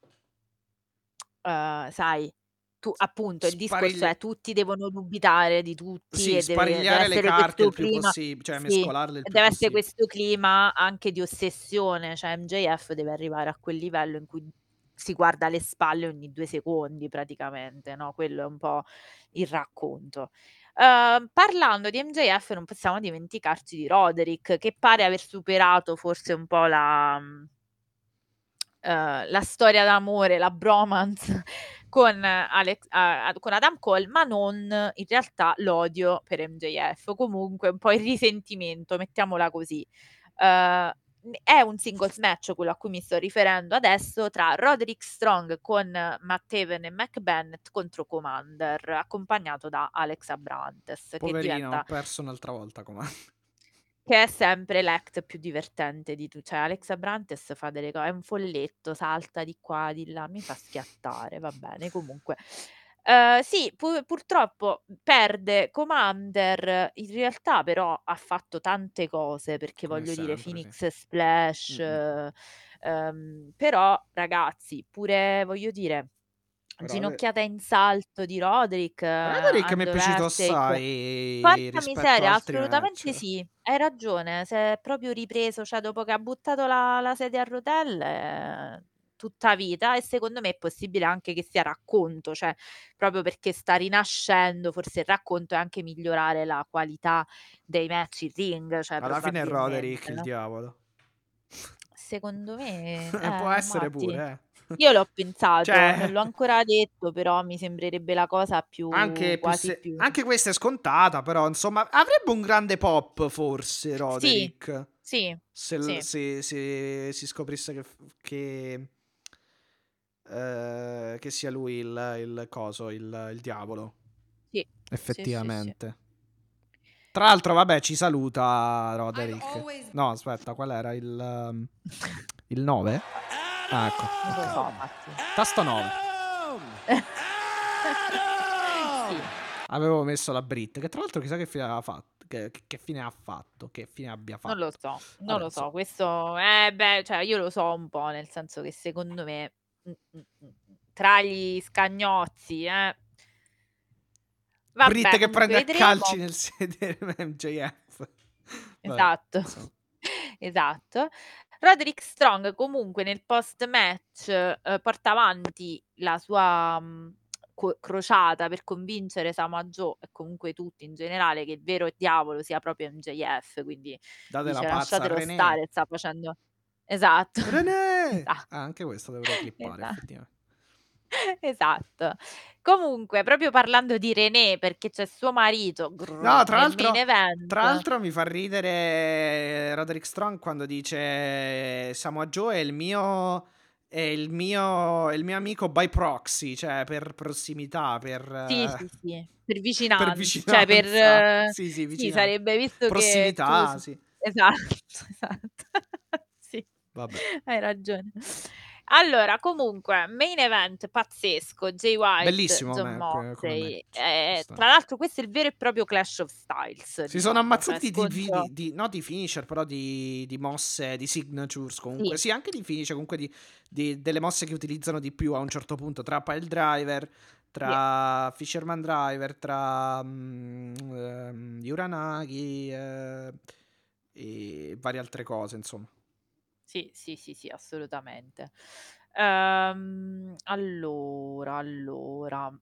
eh, sai, tu appunto il discorso Sparigli- è tutti devono dubitare di tutti sì, e deve, deve sparigliare le essere carte questo il più clima, possibile, cioè sì, mescolarle il e più deve essere possibile. questo clima anche di ossessione, cioè M J F deve arrivare a quel livello in cui si guarda alle spalle ogni due secondi praticamente, no? Quello è un po' il racconto. Ehm, parlando di M J F non possiamo dimenticarci di Roderick, che pare aver superato forse un po' la, mhmm, ehm, la storia d'amore, la bromance con Alex a a con Adam Cole, ma non in realtà l'odio per M J F, comunque un po' il risentimento, mettiamola così. Ehm, n È un singles match quello a cui mi sto riferendo adesso, tra Roderick Strong con Matt Taven e Mac Bennett contro Commander, accompagnato da Alex Abrantes, che Poverino, ho diventa perso un'altra volta com'è. che è sempre l'act più divertente di tu cioè Alex Abrantes fa delle co è un folletto, salta di qua, di là, mi fa schiattare, va bene, comunque. Ehm, sì, pu purtroppo perde Commander, in realtà però ha fatto tante cose, perché Come voglio dire sempre, sì. Phoenix Splash, Mm, mm. ehm, però ragazzi, pure voglio dire, Rode- ginocchiata in salto di Roderick, Roderick mi è piaciuto Undertaker. assai Porca rispetto a miseria, altri assolutamente match. sì, hai ragione, si è proprio ripreso, cioè dopo che ha buttato la la sedia a rotelle, tutta vita, e secondo me è possibile anche che sia racconto, cioè proprio perché sta rinascendo, forse il racconto è anche migliorare la qualità dei match in ring, cioè Alla fine è Roderick probabilmente, il no? diavolo. Secondo me, E può eh, essere Matti, pure, eh. io l'ho pensato, non Cioè, l'ho ancora detto, però mi sembrerebbe la cosa più, anche, più quasi se- più. anche questa è scontata, però, insomma, avrebbe un grande pop, forse, Sì, Roderick. sì, Se, l- sì, se- se si scoprisse che, che, eh, che sia lui il, il coso, il, il diavolo. sì, sì, sì, sì. Effettivamente. Tra l'altro, vabbè, ci saluta Roderick. No, aspetta, qual era il, um, il nove? Ah, ecco, Non lo ok. so, Matti. Tasto nove. Sì, Avevo messo la Brit, che tra l'altro chissà che fine ha fatto. Che, che- che fine ha fatto. Che fine abbia non lo fatto. so, non Vabbè, lo so. insomma. Questo, eh, beh, cioè io lo so un po', nel senso che secondo me, mm, mm, mm, mm, tra gli scagnozzi, eh. Brit Vabbè, che comunque prende a calci vedremo. nel sedere M J F. Vabbè, Esatto, insomma. esatto. Roderick Strong comunque nel post match, eh, porta avanti la sua mh, co- crociata per convincere Samoa Joe e comunque tutti in generale che il vero diavolo sia proprio M J F, quindi Date la dice pazza a lasciatelo René. stare, sta facendo esatto. René! Esatto. Ah, anche questo dovrei clippare, Esatto. effettivamente. Esatto. Comunque, proprio parlando di René, perché c'è suo marito No, grrr, tra nel main l'altro, event. tra l'altro mi fa ridere Roderick Strong quando dice Samoa Joe è il mio è il mio è il mio amico by proxy, cioè per prossimità, per Sì, eh, sì, sì, per per vicinanza, cioè per vicinanza. eh, Sì, sì, sì, vicinanza. sarebbe visto che tu s Prossimità, sì. esatto, esatto. Sì, Vabbè. hai ragione. Allora, comunque, main event pazzesco, Jay White, Bellissimo John me- come Moxley. match. Ci Eh, sta. tra l'altro questo è il vero e proprio Clash of Styles, Si sono diciamo, cioè ammazzati di, di, scontro... di, di- no di finisher, però di, di mosse, di signatures comunque. Sì, Sì, anche di finisher, comunque di, di- delle mosse che utilizzano di più a un certo punto, tra Pile Driver, sì, tra Fisherman Driver, tra mm, ehm, Uranagi eh, e varie altre cose, insomma. sì, sì, sì, sì, assolutamente. Ehm, allora, allora...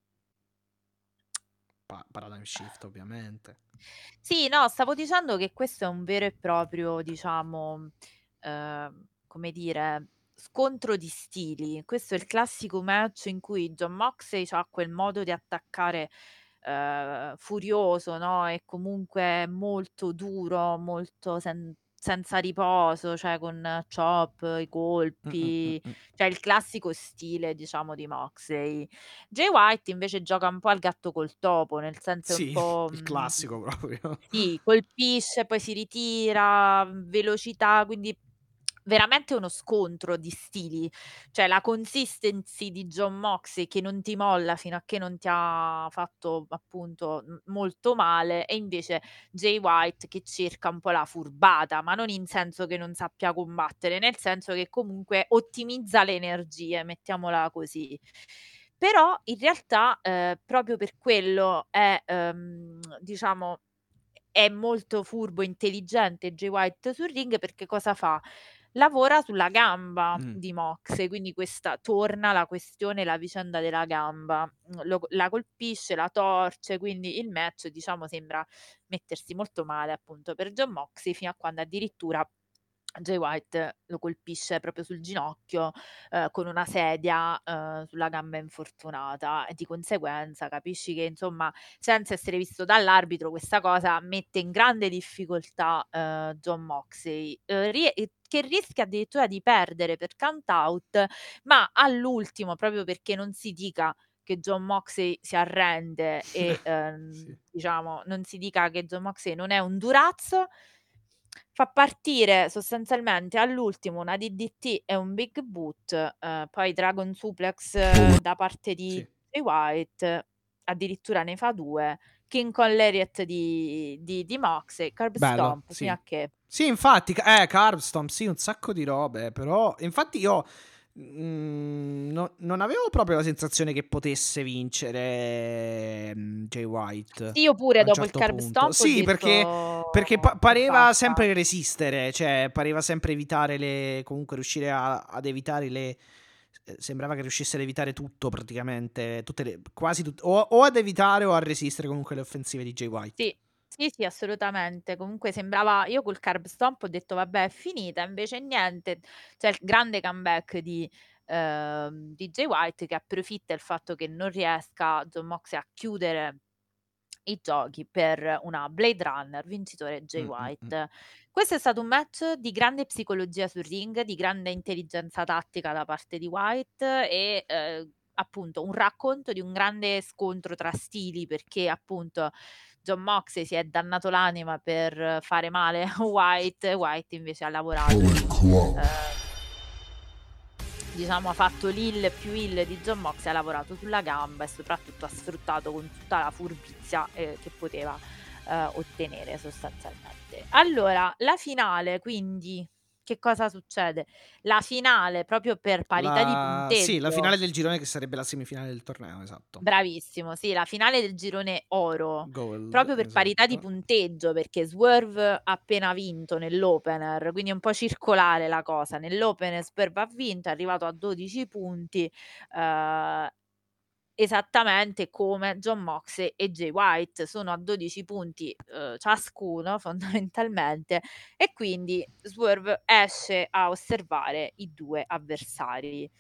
Pa- Paradigm Shift, ovviamente. Sì, no, stavo dicendo che questo è un vero e proprio, diciamo, ehm, come dire, scontro di stili. Questo è il classico match in cui John Moxley ha quel modo di attaccare eh, furioso, no? E comunque molto duro, molto sen- senza riposo, cioè con chop, i Mm, mm, mm, colpi, mm. cioè il classico stile, diciamo, di Moxley. Jay White invece gioca un po' al gatto col topo, nel senso è un Sì, po'... il mh, classico proprio. sì, colpisce, poi si ritira, mh, velocità, quindi veramente uno scontro di stili. Cioè la consistency di John Moxley che non ti molla fino a che non ti ha fatto appunto m- molto male, e invece Jay White che cerca un po' la furbata, ma non in senso che non sappia combattere, nel senso che comunque ottimizza le energie, mettiamola così. Però in realtà eh, proprio per quello è, ehm, diciamo, è molto furbo, intelligente Jay White sul ring, perché cosa fa? Lavora sulla gamba Mm. di Mox, quindi questa torna la questione, la vicenda della gamba. Mm, lo- la colpisce, la torce, quindi il match, diciamo, sembra mettersi molto male appunto per John Moxley, fino a quando addirittura Jay White lo colpisce proprio sul ginocchio eh, con una sedia eh, sulla gamba infortunata, e di conseguenza capisci che insomma, senza essere visto dall'arbitro, questa cosa mette in grande difficoltà eh, John Moxley, eh, ri- eh, che rischia addirittura di perdere per count out, ma all'ultimo, proprio perché non si dica che John Moxley si arrende e ehm, Sì. diciamo non si dica che John Moxley non è un durazzo, fa partire sostanzialmente all'ultimo una D D T e un Big Boot, eh, poi Dragon Suplex eh, da parte di Sì. Jay White, addirittura ne fa due, King con Lariat di, di, di Moxley, Curb Bello, Stomp, fino sì. a che... Sì, infatti, ca- eh, Carbstomp, sì, un sacco di robe, però, infatti io mm, no- non avevo proprio la sensazione che potesse vincere mm, Jay White Sì, io pure a un dopo il certo Curb punto. Stomp ho Sì, perché, perché pa- detto pareva basta. sempre resistere, cioè pareva sempre evitare le, comunque riuscire a- ad evitare le... eh, Sembrava che riuscisse ad evitare tutto praticamente, tutte le, quasi tutte, o, o ad evitare o a resistere comunque le offensive di Jay White. Sì, sì, sì, assolutamente. Comunque sembrava, io col Carb Stomp ho detto vabbè è finita, invece niente, c'è il grande comeback di, ehm, di Jay White, che approfitta del fatto che non riesca John Moxley a chiudere i giochi per una Blade Runner, vincitore Jay Mm, mm, mm. White. Questo è stato un match di grande psicologia sul ring, di grande intelligenza tattica da parte di White, e eh, appunto un racconto di un grande scontro tra stili, perché appunto John Moxley si è dannato l'anima per fare male a White, White invece ha lavorato, eh, diciamo ha fatto l'hill più hill di John Moxley, ha lavorato sulla gamba e soprattutto ha sfruttato con tutta la furbizia eh, che poteva eh, ottenere sostanzialmente. Allora, la finale, quindi che cosa succede? La finale proprio per parità di La... Sì, la punteggio. finale del girone che sarebbe la semifinale del torneo, esatto. Bravissimo, sì, la finale del girone oro, Gold, proprio per parità di esatto. punteggio, perché Swerve ha appena vinto nell'opener, quindi è un po' circolare la cosa. Nell'opener Swerve ha vinto, è arrivato a dodici punti, eh, esattamente come John Moxley e Jay White, sono a dodici punti eh, ciascuno fondamentalmente, e quindi Swerve esce a osservare i due avversari.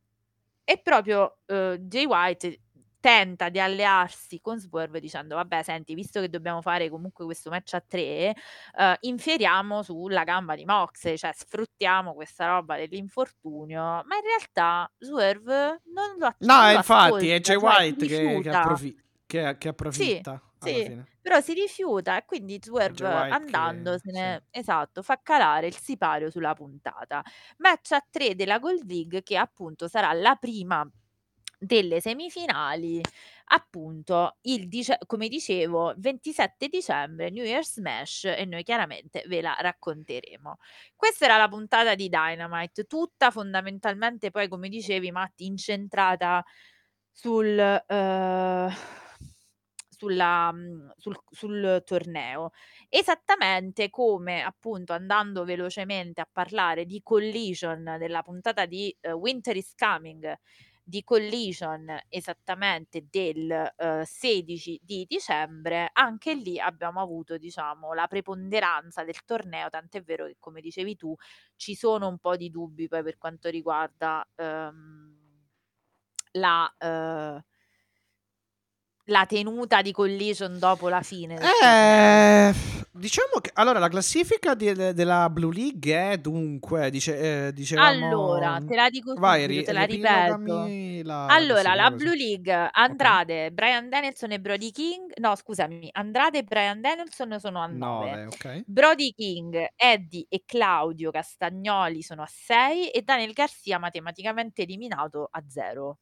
E proprio eh, Jay White tenta di allearsi con Swerve dicendo vabbè senti, visto che dobbiamo fare comunque questo match a tre, eh, infieriamo sulla gamba di Moxley, cioè sfruttiamo questa roba dell'infortunio, ma in realtà Swerve non lo, No, non eh, lo infatti, è ascolta, Jay cioè si White che, che, rifiuta. approfi- che, che Sì, approfitta alla sì, fine. però si rifiuta e quindi Jay Swerve White che sì. andandosene, esatto, fa calare il sipario sulla puntata. Match a tre della Gold League che appunto sarà la prima delle semifinali, appunto il dice- come dicevo ventisette dicembre, New Year's Smash, e noi chiaramente ve la racconteremo. Questa era la puntata di Dynamite, tutta fondamentalmente poi, come dicevi Matti, incentrata sul eh, sulla, mm, sul, sul torneo, esattamente come appunto andando velocemente a parlare di Collision, della puntata di eh, Winter is Coming, di Collision esattamente del eh, sedici di dicembre. Anche lì abbiamo avuto, diciamo, la preponderanza del torneo, tant'è vero che, come dicevi tu, ci sono un po' di dubbi poi per quanto riguarda ehm, la, eh, la tenuta di Collision dopo la fine del torneo. Eh, diciamo che allora la classifica di- de- della Blue League è dunque, dice, eh, Allora, dicevamo. te la dico Vai, subito, ri- te la ripeto. riepilogami la, la Allora, classifica la così. Blue League, Ok. Andrade, Brian Danielson e Brody King. No, scusami, Andrade e Brian Danielson sono a nove. nove, ok. Brody King, Eddie e Claudio Castagnoli sono a sei e Daniel Garcia matematicamente eliminato a zero.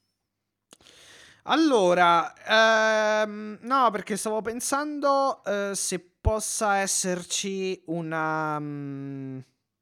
Allora, ehm, no, perché stavo pensando eh, se possa esserci una... mm,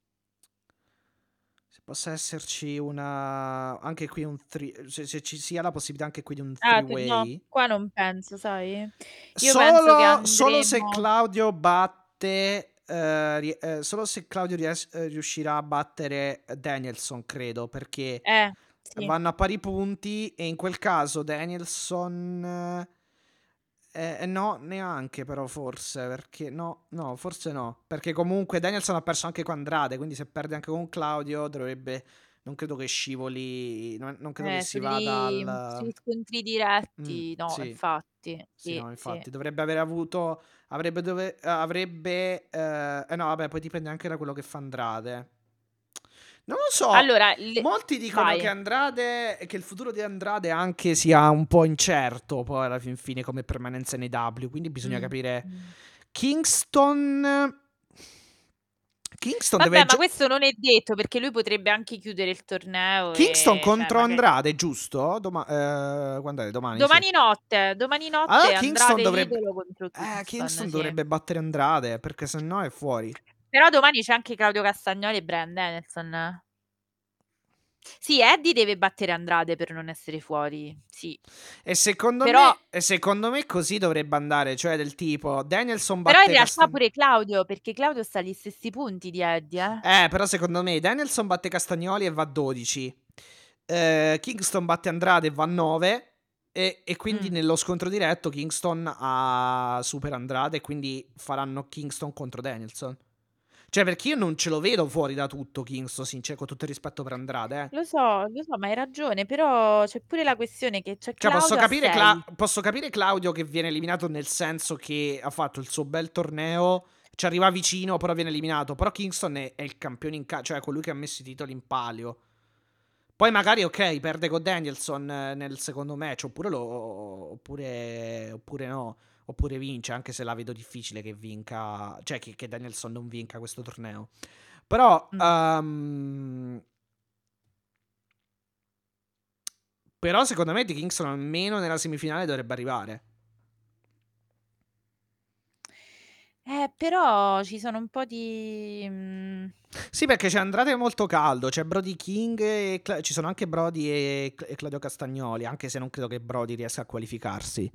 se possa esserci una... Anche qui un three... Se, se ci sia la possibilità anche qui di un Ah, tu- no, three-way. qua non penso, sai? Io penso che Solo, solo se andremo... Claudio batte... eh, ri- eh, solo se Claudio ries- eh, riuscirà a battere Danielson, credo, perché Eh, sì. vanno a pari punti e in quel caso Danielson... Eh, eh, no, neanche però forse, perché no, no, forse no, perché comunque Danielson ha perso anche con Andrade, quindi se perde anche con Claudio dovrebbe, non credo che scivoli, non, non credo che Eh, si vada sugli, al... sugli scontri Mm, diretti, no, sì, infatti, sì, sì, no, sì. infatti, dovrebbe aver avuto, avrebbe, dove, eh, avrebbe, eh, eh, no, vabbè, poi dipende anche da quello che fa Andrade. Non lo so, Allora, le- molti dicono che vai. Andrade, che il futuro di Andrade anche sia un po' incerto poi alla fin fine come permanenza nei W, quindi bisogna Mm, capire. mm. Kingston... Kingston deve... Vabbè, ma gio- questo non è detto perché lui potrebbe anche chiudere il torneo Kingston e cioè contro magari Andrade, giusto? Doma- eh, quando è? Domani, sì. domani notte, domani Allora notte Kingston Andrade dovrebbe... Idolo contro Eh, Kingston, Kingston sì. dovrebbe battere Andrade, perché sennò è fuori. Però domani c'è anche Claudio Castagnoli e Brian Danielson. Sì, Eddie deve battere Andrade per non essere fuori, sì. E secondo Però me, e secondo me così dovrebbe andare, cioè del tipo Danielson Però in batte realtà Castagnoli. pure Claudio, perché Claudio sta agli stessi punti di Eddie, eh. Eh, però secondo me Danielson batte Castagnoli e va a dodici. Eh, Kingston batte Andrade e va a nove. E, e quindi Mm. nello scontro diretto Kingston ha super Andrade e quindi faranno Kingston contro Danielson. Cioè, perché io non ce lo vedo fuori da tutto Kingston, sincero, con tutto il rispetto per Andrade, eh. Lo so, lo so, ma hai ragione, però c'è pure la questione che c'è Cioè, posso Claudio a capire, Cla- sei. posso capire Claudio che viene eliminato nel senso che ha fatto il suo bel torneo, ci arriva vicino, però viene eliminato. Però Kingston è, è il campione in casa, cioè colui che ha messo i titoli in palio. Poi magari, ok, perde con Danielson eh, nel secondo match, oppure, lo, oppure, oppure no, oppure vince, anche se la vedo difficile che vinca, cioè che, che Danielson non vinca questo torneo. Però, Mm. um, però secondo me di Kingston almeno nella semifinale dovrebbe arrivare. Eh, però ci sono un po' di... mm, Sì, perché c'è Andrade molto caldo, c'è Brody King e Cla- ci sono anche Brody e, e Claudio Castagnoli, anche se non credo che Brody riesca a qualificarsi.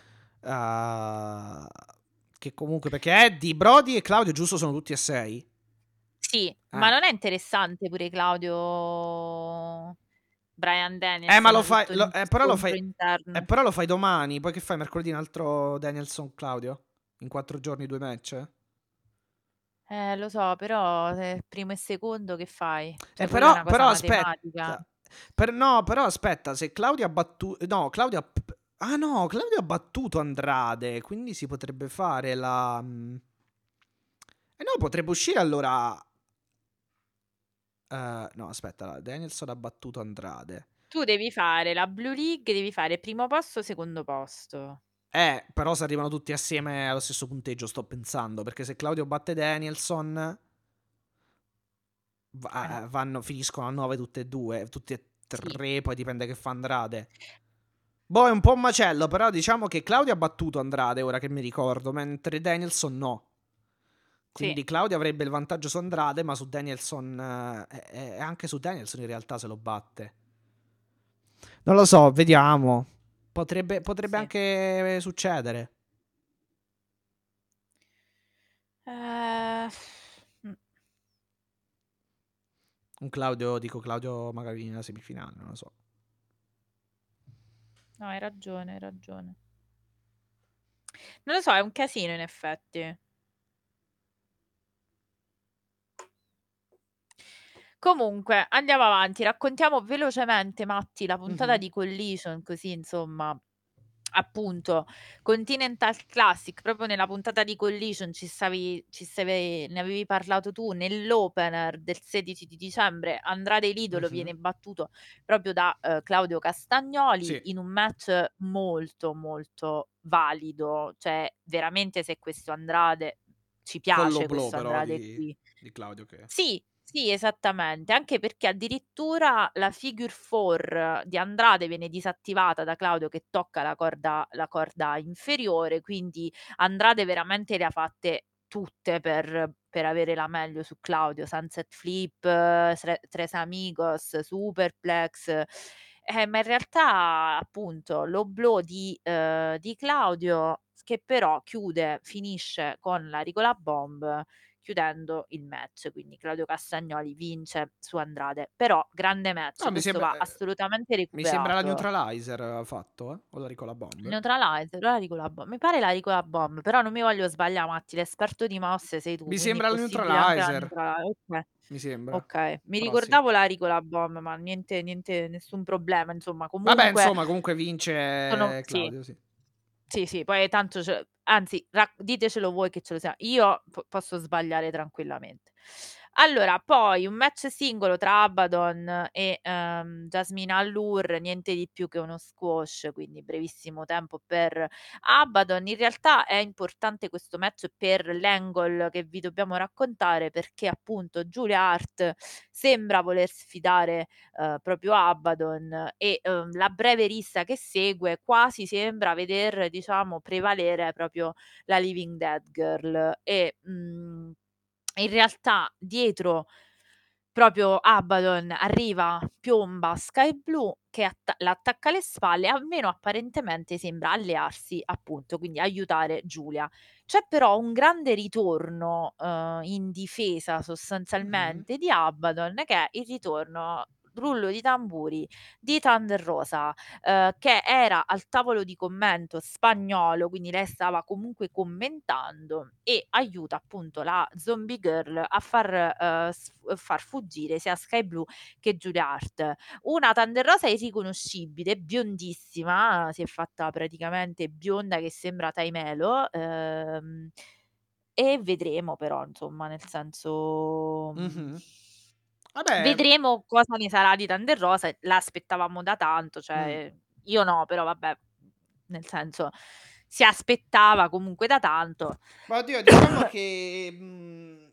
Uh, che comunque, perché Eddie, Brody e Claudio giusto sono tutti a sei. Sì, ma Eh. non è interessante pure Claudio Brian Eh, ma lo Danielson, fai, tutto lo- il eh, però lo scontro fai, eh, interno? però lo fai domani, poi che fai mercoledì un altro Danielson Claudio? In quattro giorni due match? Eh, lo so, però eh, primo e secondo che fai? Eh, Cioè, quella è però, una cosa però matematica. aspetta. Per- no, però aspetta, se Claudio ha battuto... No, Claudio ha... Ah no, Claudio ha battuto Andrade, quindi si potrebbe fare la... mm, Eh no, potrebbe uscire allora... eh, no, aspetta, Danielson ha battuto Andrade. Tu devi fare la Blue League, devi fare primo posto, secondo posto. Eh, però se arrivano tutti assieme allo stesso punteggio, sto pensando, perché se Claudio batte Danielson va- Eh, vanno, finiscono a nove tutte e due, tutti e sì, tre, poi dipende che fa Andrade. Boh, è un po' un macello, però diciamo che Claudio ha battuto Andrade, ora che mi ricordo, mentre Danielson no. sì. Quindi Claudio avrebbe il vantaggio su Andrade, ma su Danielson, eh, e anche su Danielson in realtà se lo batte. Non lo so, vediamo. Potrebbe, potrebbe Sì. anche succedere. Eh, mm, Un Claudio, dico Claudio magari nella semifinale, non lo so. no, hai ragione, hai ragione. Non lo so, è un casino in effetti. Comunque, andiamo avanti, raccontiamo velocemente, Matti, la puntata Mhm. di Collision, così insomma, appunto, Continental Classic, proprio nella puntata di Collision ci stavi, ci stavi, ne avevi parlato tu, nell'opener del sedici di dicembre, Andrade l'idolo Mhm. viene battuto proprio da eh, Claudio Castagnoli Sì, in un match molto molto valido, cioè veramente se questo Andrade, ci con low piace blow questo però Andrade di, qui. di Claudio che... Sì, sì, esattamente, anche perché addirittura la figure four di Andrade viene disattivata da Claudio che tocca la corda, la corda inferiore, quindi Andrade veramente le ha fatte tutte per, per avere la meglio su Claudio, Sunset Flip, eh, Tre- Tres Amigos, Superplex, eh, ma in realtà appunto low blow di, eh, di Claudio che però chiude, finisce con la Ricola Bomb chiudendo il match, quindi Claudio Castagnoli vince su Andrade, però grande match, No, mi questo sembra, va eh, assolutamente mi sembra la recuperato. neutralizer ha fatto, eh? O la Ricola Il Bomb. neutralizer, la Ricola Bomb, mi pare la Ricola Bomb, però non mi voglio sbagliare, Matti, l'esperto di mosse sei tu, Mi quindi è sembra la possibile anche la neutralizer. neutralizer. Ok, Mi sembra. ok, mi Però sì. ricordavo la Ricola Bomb, ma niente, niente, nessun problema, insomma, Vabbè, comunque insomma, comunque sono, vince sì. Claudio, sì. Sì, sì, poi tanto, ce- anzi, rac- ditecelo voi che ce lo siamo. Io po- posso sbagliare tranquillamente. Allora, poi un match singolo tra Abaddon e ehm, Jasmine Allure, niente di più che uno squash, quindi brevissimo tempo per Abaddon. In realtà è importante questo match per l'angle che vi dobbiamo raccontare perché appunto Julia Hart sembra voler sfidare eh, proprio Abaddon e ehm, la breve rissa che segue quasi sembra veder diciamo prevalere proprio la Living Dead Girl e mh, in realtà dietro proprio Abaddon arriva, piomba Sky Blue che atta- l'attacca alle spalle, almeno apparentemente sembra allearsi appunto, quindi aiutare Giulia. C'è però un grande ritorno eh, in difesa Mhm. sostanzialmente di Abaddon, che è il ritorno, rullo di tamburi, di Thunder Rosa, eh, che era al tavolo di commento spagnolo, quindi lei stava comunque commentando e aiuta appunto la zombie girl a far, eh, sf- far fuggire sia Sky Blue che Julia Hart. Una Thunder Rosa irriconoscibile, biondissima, si è fatta praticamente bionda che sembra Taimelo. Ehm, e vedremo però, insomma, nel senso, mh, Mhm. Vabbè, vedremo cosa ne sarà di Thunder Rosa. La aspettavamo da tanto, mm. cioè io no, però vabbè, nel senso si aspettava comunque da tanto. Ma oddio, diciamo che mh,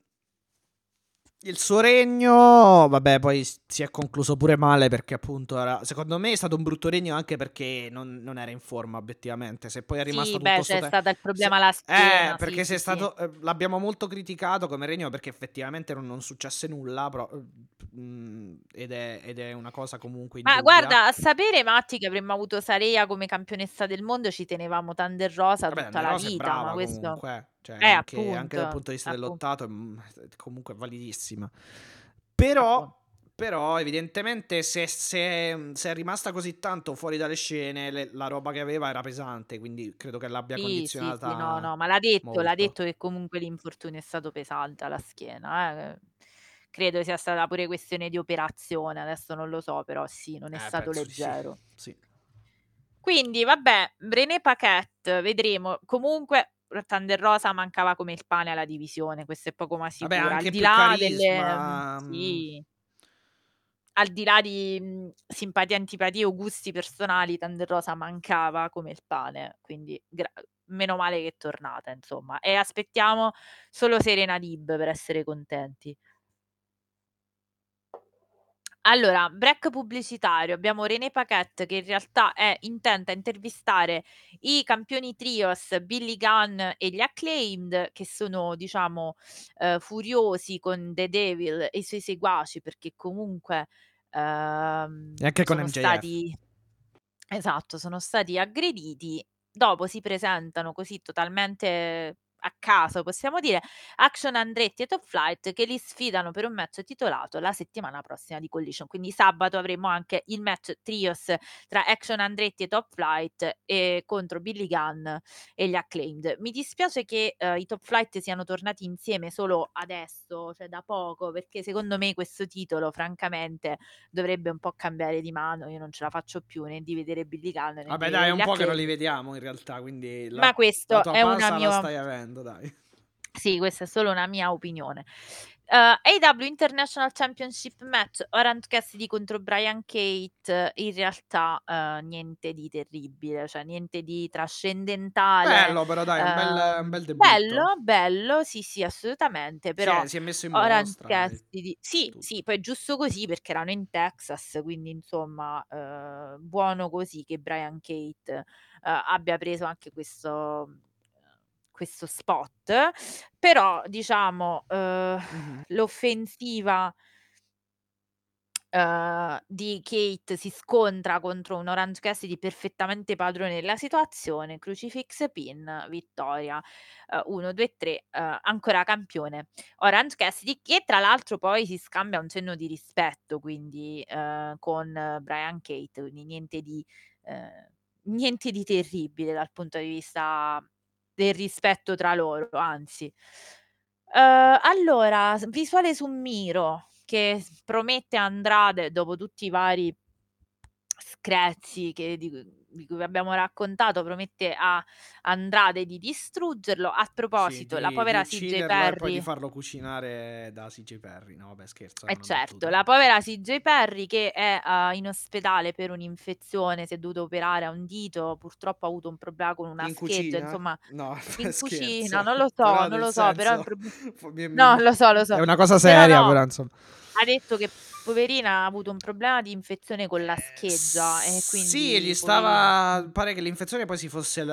il suo regno, vabbè, poi s- si è concluso pure male perché appunto era, secondo me è stato un brutto regno anche perché non, non era in forma obiettivamente. Se poi è rimasto Sì, tutto beh, sto c'è tempo... stato il problema alla Eh, schiena, sì, perché se sì, è sì. stato... eh, l'abbiamo molto criticato come regno perché effettivamente non, non successe nulla, però, eh, mh, ed, è, ed è una cosa comunque Ma indubbia. guarda, a sapere, Matti, che avremmo avuto Sareia come campionessa del mondo, ci tenevamo Thunder Rosa Vabbè, tutta Anna la Rosa è vita, ma brava questo comunque, eh. Cioè è anche, anche dal appunto, punto di vista appunto, dell'ottato è mm, comunque validissima. Però, appunto. però evidentemente se, se- se è rimasta così tanto fuori dalle scene, le- la roba che aveva era pesante, quindi credo che l'abbia Sì, sì, sì, no, condizionata no, ma l'ha detto, l'ha molto. detto che comunque l'infortunio è stato pesante alla schiena, eh. Credo sia stata pure questione di operazione, adesso non lo so, però sì, non è Eh, stato penso di sì. leggero. Sì. Quindi, vabbè, René Paquette, vedremo. Comunque, Thunder Rosa mancava come il pane alla divisione, questo è poco ma Vabbè, sicuro. Al anche di più là delle... carisma. mm, Sì, al di là di mh, simpatie, antipatie o gusti personali, Thunder Rosa mancava come il pane, quindi gra- meno male che è tornata, insomma. E aspettiamo solo Serena Dib per essere contenti. Allora, break pubblicitario, abbiamo René Paquette che in realtà è intenta a intervistare i campioni trios Billy Gunn e gli Acclaimed, che sono, diciamo, eh, furiosi con The Devil e i suoi seguaci perché comunque ehm, E anche con sono M J F. stati, esatto, sono stati aggrediti. Dopo si presentano così totalmente a caso, possiamo dire, Action Andretti e Top Flight che li sfidano per un match titolato la settimana prossima di Collision. Quindi sabato avremo anche il match trios tra Action Andretti e Top Flight e contro Billy Gunn e gli Acclaimed. Mi dispiace che eh, i Top Flight siano tornati insieme solo adesso, cioè da poco, perché secondo me questo titolo francamente dovrebbe un po' cambiare di mano. Io non ce la faccio più né di vedere Billy Gunn né Vabbè, di dai, è vedere un gli po' che non li Acclaimed. vediamo in realtà, quindi la, Ma la questo tua è una pausa la mia stai avendo, dai. Sì, questa è solo una mia opinione. Uh, A E W International Championship match Orange Cassidy contro Brian Cate, in realtà uh, niente di terribile, cioè niente di trascendentale. Bello però, dai, un bel, un Uh, bel debutto. bello, bello, sì sì, assolutamente, però Sì, si è messo in Orange mostra. Cassidy, sì tutto. sì, poi giusto così perché erano in Texas, quindi insomma uh, buono così che Brian Cate uh, abbia preso anche questo questo spot, però diciamo uh, Mm-hmm. l'offensiva uh, di Kate si scontra contro un Orange Cassidy perfettamente padrone della situazione, crucifix pin, vittoria, uno, due, tre, ancora campione Orange Cassidy, che tra l'altro poi si scambia un cenno di rispetto quindi uh, con Brian Cate, quindi niente di uh, niente di terribile dal punto di vista del rispetto tra loro, anzi. Uh, allora, visuale su Miro che promette a Andrade, dopo tutti i vari screzi che, di, di cui abbiamo raccontato, promette a Andrade di distruggerlo. A proposito, sì, la di, povera di C J ucciderlo e poi di Perry, farlo cucinare da C J Perry. No, vabbè, scherzo, è eh una certo, battuta. la povera C J Perry che è uh, in ospedale per un'infezione, si è dovuto operare a un dito, purtroppo ha avuto un problema con una In scheggia, cucina? insomma, No, in cucina, scherzo. non lo so, Però non nel lo so, però è un senso... problema. mi- mi- No, mi- lo so, lo so, è una cosa però seria, no, però insomma. ha detto che poverina ha avuto un problema di infezione con la Eh, scheggia e sì, gli quindi poverina. stava. Pare che l'infezione poi si fosse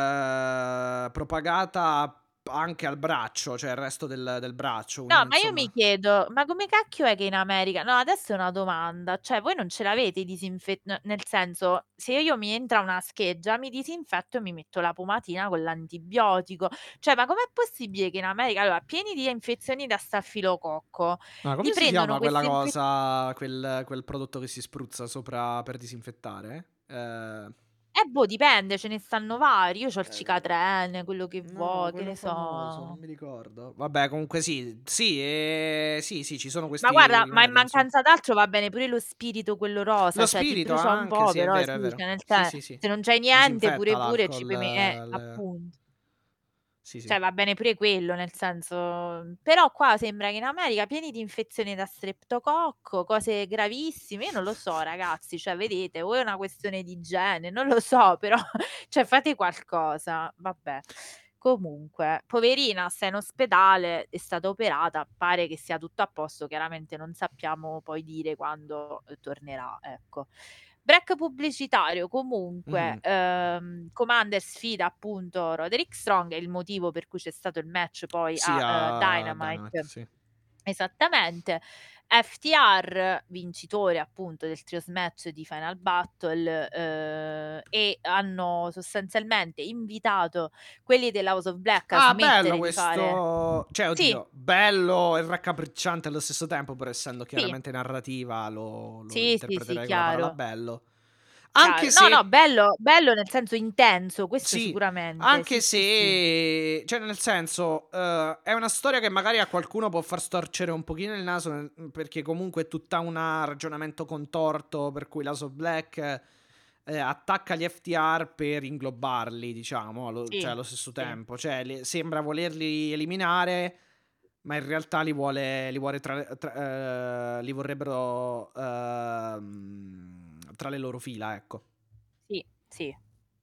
eh, propagata anche al braccio, cioè il resto del, del braccio. No, Quindi ma io insomma. mi chiedo, ma come cacchio è che in America, no, adesso è una domanda, cioè voi non ce l'avete i disinfettanti, nel senso, se io mi entra una scheggia, mi disinfetto e mi metto la pomatina con l'antibiotico, cioè, ma com'è possibile che in America, allora, pieni di infezioni da stafilococco, Ma ti come si prendono chiama quella queste infezioni. cosa? Quel, quel prodotto che si spruzza sopra per disinfettare? Eh. Eh, boh, dipende, ce ne stanno vari. Io c'ho il Eh, Cicatrene, quello che no, vuoi, che quello ne famoso, non so. mi ricordo. Vabbè, comunque sì, sì, eh, sì, sì, ci sono Ma questi guarda, ma in rimedi, insomma. mancanza d'altro va bene pure lo spirito, quello rosa, Lo cioè ti spirito brucia un anche, po', sì, è però vero, è sì, vero. cioè nel Sì, senso, sì, sì. se non c'hai niente, Disinfetta pure pure ci l'alcol. puoi me- eh, le- appunto. Sì, sì. Cioè va bene pure quello, nel senso, però qua sembra che in America pieni di infezioni da streptococco, cose gravissime, io non lo so ragazzi, cioè vedete, o è una questione di igiene, non lo so, però cioè fate qualcosa, vabbè. Comunque, poverina, sta in ospedale, è stata operata, pare che sia tutto a posto, chiaramente non sappiamo poi dire quando eh, tornerà, ecco. Break pubblicitario, comunque, Mhm. ehm, Commander sfida appunto Roderick Strong, è il motivo per cui c'è stato il match poi Sì, a eh, a Dynamite, Dynamite. sì. Esattamente. F T R, vincitore appunto del trios match di Final Battle, eh, e hanno sostanzialmente invitato quelli dell'House of Black a Ah, bello smettere di fare. questo. Cioè, Sì, oddio, bello e raccapricciante allo stesso tempo, pur essendo sì, chiaramente narrativa, lo, lo sì, sì, sì, interpreterei con la parola chiaro. bello. Anche Chiaro. No, no, se. bello, bello nel senso intenso, questo Sì, sicuramente. anche Sì, sì, sì. se, cioè nel senso, eh, è una storia che magari a qualcuno può far storcere un pochino il naso, nel- perché comunque è tutta un ragionamento contorto per cui la So Black eh, attacca gli F T R per inglobarli, diciamo, allo, cioè Sì, allo stesso sì. tempo, cioè le- sembra volerli eliminare, ma in realtà li vuole, li vuole tra, tra, uh, li vorrebbero uh, tra le loro fila, ecco. Sì, sì.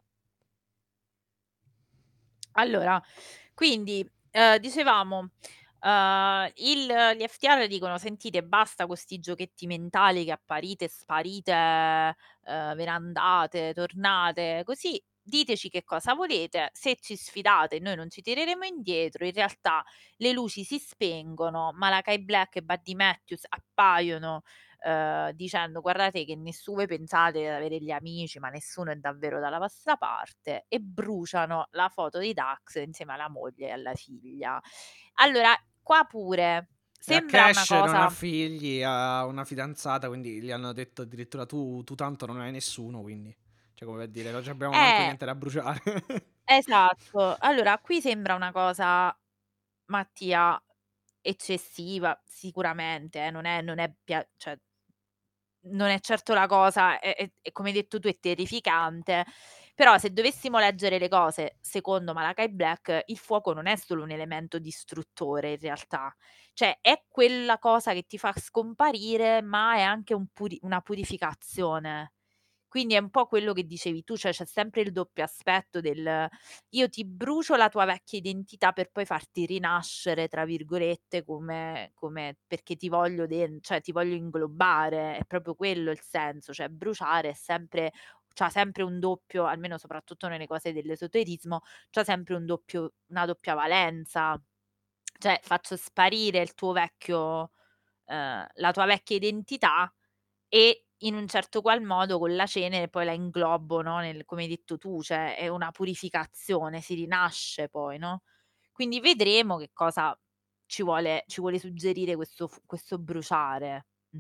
Allora, quindi uh, dicevamo, uh, il, gli F T R dicono: sentite, basta con questi giochetti mentali che apparite, sparite, uh, ve ne andate, tornate, così. Diteci che cosa volete, se ci sfidate noi non ci tireremo indietro. In realtà le luci si spengono, Malachi Black e Buddy Matthews appaiono eh, dicendo: guardate che nessuno, voi pensate di avere gli amici, ma nessuno è davvero dalla vostra parte, e bruciano la foto di Dax insieme alla moglie e alla figlia. Allora, qua pure E a sembra una Cash non ha cosa... figli, ha una fidanzata, quindi gli hanno detto addirittura tu, tu tanto non hai nessuno, quindi... Cioè, come per dire, non abbiamo manco Eh, niente da bruciare. esatto. Allora, qui sembra una cosa, Mattia, eccessiva, sicuramente, eh, non è, non è, pia- cioè, non è certo la cosa, è, è- è, come hai detto tu, è terrificante. Però se dovessimo leggere le cose secondo Malachi Black, il fuoco non è solo un elemento distruttore in realtà, cioè è quella cosa che ti fa scomparire, ma è anche un puri- una purificazione. Quindi è un po' quello che dicevi tu, cioè c'è sempre il doppio aspetto del io ti brucio la tua vecchia identità per poi farti rinascere, tra virgolette, come, come perché ti voglio, de- cioè ti voglio inglobare, è proprio quello il senso, cioè bruciare è sempre, c'ha sempre un doppio, almeno soprattutto nelle cose dell'esoterismo, c'ha sempre un doppio, una doppia valenza, cioè faccio sparire il tuo vecchio, eh, la tua vecchia identità e in un certo qual modo con la cenere poi la inglobo, no? Nel, come hai detto tu, cioè è una purificazione, si rinasce poi, no? Quindi vedremo che cosa ci vuole, ci vuole suggerire questo, fu- questo bruciare. Mm.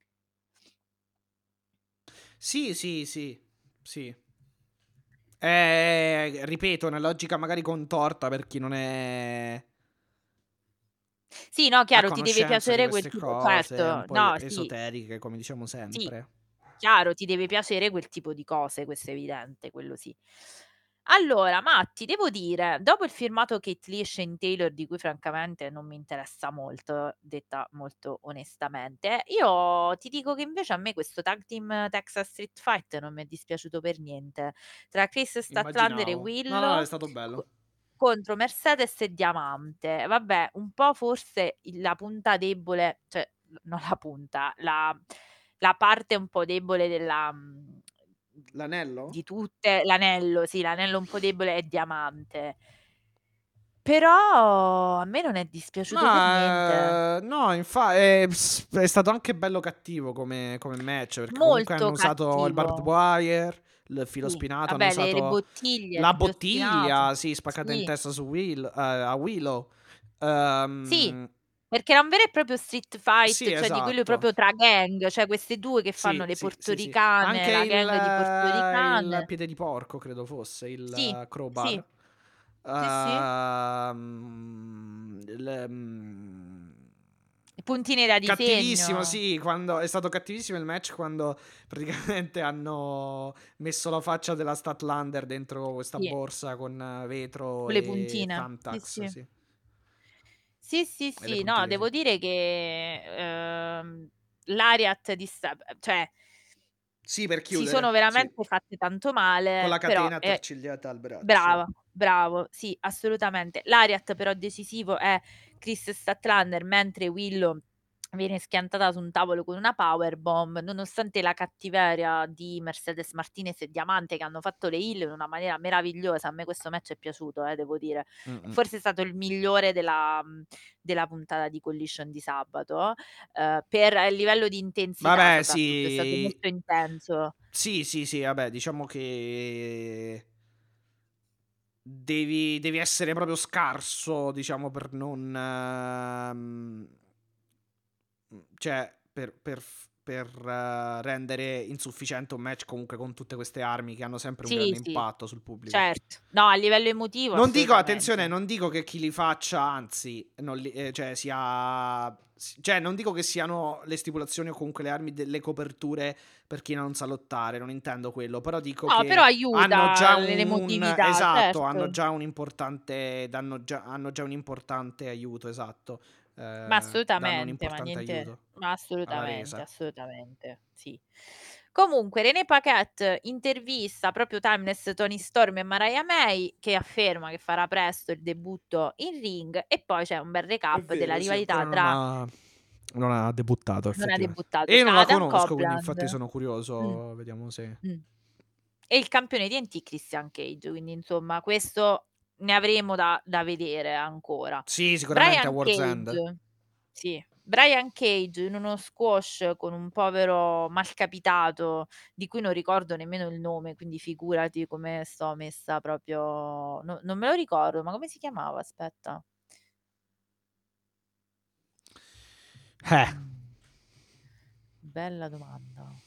Sì, sì, sì, sì. Eh, ripeto, una logica magari contorta per chi non è Sì, no, a chiaro, ti deve conoscenza di piacere quel queste tipo, cose, un certo, po' no, sì, esoteriche, come diciamo sì, sempre. chiaro, ti deve piacere quel tipo di cose, questo è evidente, quello sì. Allora, Matti, devo dire, dopo il firmato Kate Lee e Shane Taylor, di cui francamente non mi interessa molto, detta molto onestamente, io ti dico che invece a me questo tag team Texas Street Fight non mi è dispiaciuto per niente. Tra Chris Statlander e Immaginavo. No, no, è Willow stato bello. co- contro Mercedes e Diamante. Vabbè, un po' forse il- la punta debole, cioè non la punta, la, la parte un po' debole della, mm, L'anello? di tutte, l'anello, sì, l'anello un po' debole è Diamante. Però a me non è dispiaciuto per niente. Ma eh, no, infatti è, è stato anche bello cattivo come, come match, perché comunque hanno Molto usato il barbed cattivo. wire, il filo Sì, spinato, hanno vabbè, le, le usato bottiglie, il la filo spinato. bottiglia, sì, spaccata in Sì, testa su Will, eh, a Willow. sì, Ehm, perché era un vero e proprio street sì, fight, cioè di quello esatto. proprio tra gang, cioè queste due che fanno Sì, le sì, sì, sì. portoricane, Anche la il, gang di eh, il portoricane. piede di porco, credo fosse, il Sì, eh, crowbar. sì, sì, sì. Ehm, il, mm, I puntini da cattivissimo, disegno. sì, quando è stato cattivissimo il match quando praticamente hanno messo la faccia della Statlander dentro questa Sì, borsa con eh, vetro con le e puntine. Sì, thumbtacks, sì. sì. Sì, sì, E le sì, no, puntine, sì. devo dire che ehm, l'Ariat di sta- cioè Sì, per si sono chiudere, sì. veramente fatte tanto Con la male, però catena è attorcigliata al braccio. brava, bravo, sì, assolutamente. L'Ariat però decisivo è Chris Statlander, mentre Willow viene schiantata su un tavolo con una powerbomb, nonostante la cattiveria di Mercedes Martinez e Diamante che hanno fatto le heal in una maniera meravigliosa. A me questo match è piaciuto, eh, devo dire. Mm-mm. Forse è stato il migliore della, della puntata di Collision di sabato, eh, per il livello di intensità Vabbè, soprattutto, è stato sì. molto intenso. Sì, sì, sì, vabbè, diciamo che devi, devi essere proprio scarso, diciamo, per non... ehm, cioè, per, per, per, eh, rendere insufficiente un match comunque con tutte queste armi che hanno sempre un Sì, grande sì, impatto sul pubblico. certo. No, a livello emotivo Non dico, attenzione, assolutamente. non dico che chi li faccia, anzi, non li- eh, cioè, sia... Cioè, non dico che siano le stipulazioni o comunque le armi delle coperture per chi non sa lottare, non intendo quello, però dico No, però che hanno aiuta già un... l'emotività, Esatto, hanno certo. già un importante... Danno già, hanno già un importante aiuto, esatto. eh, Ma danno un assolutamente, ma importante niente, aiuto ma alla assolutamente, resa. assolutamente, sì. Comunque René Paquette intervista proprio Timeless Tony Storm e Mariah May, che afferma che farà presto il debutto in ring, e poi c'è un bel È recap della vero, sì, rivalità ancora non tra ha, non ha debuttato, non ha effettivamente. debuttato, E io non tra la Adam conosco, quindi infatti Copeland sono mh, curioso. Vediamo se... mh, e il campione T N T Christian Cage, quindi insomma questo ne avremo da da vedere ancora. Sì, sicuramente a Brian World's End. Cage sì, Brian Cage in uno squash con un povero malcapitato di cui non ricordo nemmeno il nome, quindi figurati come sto messa proprio, no, non me lo ricordo, ma come si chiamava? Aspetta. Eh, Mm, bella domanda.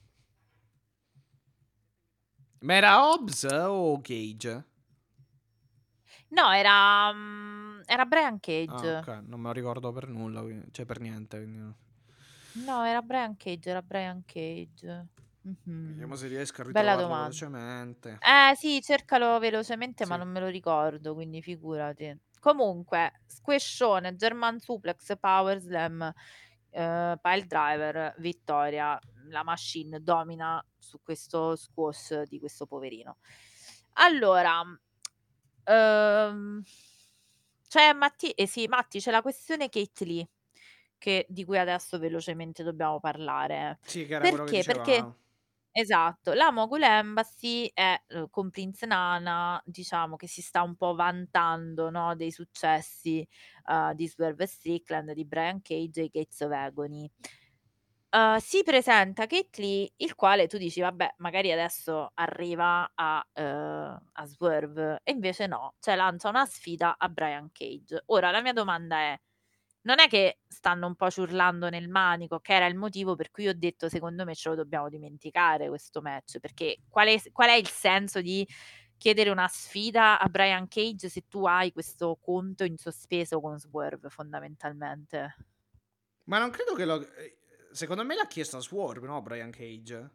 ma era Hobbs o Cage? No, era, mm, era Brian Ah, ok, Cage. non me lo ricordo per nulla, quindi- cioè per niente. Quindi no. No, era Brian Cage, era Brian Cage. Mhm. Vediamo se riesco a Bella ritrovarlo domanda. velocemente. Eh sì, cercalo velocemente, ma Sì. non me lo ricordo, quindi figurati. Comunque, squascione, German suplex, power slam, eh, pile driver, vittoria. La machine domina su questo squash di questo poverino. Allora, ehm, c'è Matti, eh sì, Matti, c'è la questione Kate Lee, che, di cui adesso velocemente dobbiamo parlare. Sì, che era quello che Perché? Perché diceva. esatto, la Mogul Embassy è, uhm, con Prince Nana, diciamo che si sta un po' vantando, no, dei successi, uhm, di Swerve Strickland, di Brian Cage e i Gates of Agony. Uhm, si presenta Keith Lee, il quale tu dici: "Vabbè, magari adesso arriva a uhm, a Swerve", e invece no, cioè lancia una sfida a Brian Cage. Ora la mia domanda è: non è che stanno un po' ciurlando nel manico, che era il motivo per cui ho detto secondo me ce lo dobbiamo dimenticare questo match, perché qual è, qual è il senso di chiedere una sfida a Brian Cage se tu hai questo conto in sospeso con Swerve fondamentalmente? Ma non credo che lo... eh, Secondo me l'ha chiesto a Swerve, no? Brian Cage.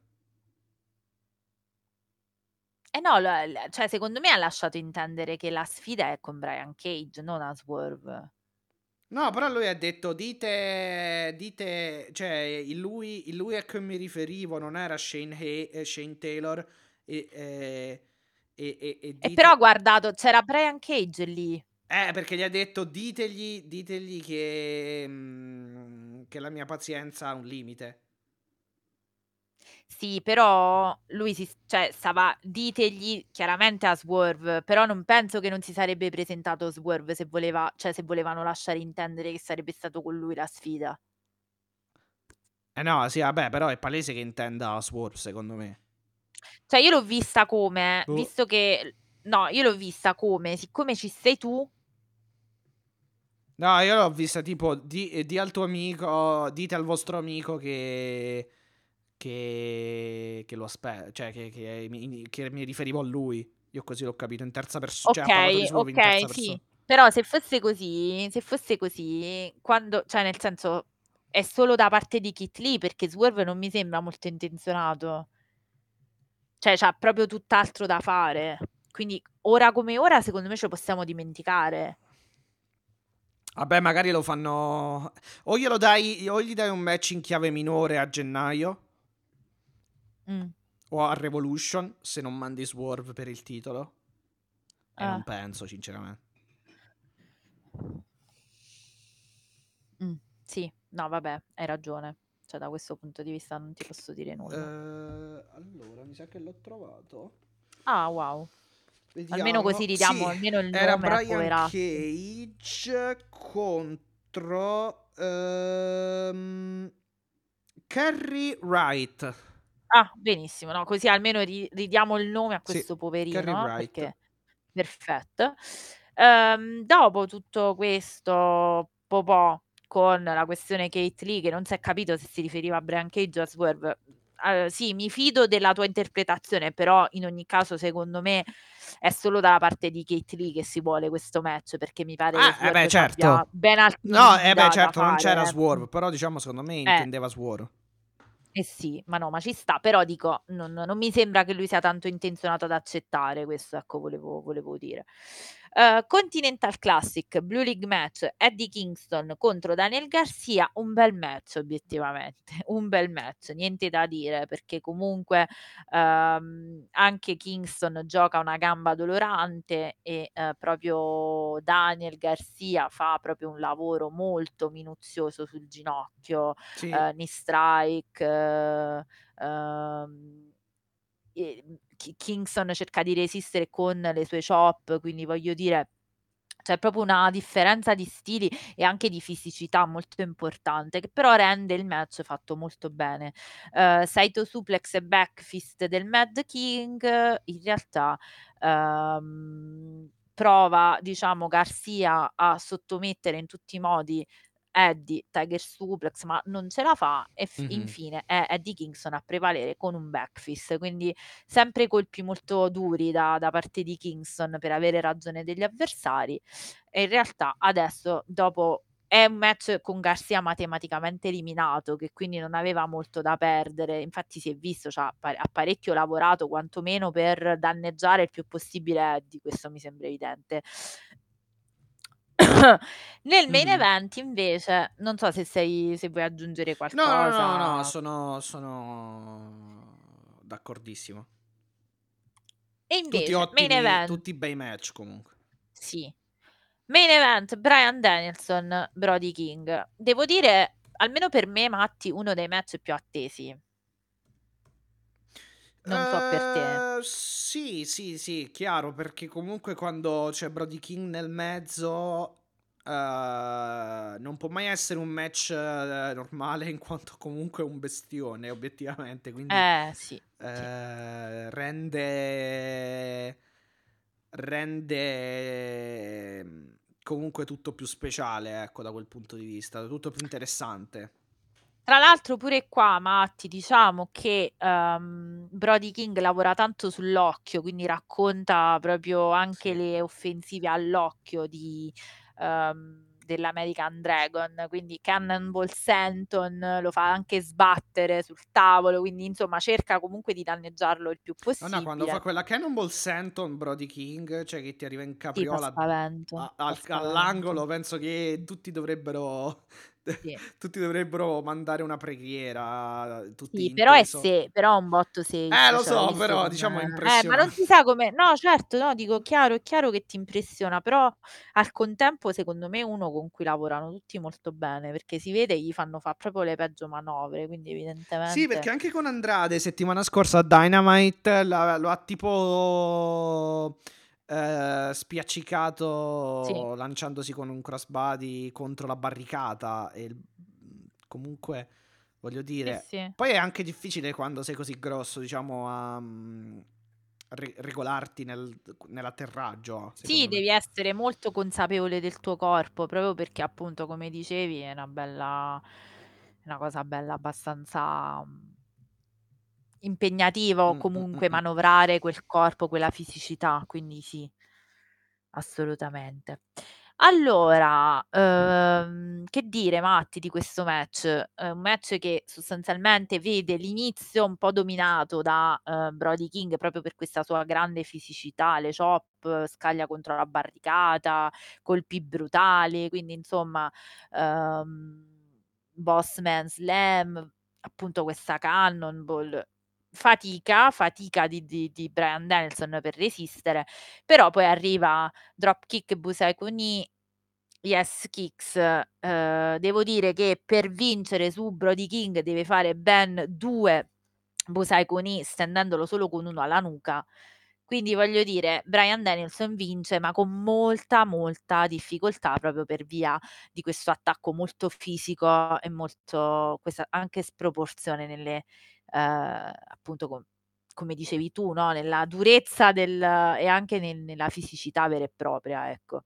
Eh no, la- la- cioè secondo me ha lasciato intendere che la sfida è con Brian Cage, non a Swerve. No, però lui ha detto, dite, dite, cioè, il lui, il lui a cui mi riferivo non era Shane, Hay- eh, Shane Taylor, e, eh, e, e, e E però ha dite... guardato, c'era Brian Cage lì. Eh, perché gli ha detto, ditegli, ditegli che, mm, che la mia pazienza ha un limite. Sì, però lui si cioè stava ditegli chiaramente a Swerve, però non penso che non si sarebbe presentato Swerve se voleva cioè se volevano lasciare intendere che sarebbe stato con lui la sfida. Eh no, sì, vabbè, però è palese che intenda Swerve, secondo me. Cioè io l'ho vista come, Boh. visto che no, io l'ho vista come, siccome ci sei tu. No, io l'ho vista tipo, di, di al tuo amico, dite al vostro amico che... Che, che lo aspetta, cioè che, che, mi, che mi riferivo a lui. Io così l'ho capito in terza persona, cioè ha parlato di Okay, Swerve in terza okay, persona. sì. Però se fosse così se fosse così, quando cioè nel senso, è solo da parte di Kit Lee, perché Swerve non mi sembra molto intenzionato. Cioè c'ha proprio tutt'altro da fare. Quindi ora come ora secondo me ce lo possiamo dimenticare. Vabbè, magari lo fanno. O glielo dai, o gli dai un match in chiave minore a gennaio. Mh. O a Revolution, se non mandi Swerve per il titolo. E Eh. non penso, sinceramente. Mh. Sì, no vabbè, hai ragione. Cioè da questo punto di vista non ti posso dire Eh, nulla. allora, mi sa che l'ho trovato. Ah, wow. Almeno così Vediamo. ridiamo Sì, almeno il era nome al Brian poverazzo. Cage contro ehm, Kerry Wright. Ah, benissimo, no, così almeno ri ridiamo il nome a Sì, questo Kerry poverino, Wright. perché perfetto. Ehm, dopo tutto questo popò con la questione Kate Lee, che non si è capito se si riferiva a Brian Cage o a Swerve, uhm, sì, mi fido della tua interpretazione, però in ogni caso secondo me è solo dalla parte di Kate Lee che si vuole questo match, perché mi pare che Ah, eh beh, Swerve c'abbia certo. ben altri No, nidi eh beh, da da certo, non c'era fare, eh. Mh. Swerve, però diciamo secondo me Eh. intendeva Swerve. Eh sì, ma no, ma ci sta, però dico, non non mi sembra che lui sia tanto intenzionato ad accettare questo, ecco, volevo volevo dire. Uh, Continental Classic, Blue League match, Eddie Kingston contro Daniel Garcia, un bel match obiettivamente, un bel match, niente da dire, perché comunque um, anche Kingston gioca una gamba dolorante e uh, proprio Daniel Garcia fa proprio un lavoro molto minuzioso sul ginocchio, Sì. uh, knee strike, uh, um, e Kingston cerca di resistere con le sue chop, quindi voglio dire c'è proprio una differenza di stili e anche di fisicità molto importante, che però rende il match fatto molto bene. Uh, Saito suplex e backfist del Mad King, in realtà um, prova, diciamo, Garcia a sottomettere in tutti i modi Eddie, Tiger suplex, ma non ce la fa e f- Mhm. infine è Eddie Kingston a prevalere con un backfist, quindi sempre colpi molto duri da, da parte di Kingston per avere ragione degli avversari, e in realtà adesso dopo è un match con Garcia matematicamente eliminato, che quindi non aveva molto da perdere, infatti si è visto, cioè, ha pa- ha parecchio lavorato quantomeno per danneggiare il più possibile Eddie, questo mi sembra evidente. Nel main Mhm. event invece, non so se, sei, se vuoi aggiungere No, no, qualcosa. no, no, sono, sono d'accordissimo. E Tutti invece, main ottimi, event, tutti bei match comunque. sì. Main event, Bryan Danielson, Brody King. Devo dire, almeno per me, Matti, uno dei match più attesi. Non so per te. Eh, sì, sì, sì, chiaro, perché comunque quando c'è Brody King nel mezzo, eh, non può mai essere un match eh, normale, in quanto comunque è un bestione, obiettivamente, quindi Eh, sì, sì. eh, rende rende mm, comunque tutto più speciale, ecco, da quel punto di vista, tutto più interessante. Tra l'altro pure qua, Matti, diciamo che um, Brody King lavora tanto sull'occhio, quindi racconta proprio anche Sì. le offensive all'occhio di, um, dell'American Dragon, quindi Cannonball Stanton lo fa anche sbattere sul tavolo, quindi insomma cerca comunque di danneggiarlo il più No, no, quando fa possibile. quella Cannonball Santon, Brody King, cioè che ti arriva in Sì, fa capriola spavento, a- fa al- spavento. all'angolo, penso che tutti dovrebbero Sì. tutti dovrebbero mandare una preghiera, tutti Sì, però è inteso. se però è un botto Eh, safe, lo cioè hai so, visto però diciamo è come eh, ma non si impressionante. sa come no, certo, no, dico chiaro, è chiaro che ti impressiona, però al contempo secondo me è uno con cui lavorano tutti molto bene, perché si vede gli fanno fa proprio le peggio manovre, quindi Sì, evidentemente perché anche con Andrade settimana scorsa a Dynamite la- lo ha tipo eh, sì, spiaccicato lanciandosi con un crossbody contro la barricata. E il- comunque, voglio sì, dire, sì. poi è anche difficile quando sei così grosso, diciamo, a mm, re- regolarti nel- nell'atterraggio, Sì, secondo me. devi essere molto consapevole del tuo corpo, proprio perché appunto, come dicevi, è una bella una cosa bella abbastanza mm, impegnativa, o Mm, mm, mm, comunque mm. manovrare quel corpo, quella fisicità, quindi sì, assolutamente. Allora, ehm, che dire Matti di questo match? È un match che sostanzialmente vede l'inizio un po' dominato da, ehm, Brody King proprio per questa sua grande fisicità, le chop, scaglia contro la barricata, colpi brutali, quindi insomma, ehm, Bossman Slam, appunto questa Cannonball. Fatica, fatica di di di Bryan Danielson per resistere, però poi arriva dropkick, Busaiku Knee, yes kicks. Ehm, devo dire che per vincere su Brody King deve fare ben due Busaiku Knee, stendendolo solo con uno alla nuca. Quindi voglio dire, Bryan Danielson vince, ma con molta, molta difficoltà, proprio per via di questo attacco molto fisico e molto questa anche sproporzione nelle ehm, appunto com come dicevi tu, no, nella durezza del e anche nel nella fisicità vera e propria, ecco.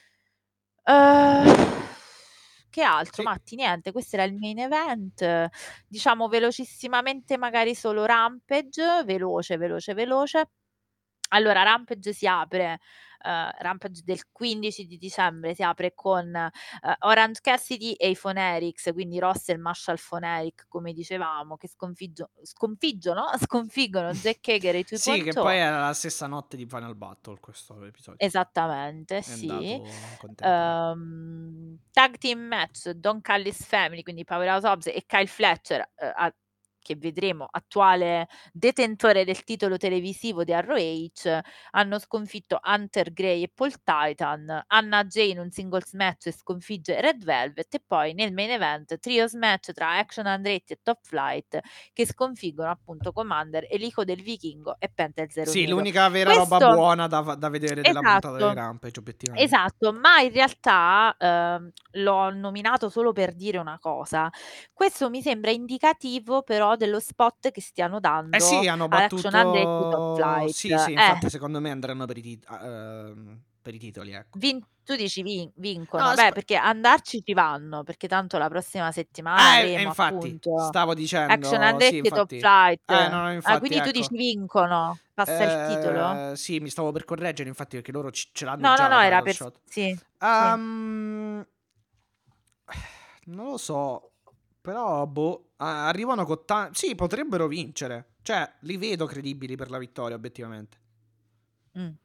Uhm, che altro Sì. Matti? Niente, questo era il main event. Diciamo velocissimamente magari solo Rampage, veloce, veloce, veloce. Allora Rampage si apre, Rampage del quindici di dicembre si apre con uh, Orange Cassidy e i Phonetics, quindi Ross e il Marshall Phonetics, come dicevamo, che sconfiggio- sconfiggono sconfiggono Jack Hager e i Sì, che due punto poi oh. era la stessa notte di Final Battle questo episodio. Esattamente, È sì. andato contemporaneo. Um, tag team match Don Callis Family, quindi Powerhouse Hobbs e Kyle Fletcher, eh, a- che vedremo attuale detentore del titolo televisivo di R O H, hanno sconfitto Hunter Gray e Paul Titan. Anna Jay in un singles match sconfigge Red Velvet, e poi nel main event trios match tra Action Andretti e Top Flight, che sconfiggono appunto Commander, Elico del Vichingo e Penta il Zero Sì, Muro. l'unica vera roba Questo buona da, da vedere della puntata di esatto, Rampage, obiettivamente. esatto, ma in realtà ehm, l'ho nominato solo per dire una cosa. Questo mi sembra indicativo però dello spot che stiano Eh dando sì, hanno ad Action Andretti e Top battuto. Flight. Sì, sì, Eh, infatti secondo me andranno per i, tit- ah, ehm, per i titoli, ecco. vin- tu dici vin- vincono? No, Beh, sp- perché andarci ci vanno, perché tanto la prossima settimana eh, eh, avremo infatti, appunto stavo Action dicendo, sì, Andretti e Top infatti. Flight. Eh, no, no, Ah, infatti, quindi tu ecco. dici vincono? Passa il titolo? Eh, sì, mi stavo per correggere, infatti, perché loro c- ce l'hanno No, no, già la no, era title per... shot. Sì, sì. Ehm, non lo so, però, boh, ah, arrivano con tanti. Sì, potrebbero vincere. Cioè, li vedo credibili per la vittoria, obiettivamente. Mm. Mm.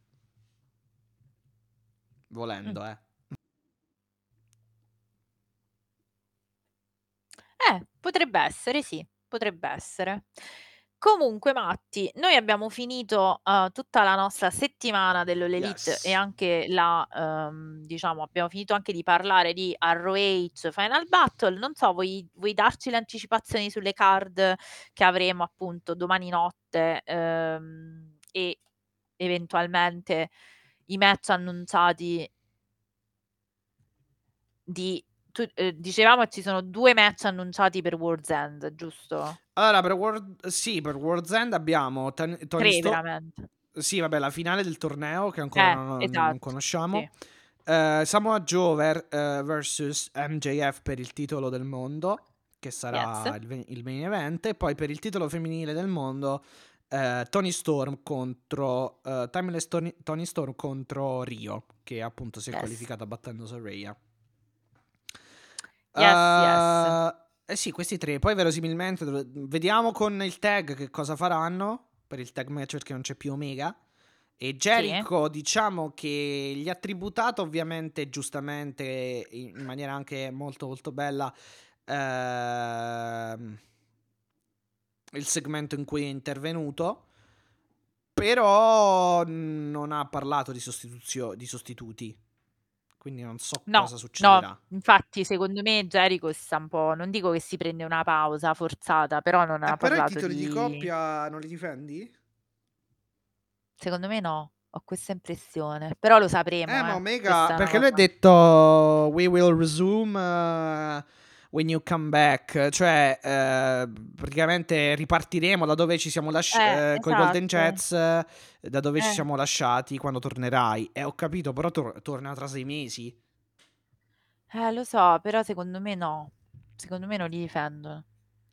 Volendo, eh. Eh, potrebbe essere, sì, potrebbe essere. Comunque, Matti, noi abbiamo finito uh, tutta la nostra settimana dell'All Elite Yes. e anche la, um, diciamo, abbiamo finito anche di parlare di R O H Final Battle. Non so, vuoi, vuoi darci le anticipazioni sulle card che avremo appunto domani notte um, e eventualmente i match annunciati di... Tu, eh, dicevamo che ci sono due match annunciati per World's End, giusto? Allora, per World... sì, per World's End abbiamo Tony, Tony Tre Storm. veramente. Sì, vabbè, la finale del torneo che ancora Eh, non, non- non esatto. conosciamo. Sì. Eh, Samoa Joe ver- eh, versus M J F per il titolo del mondo, che sarà Yes. il, ve- il main event. E poi per il titolo femminile del mondo, eh, Tony Storm contro eh, Timeless Tony, Tony Storm contro Rio, che appunto si è Yes. qualificata battendo Saraya. Yes, yes. Uh, eh sì, questi tre. Poi verosimilmente dov- vediamo con il tag che cosa faranno per il tag match, perché non c'è più Omega. E Jericho, diciamo che gli ha tributato ovviamente giustamente in maniera anche molto molto bella ehm, il segmento in cui è intervenuto, però non ha parlato di, sostituzio- di sostituti, quindi non so No, cosa no, succederà. infatti secondo me Jericho sta un po', non dico che si prende una pausa forzata, però non ha Eh, però i parlato titoli di di... coppia non li difendi? Secondo me no, ho questa impressione, però lo sapremo, Eh, ma eh. Omega, Questa è una perché lui ha cosa... detto we will resume uh, when you come back, cioè eh, praticamente ripartiremo da dove ci siamo lasciati Eh, eh, con i Golden esatto. Jets, eh, da dove ci Eh. siamo lasciati quando tornerai. E eh, ho capito, però tor- torna tra sei mesi. Eh, lo so, però secondo me no. Secondo me non li difendono.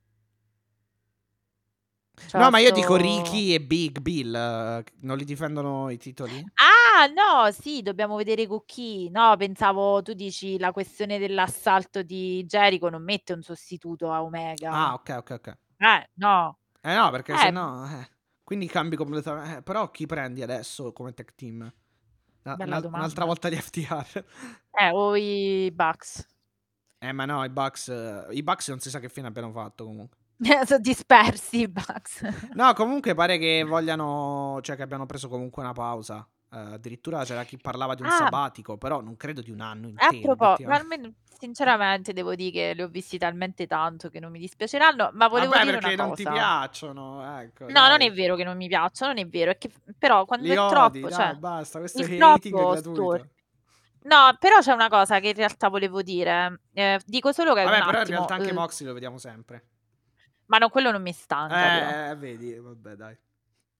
No, Cioè, ma io dico sto... Ricky e Big Bill, eh, non li difendono i titoli? Ah, no, sì, dobbiamo vedere con chi. No, pensavo, tu dici la questione dell'assalto di Jericho non mette un sostituto a Ah, Omega. ok, ok, ok. Eh, no. Eh no, perché se Eh, no... Eh, quindi cambi completamente... eh, però chi prendi adesso come tech team? Una- bella una- un'altra domanda. volta gli F T R. Eh, o i Bucks. Eh, ma no, i Bucks. eh, I Bucks non si sa che fine abbiano fatto comunque. Sono dispersi i Bucks. No, comunque pare che vogliano. Cioè, che abbiano preso comunque una pausa. Eh, addirittura c'era chi parlava di un Ah, sabbatico, però non credo di un anno a intero, proposito, obiettivamente. almeno sinceramente devo dire che li ho visti talmente tanto che non mi dispiaceranno, ma volevo Vabbè, dire una perché non ti cosa. piacciono. Ecco, No, non è dai. vero che non mi piacciono, non è vero, è che però quando Li è odi, troppo, cioè dai, basta. Questo il hating è troppo gratuito. storpi. No, però c'è una cosa che in realtà volevo dire. Eh, dico solo che un Vabbè, però in attimo, realtà anche eh, Moxley lo vediamo sempre. ma no, quello non mi stanca però. Eh, eh, vedi, vabbè, dai.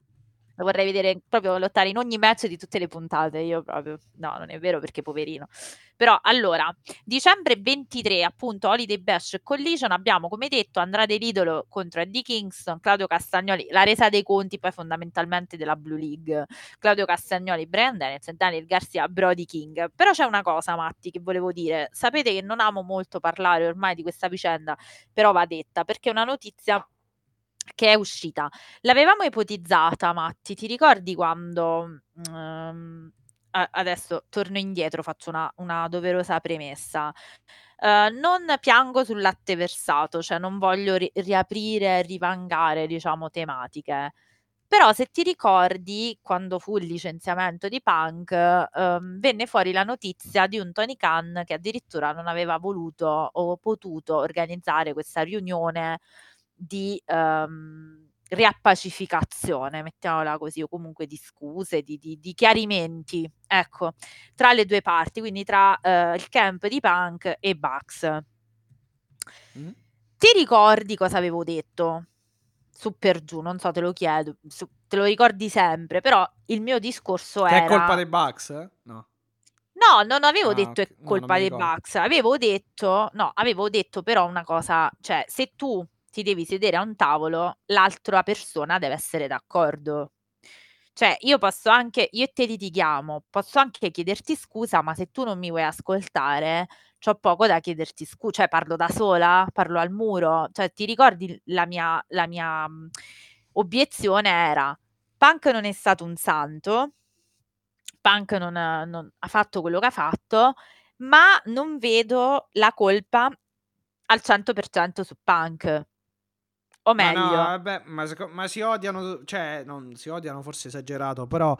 Lo vorrei vedere proprio lottare in ogni match di tutte le puntate. Io proprio, no, non è vero perché poverino. Però allora, dicembre ventitré, appunto, Holiday Bash e Collision, abbiamo come detto Andrade Idolo contro Eddie Kingston, Claudio Castagnoli, la resa dei conti poi fondamentalmente della Blue League, Claudio Castagnoli, Brian Daniels e Daniel Garcia, Brody King. Però c'è una cosa, Matti, che volevo dire. Sapete che non amo molto parlare ormai di questa vicenda, però va detta, perché è una notizia che è uscita. L'avevamo ipotizzata, Matti, ti ricordi quando... Um, adesso torno indietro, faccio una, una doverosa premessa. Uh, non piango sul latte versato, cioè non voglio ri- riaprire e rivangare, diciamo, tematiche. Però se ti ricordi, quando fu il licenziamento di Punk, ehm, venne fuori la notizia di un Tony Khan che addirittura non aveva voluto o potuto organizzare questa riunione di ehm, riappacificazione, mettiamola così, o comunque di scuse, di, di- di chiarimenti, ecco, tra le due parti, quindi tra eh, il camp di Punk e Bucks. Mm? Ti ricordi cosa avevo detto? Su per giù, non so, te lo chiedo, su- te lo ricordi sempre, però il mio discorso Che è colpa era... dei Bucks? Eh? No. No, non avevo Ah, detto è ok. No, non colpa mi dei ricordo. Bucks, avevo detto, no, avevo detto però una cosa, cioè se tu ti devi sedere a un tavolo, l'altra persona deve essere d'accordo. Cioè, io posso anche, io e te litighiamo, posso anche chiederti scusa, ma se tu non mi vuoi ascoltare, c'ho poco da chiederti scusa, cioè parlo da sola, parlo al muro, cioè ti ricordi la mia, la mia mh, obiezione era, Punk non è stato un santo, Punk non ha, non- ha fatto quello che ha fatto, ma non vedo la colpa al cento per cento su Punk, o Ma no, meglio, vabbè, ma, seco- ma si odiano, cioè, non si odiano, forse esagerato, però...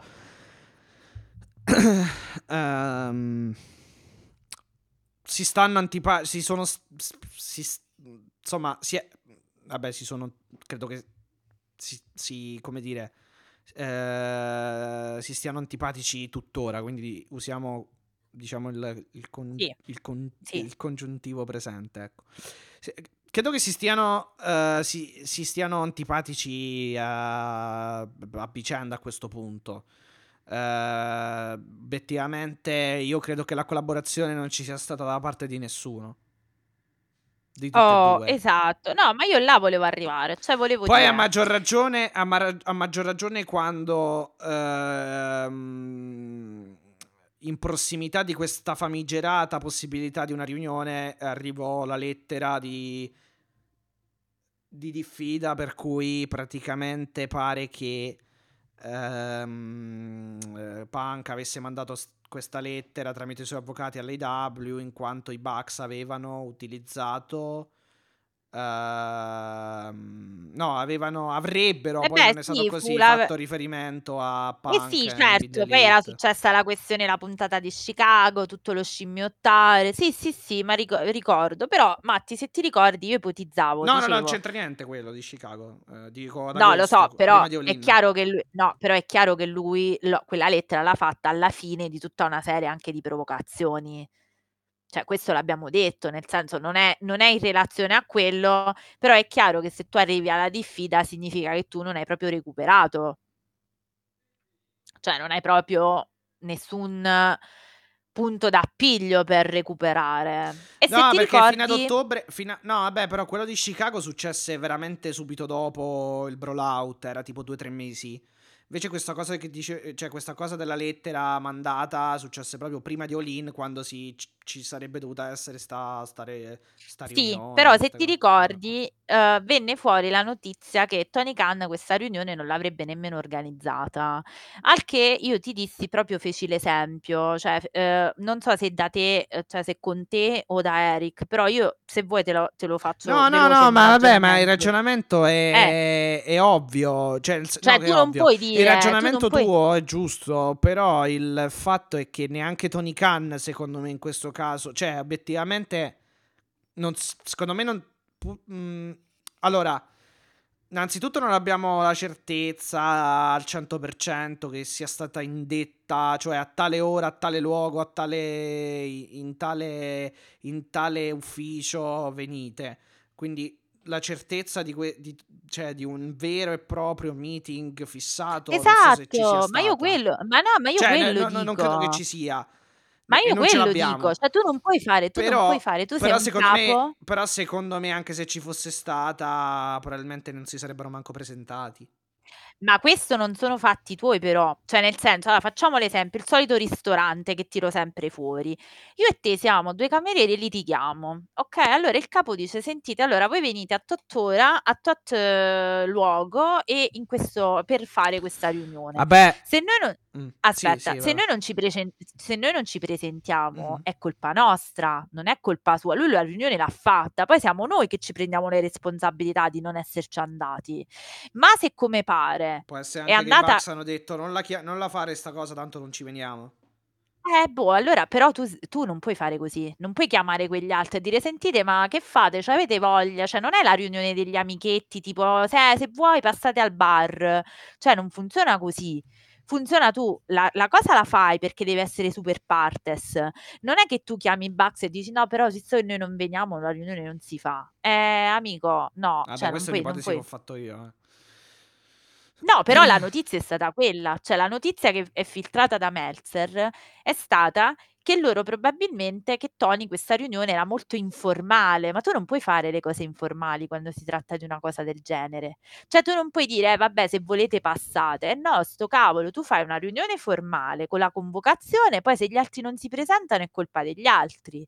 ehm, si stanno antipatici, si sono... s- s- si s- insomma, si è... Vabbè, si sono... Credo che si... si- come dire... eh, si stiano antipatici tuttora, quindi usiamo, diciamo, il, il, con- sì, il con- sì. il congiuntivo presente, ecco. Se- Credo che si stiano, eh, si, si stiano antipatici a, a vicenda a questo punto. Eh, obiettivamente, io credo che la collaborazione non ci sia stata da parte di nessuno, di tutte e Oh, due. esatto. No, ma io là volevo arrivare, cioè volevo Poi a dire, maggior ragione, a, ma- a maggior ragione quando ehm, in prossimità di questa famigerata possibilità di una riunione arrivò la lettera di, di diffida per cui praticamente pare che ehm, eh, Punk avesse mandato s- questa lettera tramite i suoi avvocati all'A E W in quanto i Bucks avevano utilizzato ehm, no, avevano avrebbero, eh poi beh non è stato sì, fu così, la... fatto riferimento a Eh Punk sì, in Beat the certo, poi era Elite. successa la questione, la puntata di Chicago, tutto lo scimmiottare. Sì, sì, sì, ma ric- ricordo. Però, Matti, se ti ricordi, io ipotizzavo, No, no, no, non dicevo, c'entra niente quello di Chicago, eh, dico ad no, lo so, agosto, però prima di All è In. chiaro che lui, no, però è chiaro che lui lo- quella lettera l'ha fatta alla fine di tutta una serie anche di provocazioni. Cioè, questo l'abbiamo detto, nel senso non è, non è in relazione a quello, però è chiaro che se tu arrivi alla diffida significa che tu non hai proprio recuperato. Cioè, non hai proprio nessun punto d'appiglio per recuperare. E se No, ti perché fino ad ricordi, ottobre. Fino a- no, vabbè, però quello di Chicago successe veramente subito dopo il brawlout. Era tipo due o tre mesi. Invece, questa cosa che dice. Cioè, questa cosa della lettera mandata successe proprio prima di All In, quando si, ci ci sarebbe dovuta essere sta, stare, sta sì, riunione. però se Queste ti co- cosa qua. ricordi, eh, venne fuori la notizia che Tony Khan questa riunione non l'avrebbe nemmeno organizzata. Al che io ti dissi, proprio feci l'esempio, cioè, eh, non so se da te, eh, cioè se con te o da Eric, però io se vuoi te lo, te lo faccio No, no, veloce no, il mio ma vabbè, ma il ragionamento. ragionamento Eh, è, è ovvio. Cioè, il- no, cioè che tu è non ovvio. puoi Il dire, tu non ragionamento puoi... tuo è giusto, però il fatto è che neanche Tony Khan, secondo me, in questo caso, cioè, obiettivamente, non, s- secondo me non... pu- mh, allora, innanzitutto non abbiamo la certezza al cento per cento che sia stata indetta, cioè a tale ora, a tale luogo, a tale, in tale, in tale ufficio venite. Quindi la certezza di, que- di- cioè di un vero e proprio meeting fissato, non so se ci sia Esatto, ma io stata. quello ma no, ma io Cioè, quello no, no, non credo che dico. ci sia Ma e io non ce quello dico, l'abbiamo. cioè tu non puoi fare tu non puoi Però, fare, tu sei però un secondo me, capo. però secondo me anche se ci fosse stata, probabilmente non si sarebbero manco presentati. Ma questo non sono fatti tuoi però, cioè nel senso, allora facciamo l'esempio, il solito ristorante che tiro sempre fuori. Io e te siamo due camerieri e litighiamo, ok? Allora il capo dice, sentite, allora voi venite a tot ora, a tot eh, luogo e in questo, per fare questa riunione. Vabbè, Se noi non... mm, sì, Aspetta, sì, se va. noi non ci, presen- se noi non ci presentiamo Mhm. è colpa nostra, non è colpa sua. Lui la riunione l'ha fatta, poi siamo noi che ci prendiamo le responsabilità di non esserci andati. Ma se come pare Può essere è anche che i andata. Bucks hanno detto non la, chia- non la fare sta cosa, tanto non ci veniamo. Eh, boh, allora però tu, s- tu non puoi fare così, non puoi chiamare quegli altri e dire sentite, ma che fate? Cioè, avete voglia? Cioè, non è la riunione degli amichetti, tipo, se, se vuoi passate al bar. Cioè, non funziona così. Funziona tu, la, la cosa la fai perché deve essere super partes. Non è che tu chiami i Bucks e dici no, però visto che noi non veniamo, la riunione non si fa. Eh, amico, no, Vabbè, cioè non questa è puoi, non un'ipotesi che ho puoi. fatto io. Eh. No, però la notizia è stata quella, cioè la notizia che è filtrata da Meltzer è stata che loro probabilmente, che Tony questa riunione era molto informale, ma tu non puoi fare le cose informali quando si tratta di una cosa del genere. Cioè tu non puoi dire, eh, vabbè, se volete passate. Eh no, sto cavolo, tu fai una riunione formale con la convocazione, poi se gli altri non si presentano è colpa degli altri.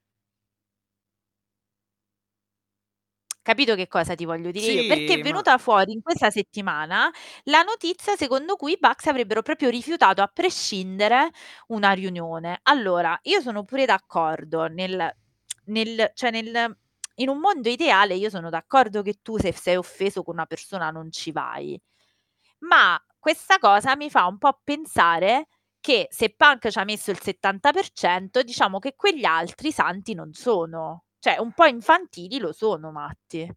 Capito che cosa ti voglio dire io? Perché è Sì, ma venuta fuori in questa settimana la notizia secondo cui i Bucks avrebbero proprio rifiutato a prescindere una riunione. Allora, io sono pure d'accordo nel, nel, cioè nel, in un mondo ideale io sono d'accordo che tu se sei offeso con una persona non ci vai. Ma questa cosa mi fa un po' pensare che se Punk ci ha messo il settanta per cento, diciamo che quegli altri santi non sono. Cioè, un po' infantili lo sono, Matti.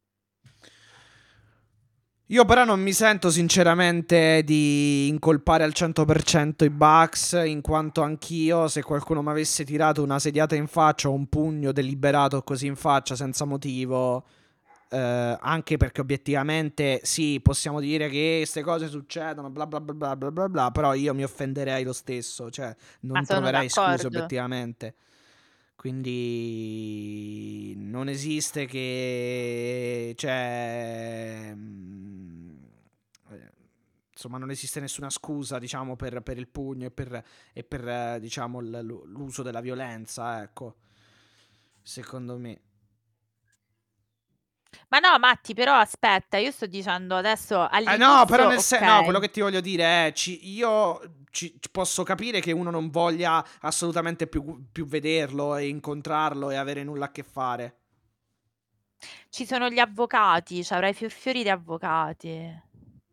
io però non mi sento sinceramente di incolpare al cento per cento i Bucks, in quanto anch'io, se qualcuno mi avesse tirato una sediata in faccia o un pugno deliberato così in faccia senza motivo, eh, anche perché obiettivamente sì, possiamo dire che queste cose succedono, bla bla bla bla bla bla bla, però io mi offenderei lo stesso, cioè Ma non sono troverei scuse d'accordo. obiettivamente. Quindi non esiste che, cioè, mm, eh, insomma, non esiste nessuna scusa, diciamo, per, per il pugno e per, e per eh, diciamo, l- l'uso della violenza, ecco, secondo me. Ma no, Matti, però aspetta, io sto dicendo adesso Eh no, però all'inizio, nel senso, no, quello ok. che ti voglio dire è, ci- io ci, ci posso capire che uno non voglia assolutamente più, più vederlo e incontrarlo e avere nulla a che fare. Ci sono gli avvocati, ci avrai fior fiori di avvocati.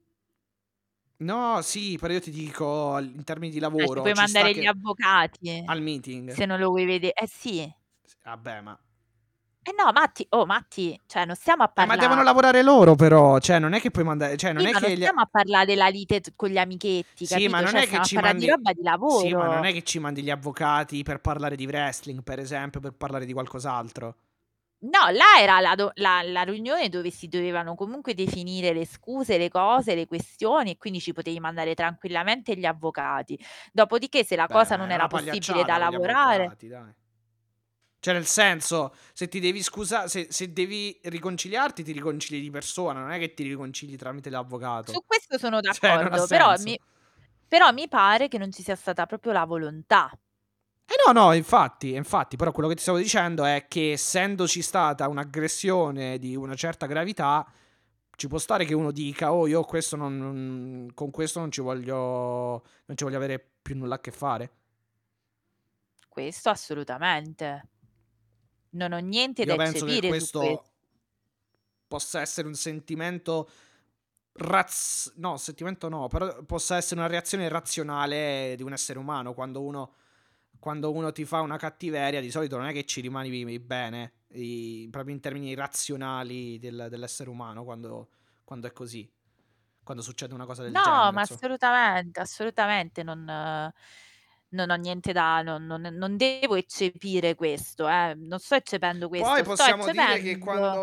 No, sì, però io ti dico, in termini di Cioè, ci lavoro, puoi ci sta mandare gli che avvocati al meeting. se non lo vuoi vedere. Eh sì. Vabbè, ma Eh no, Matti, oh Matti, cioè non stiamo a Eh, ma devono parlare. lavorare loro però, cioè non è che puoi mandare, cioè non Sì, è ma non che gli... stiamo a parlare della lite t- con gli amichetti, Sì, ma capito? non Cioè, è che stiamo a ci parlare di mandi... roba di Sì, ma non lavoro. è che ci mandi gli avvocati per parlare di wrestling, per esempio, per parlare di qualcos'altro. No, là era la, do- la- la riunione dove si dovevano comunque definire le scuse, le cose, le questioni e quindi ci potevi mandare tranquillamente gli avvocati. Dopodiché, se la Beh, cosa ma non è era una possibile da pagliacciata con gli lavorare, avvocati, dai. Cioè, nel senso, se ti devi scusare, se, se devi riconciliarti, ti riconcili di persona, non è che ti riconcili tramite l'avvocato. su questo sono Cioè, non ha d'accordo, però senso. mi, però mi pare che non ci sia stata proprio la volontà. Eh no, no, infatti, infatti, però quello che ti stavo dicendo è che essendoci stata un'aggressione di una certa gravità, ci può stare che uno dica, oh, io questo non, non- con questo non ci voglio, non ci voglio avere più nulla a che fare. Questo assolutamente. Non ho niente da Io penso che eccepire su questo. questo possa essere un sentimento raz- no, sentimento no, però possa essere una reazione razionale di un essere umano quando uno quando uno ti fa una cattiveria, di solito non è che ci rimani bene, i- proprio in termini razionali del- dell'essere umano, quando, quando è così, quando succede una cosa del No, genere, ma insomma. assolutamente, assolutamente non, eh, non ho niente da, non, non- non devo eccepire questo, eh. Non sto eccependo Poi questo, sto possiamo dire che eccependo. quando,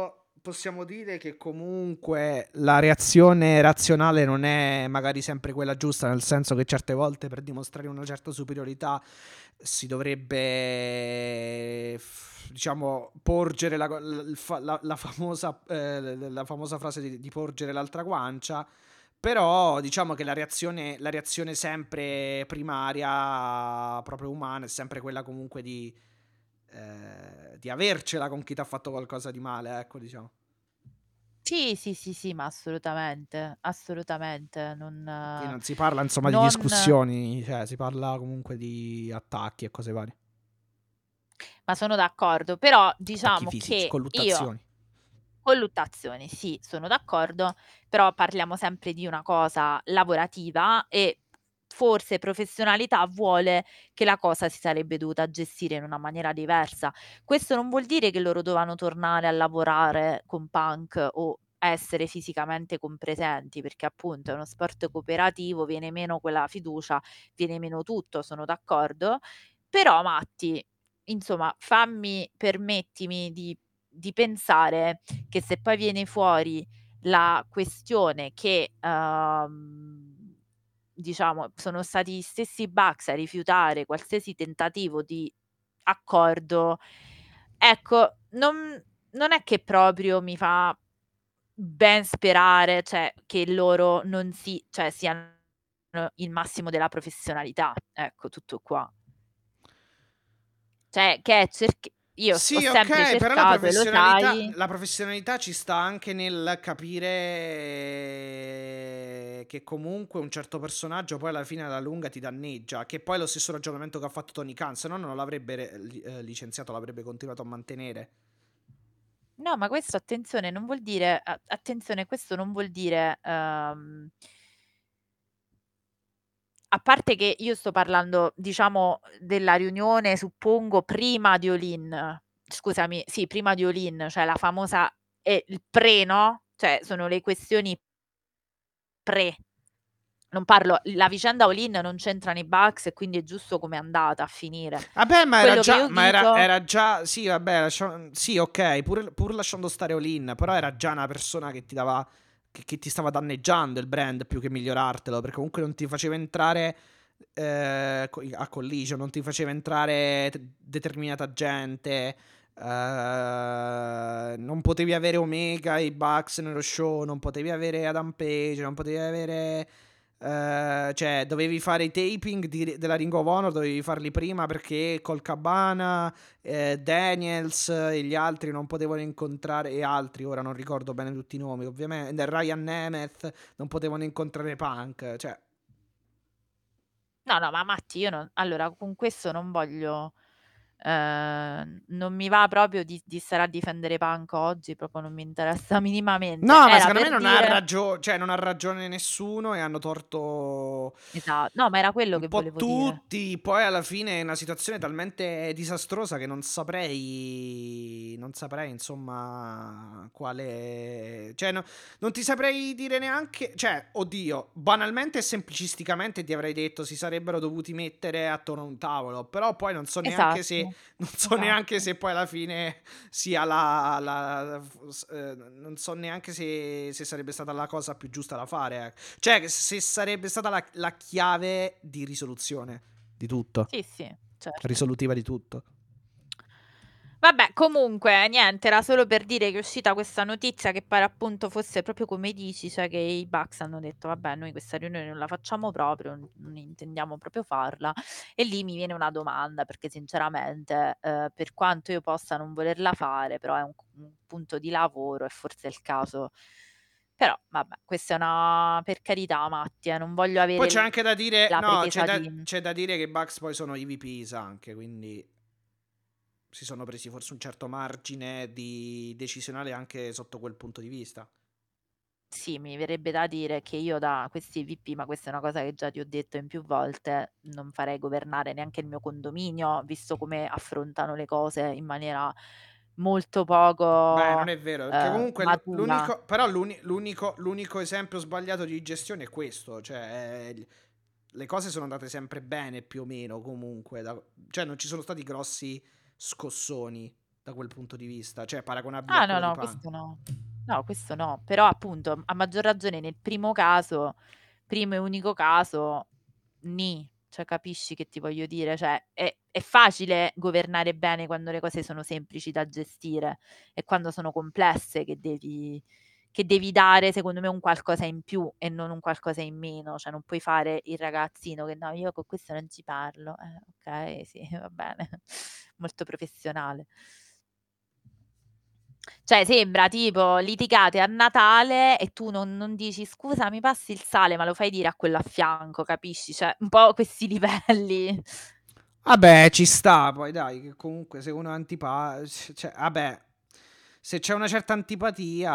possiamo dire che comunque la reazione razionale non è magari sempre quella giusta, nel senso che certe volte per dimostrare una certa superiorità si dovrebbe, diciamo, porgere la, la, la, la, famosa, eh, la famosa frase di, di porgere l'altra guancia. Però diciamo che la reazione, la reazione sempre primaria, proprio umana, è sempre quella comunque di, eh, di avercela con chi ti ha fatto qualcosa di male, ecco, diciamo. Sì, sì, sì, sì, ma assolutamente, assolutamente. Non, Qui non si parla, insomma, di non... discussioni, cioè si parla comunque di attacchi e cose varie. Ma sono d'accordo, però Attacchi diciamo fisici, che io... colluttazioni. Colluttazioni, sì, sono d'accordo, però parliamo sempre di una cosa lavorativa e forse professionalità vuole che la cosa si sarebbe dovuta gestire in una maniera diversa. Questo non vuol dire che loro dovevano tornare a lavorare con Punk o essere fisicamente compresenti, perché appunto è uno sport cooperativo, viene meno quella fiducia, viene meno tutto, sono d'accordo, però Matti, insomma, fammi, permettimi di di pensare che se poi viene fuori la questione che um, diciamo sono stati gli stessi Bucks a rifiutare qualsiasi tentativo di accordo, ecco, non, non è che proprio mi fa ben sperare, cioè, che loro non si, cioè, siano il massimo della professionalità, ecco, tutto qua. Cioè, che è cerc- io ho Sì, sempre ok, però la cercato, e lo professionalità, sai. la professionalità ci sta anche nel capire che comunque un certo personaggio poi alla fine alla lunga ti danneggia, che poi è lo stesso ragionamento che ha fatto Tony Khan, se no non l'avrebbe eh, licenziato, l'avrebbe continuato a mantenere. No, ma questo attenzione non vuol dire a- attenzione, questo non vuol dire ehm, a parte che io sto parlando, diciamo, della riunione, suppongo, prima di Olin. Scusami, sì, prima di Olin, cioè la famosa e il pre, no? Cioè sono le questioni pre. Non parlo, la vicenda Olin non c'entra nei Bucks e quindi è giusto come è andata a finire. Vabbè, ma era Quello che già, io ma era, dico, era già, sì, vabbè, lascia- sì, ok, pur, pur lasciando stare Olin, però era già una persona che ti dava, che, che ti stava danneggiando il brand più che migliorartelo, perché comunque non ti faceva entrare eh, co- a collision, non ti faceva entrare t- determinata gente, eh, non potevi avere Omega e i Bucks nello show, non potevi avere Adam Page, non potevi avere... eh, cioè, dovevi fare i taping di- della Ring of Honor, dovevi farli prima perché col Cabana, eh, Daniels e gli altri non potevano incontrare, e altri, ora non ricordo bene tutti i nomi, ovviamente, Ryan Nemeth non potevano incontrare Punk, cioè... no, no, ma Matti, io non, allora con questo non voglio, eh, non mi va proprio di, di stare a difendere Punk oggi, proprio non mi interessa minimamente. No, ma Era secondo me per non ha dire, ragione, cioè non ha ragione nessuno e hanno torto esatto, no, ma era quello un che po' volevo dire. tutti. Poi alla fine è una situazione talmente disastrosa che non saprei, non saprei insomma quale, cioè no- non ti saprei dire neanche, cioè oddio, banalmente e semplicisticamente ti avrei detto si sarebbero dovuti mettere attorno a un tavolo, però poi non so neanche se, Esatto, non so neanche esatto. se poi alla fine sia la, la- eh, non so neanche se, se sarebbe stata la cosa più giusta da fare, ecco. Cioè, se sarebbe stata la, la chiave di risoluzione di tutto, Sì, sì, certo. risolutiva di tutto. Vabbè, comunque, niente, era solo per dire che è uscita questa notizia che pare appunto fosse proprio come dici, cioè che i Bucks hanno detto, vabbè, noi questa riunione non la facciamo proprio, non non intendiamo proprio farla. E lì mi viene una domanda, perché sinceramente, eh, per quanto io possa non volerla fare, però è un, un punto di lavoro e forse è il caso. Però, vabbè, questa è una, per carità, Matti, eh, non voglio Poi avere c'è il- anche da dire, la no, c'è pretesa da, di... c'è da dire che i Bucks poi sono i V Ps anche, quindi si sono presi forse un certo margine di decisionale anche sotto quel punto di vista. Sì, mi verrebbe da dire che io da questi V P, ma questa è una cosa che già ti ho detto in più volte, non farei governare neanche il mio condominio, visto come affrontano le cose in maniera molto Beh, non poco è vero, perché eh, comunque l- matura. l'unico, però l'uni- l'unico, l'unico esempio sbagliato di gestione è questo, cioè eh, le cose sono andate sempre bene più o meno comunque, da- cioè non ci sono stati grossi scossoni. da quel punto di vista, cioè paragonabile Ah a no, quello di no, Punk. questo no. No, questo no. Però appunto, a maggior ragione nel primo caso, primo e unico caso, ni. Cioè, capisci che ti voglio dire? Cioè, è, è facile governare bene quando le cose sono semplici da gestire e quando sono complesse che devi, che devi dare, secondo me, un qualcosa in più e non un qualcosa in meno. Cioè, non puoi fare il ragazzino che no, io con questo non ci parlo. Eh, ok, sì, va bene. Molto professionale. Cioè, sembra tipo litigate a Natale e tu non, non dici scusa, mi passi il sale, ma lo fai dire a quello a fianco, capisci? Cioè, un po' questi livelli. Vabbè, ci sta, poi dai, che comunque se uno è antipatico, cioè, vabbè, se c'è una certa antipatia,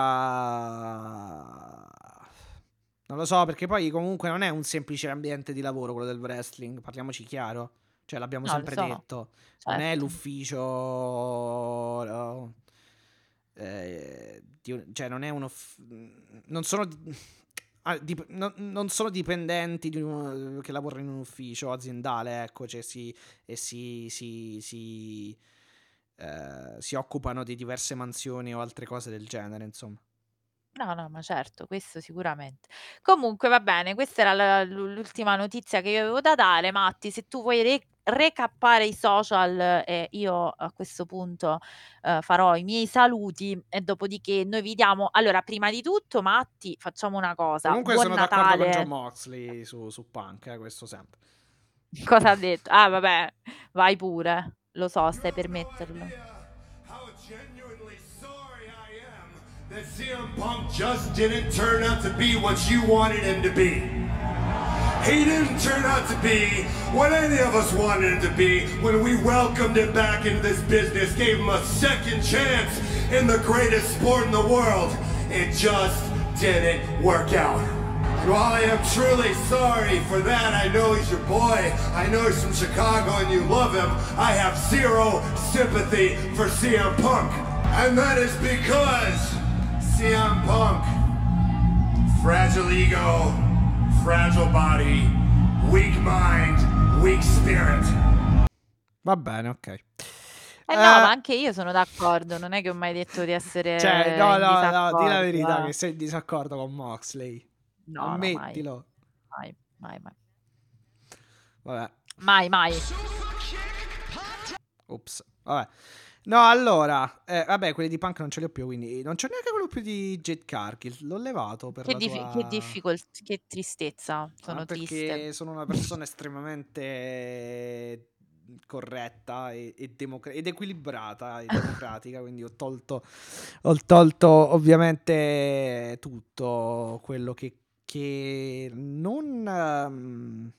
non lo so, perché poi comunque non è un semplice ambiente di lavoro quello del wrestling, parliamoci chiaro, cioè l'abbiamo No, lo sempre so, detto, non è certo. l'ufficio, no, eh, di un- cioè non è uno, non sono... Ah, dip- non, non sono dipendenti di un- che lavorano in un ufficio aziendale, ecco, cioè si, e si, si, si, eh, si occupano di diverse mansioni o altre cose del genere, insomma. No, no, ma certo, questo sicuramente. Comunque va bene, questa era la- l- l'ultima notizia che io avevo da dare. Matti, se tu vuoi re- recappare i social, eh, io a questo punto eh, farò i miei saluti e dopodiché noi vi diamo... Allora, prima di tutto, Matti, facciamo una cosa. Comunque Buon sono d'accordo con John Natale. Moxley su, su Punk, eh, questo sempre. Cosa ha detto? Ah, vabbè, vai pure. Lo so, stai per metterlo. How genuinely sorry I am that C M Punk just didn't turn out to be what you wanted him to be. He didn't turn out to be what any of us wanted him to be when we welcomed him back into this business, gave him a second chance in the greatest sport in the world. It just didn't work out. And while I am truly sorry for that, I know he's your boy, I know he's from Chicago and you love him, I have zero sympathy for C M Punk. And that is because C M Punk, fragile ego, fragile body, weak mind, weak spirit. Va bene, ok. Eh no, Eh, ma anche io sono d'accordo, non è che ho mai detto di essere Cioè, no, in no, no, di la disaccordo, verità eh. che sei in disaccordo con Moxley. No, no, mai, Ammettilo. mai, mai, mai. Vabbè. Mai, mai. Ops. Vabbè. No, allora, eh, vabbè, quelli di Punk non ce li ho più, quindi non c'è neanche quello più di Jade Cargill. L'ho levato per Che, la dif- sua... che difficoltà, che tristezza, Ah, sono perché triste. sono una persona estremamente corretta e, e democ- ed equilibrata e democratica, quindi ho tolto, ho tolto ovviamente tutto quello che, che non... ehm,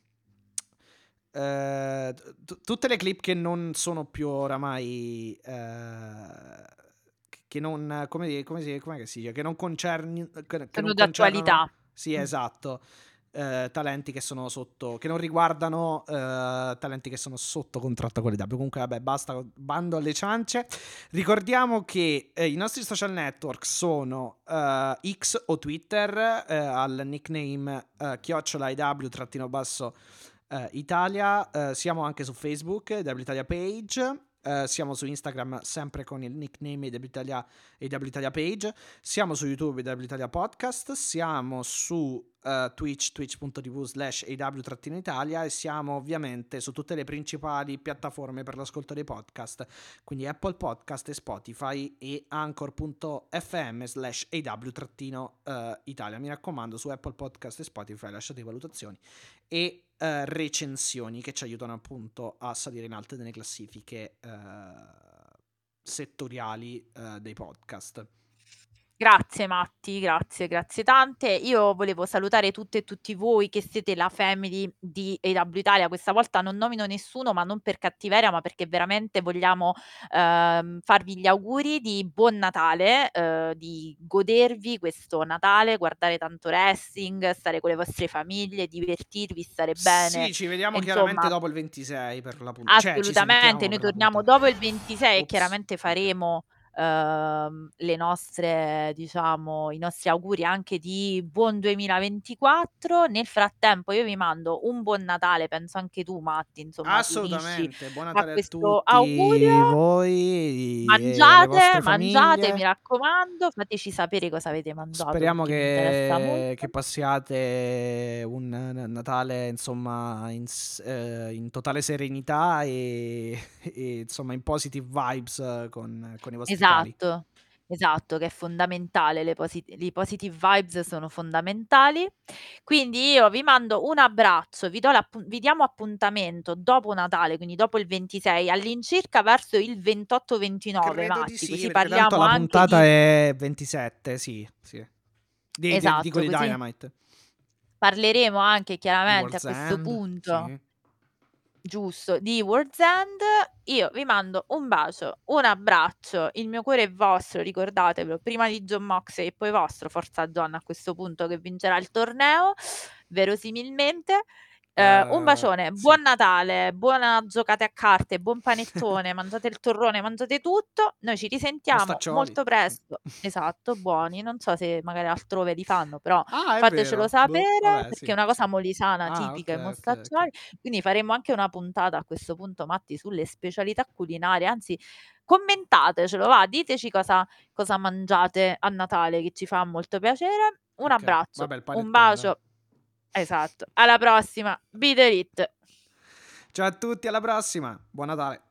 eh, t- tutte le clip che non sono più oramai... eh, che non... come, di- come si, com'è che si dice? Che non concerni... che, che Sono non concernono... d'attualità. Sì, Mm. esatto. Eh, talenti che sono sotto, che non riguardano eh, talenti che sono sotto contratto con l'I W. Comunque, vabbè, basta, bando alle ciance. Ricordiamo che eh, i nostri social network sono eh, X o Twitter eh, al nickname eh, chiocciola I W trattino basso eh, Italia. Eh, siamo anche su Facebook, I W Italia Page. Uh, siamo su Instagram sempre con il nickname A W Italia, A W Italia Page. Siamo su YouTube A W Italia Podcast. Siamo su uh, Twitch, twitch.tv slash AW-Italia. E siamo ovviamente su tutte le principali piattaforme per l'ascolto dei podcast, quindi Apple Podcast e Spotify e Anchor.fm slash AW-Italia. Mi raccomando, su Apple Podcast e Spotify lasciate valutazioni e Uh, recensioni che ci aiutano appunto a salire in alto nelle classifiche uh, settoriali uh, dei podcast. Grazie Matti, grazie, grazie tante. Io volevo salutare tutte e tutti voi che siete la family di A W Italia. Questa volta non nomino nessuno, ma non per cattiveria, ma perché veramente vogliamo ehm, farvi gli auguri di buon Natale, eh, di godervi questo Natale, guardare tanto wrestling, stare con le vostre famiglie, divertirvi, stare bene. Sì, ci vediamo Insomma, chiaramente dopo il ventisei per la puntata. assolutamente, Cioè, noi torniamo dopo il ventisei e Ops. chiaramente faremo ehm, le nostre, diciamo, i nostri auguri anche di buon duemilaventiquattro. Nel frattempo io vi mando un buon Natale, penso anche tu Matti, insomma, ti unisci Assolutamente, buon a Natale a questo tutti augurio. voi e alle Mangiate, vostre mangiate, mi famiglie. raccomando, fateci sapere cosa avete mangiato Speriamo perché mi interessa che, che molto. passiate un N- Natale, insomma, in, s- eh, in totale serenità e, e, insomma in positive vibes eh, con, con i vostri cari. Esatto, esatto, che è fondamentale, le posit le positive vibes sono fondamentali. Quindi io vi mando un abbraccio, vi do l'appu vi diamo appuntamento dopo Natale, quindi dopo il ventisei, all'incirca verso il ventotto ventinove Credo di Matti, sì, così perché tanto parliamo la anche puntata di è ventisette, sì, sì. Di, di- dico esatto, di così Dynamite, parleremo anche di chiaramente a World's questo End, punto sì. giusto, di World's End. Io vi mando un bacio, un abbraccio, il mio cuore è vostro, ricordatevelo, prima di Jon Moxley e poi vostro, forza Jon a questo punto che vincerà il torneo, verosimilmente. Eh, un Eh, bacione, sì. buon Natale, buona giocate a carte, buon panettone, mangiate il torrone, mangiate tutto. Noi ci risentiamo Mostaccioli. molto presto. Esatto, buoni. Non so se magari altrove li fanno, però Ah, è fatecelo vero. Boh, sapere vabbè, perché sì. è una cosa molisana Ah, tipica ok, ai ok, ok. mostaccioli. Quindi faremo anche una puntata a questo punto, Matti, sulle specialità culinarie. Anzi, commentatecelo, va, diteci cosa, cosa mangiate a Natale, che ci fa molto piacere. Un Ok, abbraccio, vabbè, il un panettone, dai. bacio. Esatto. Alla prossima. Beat it. Ciao a tutti, alla prossima. Buon Natale.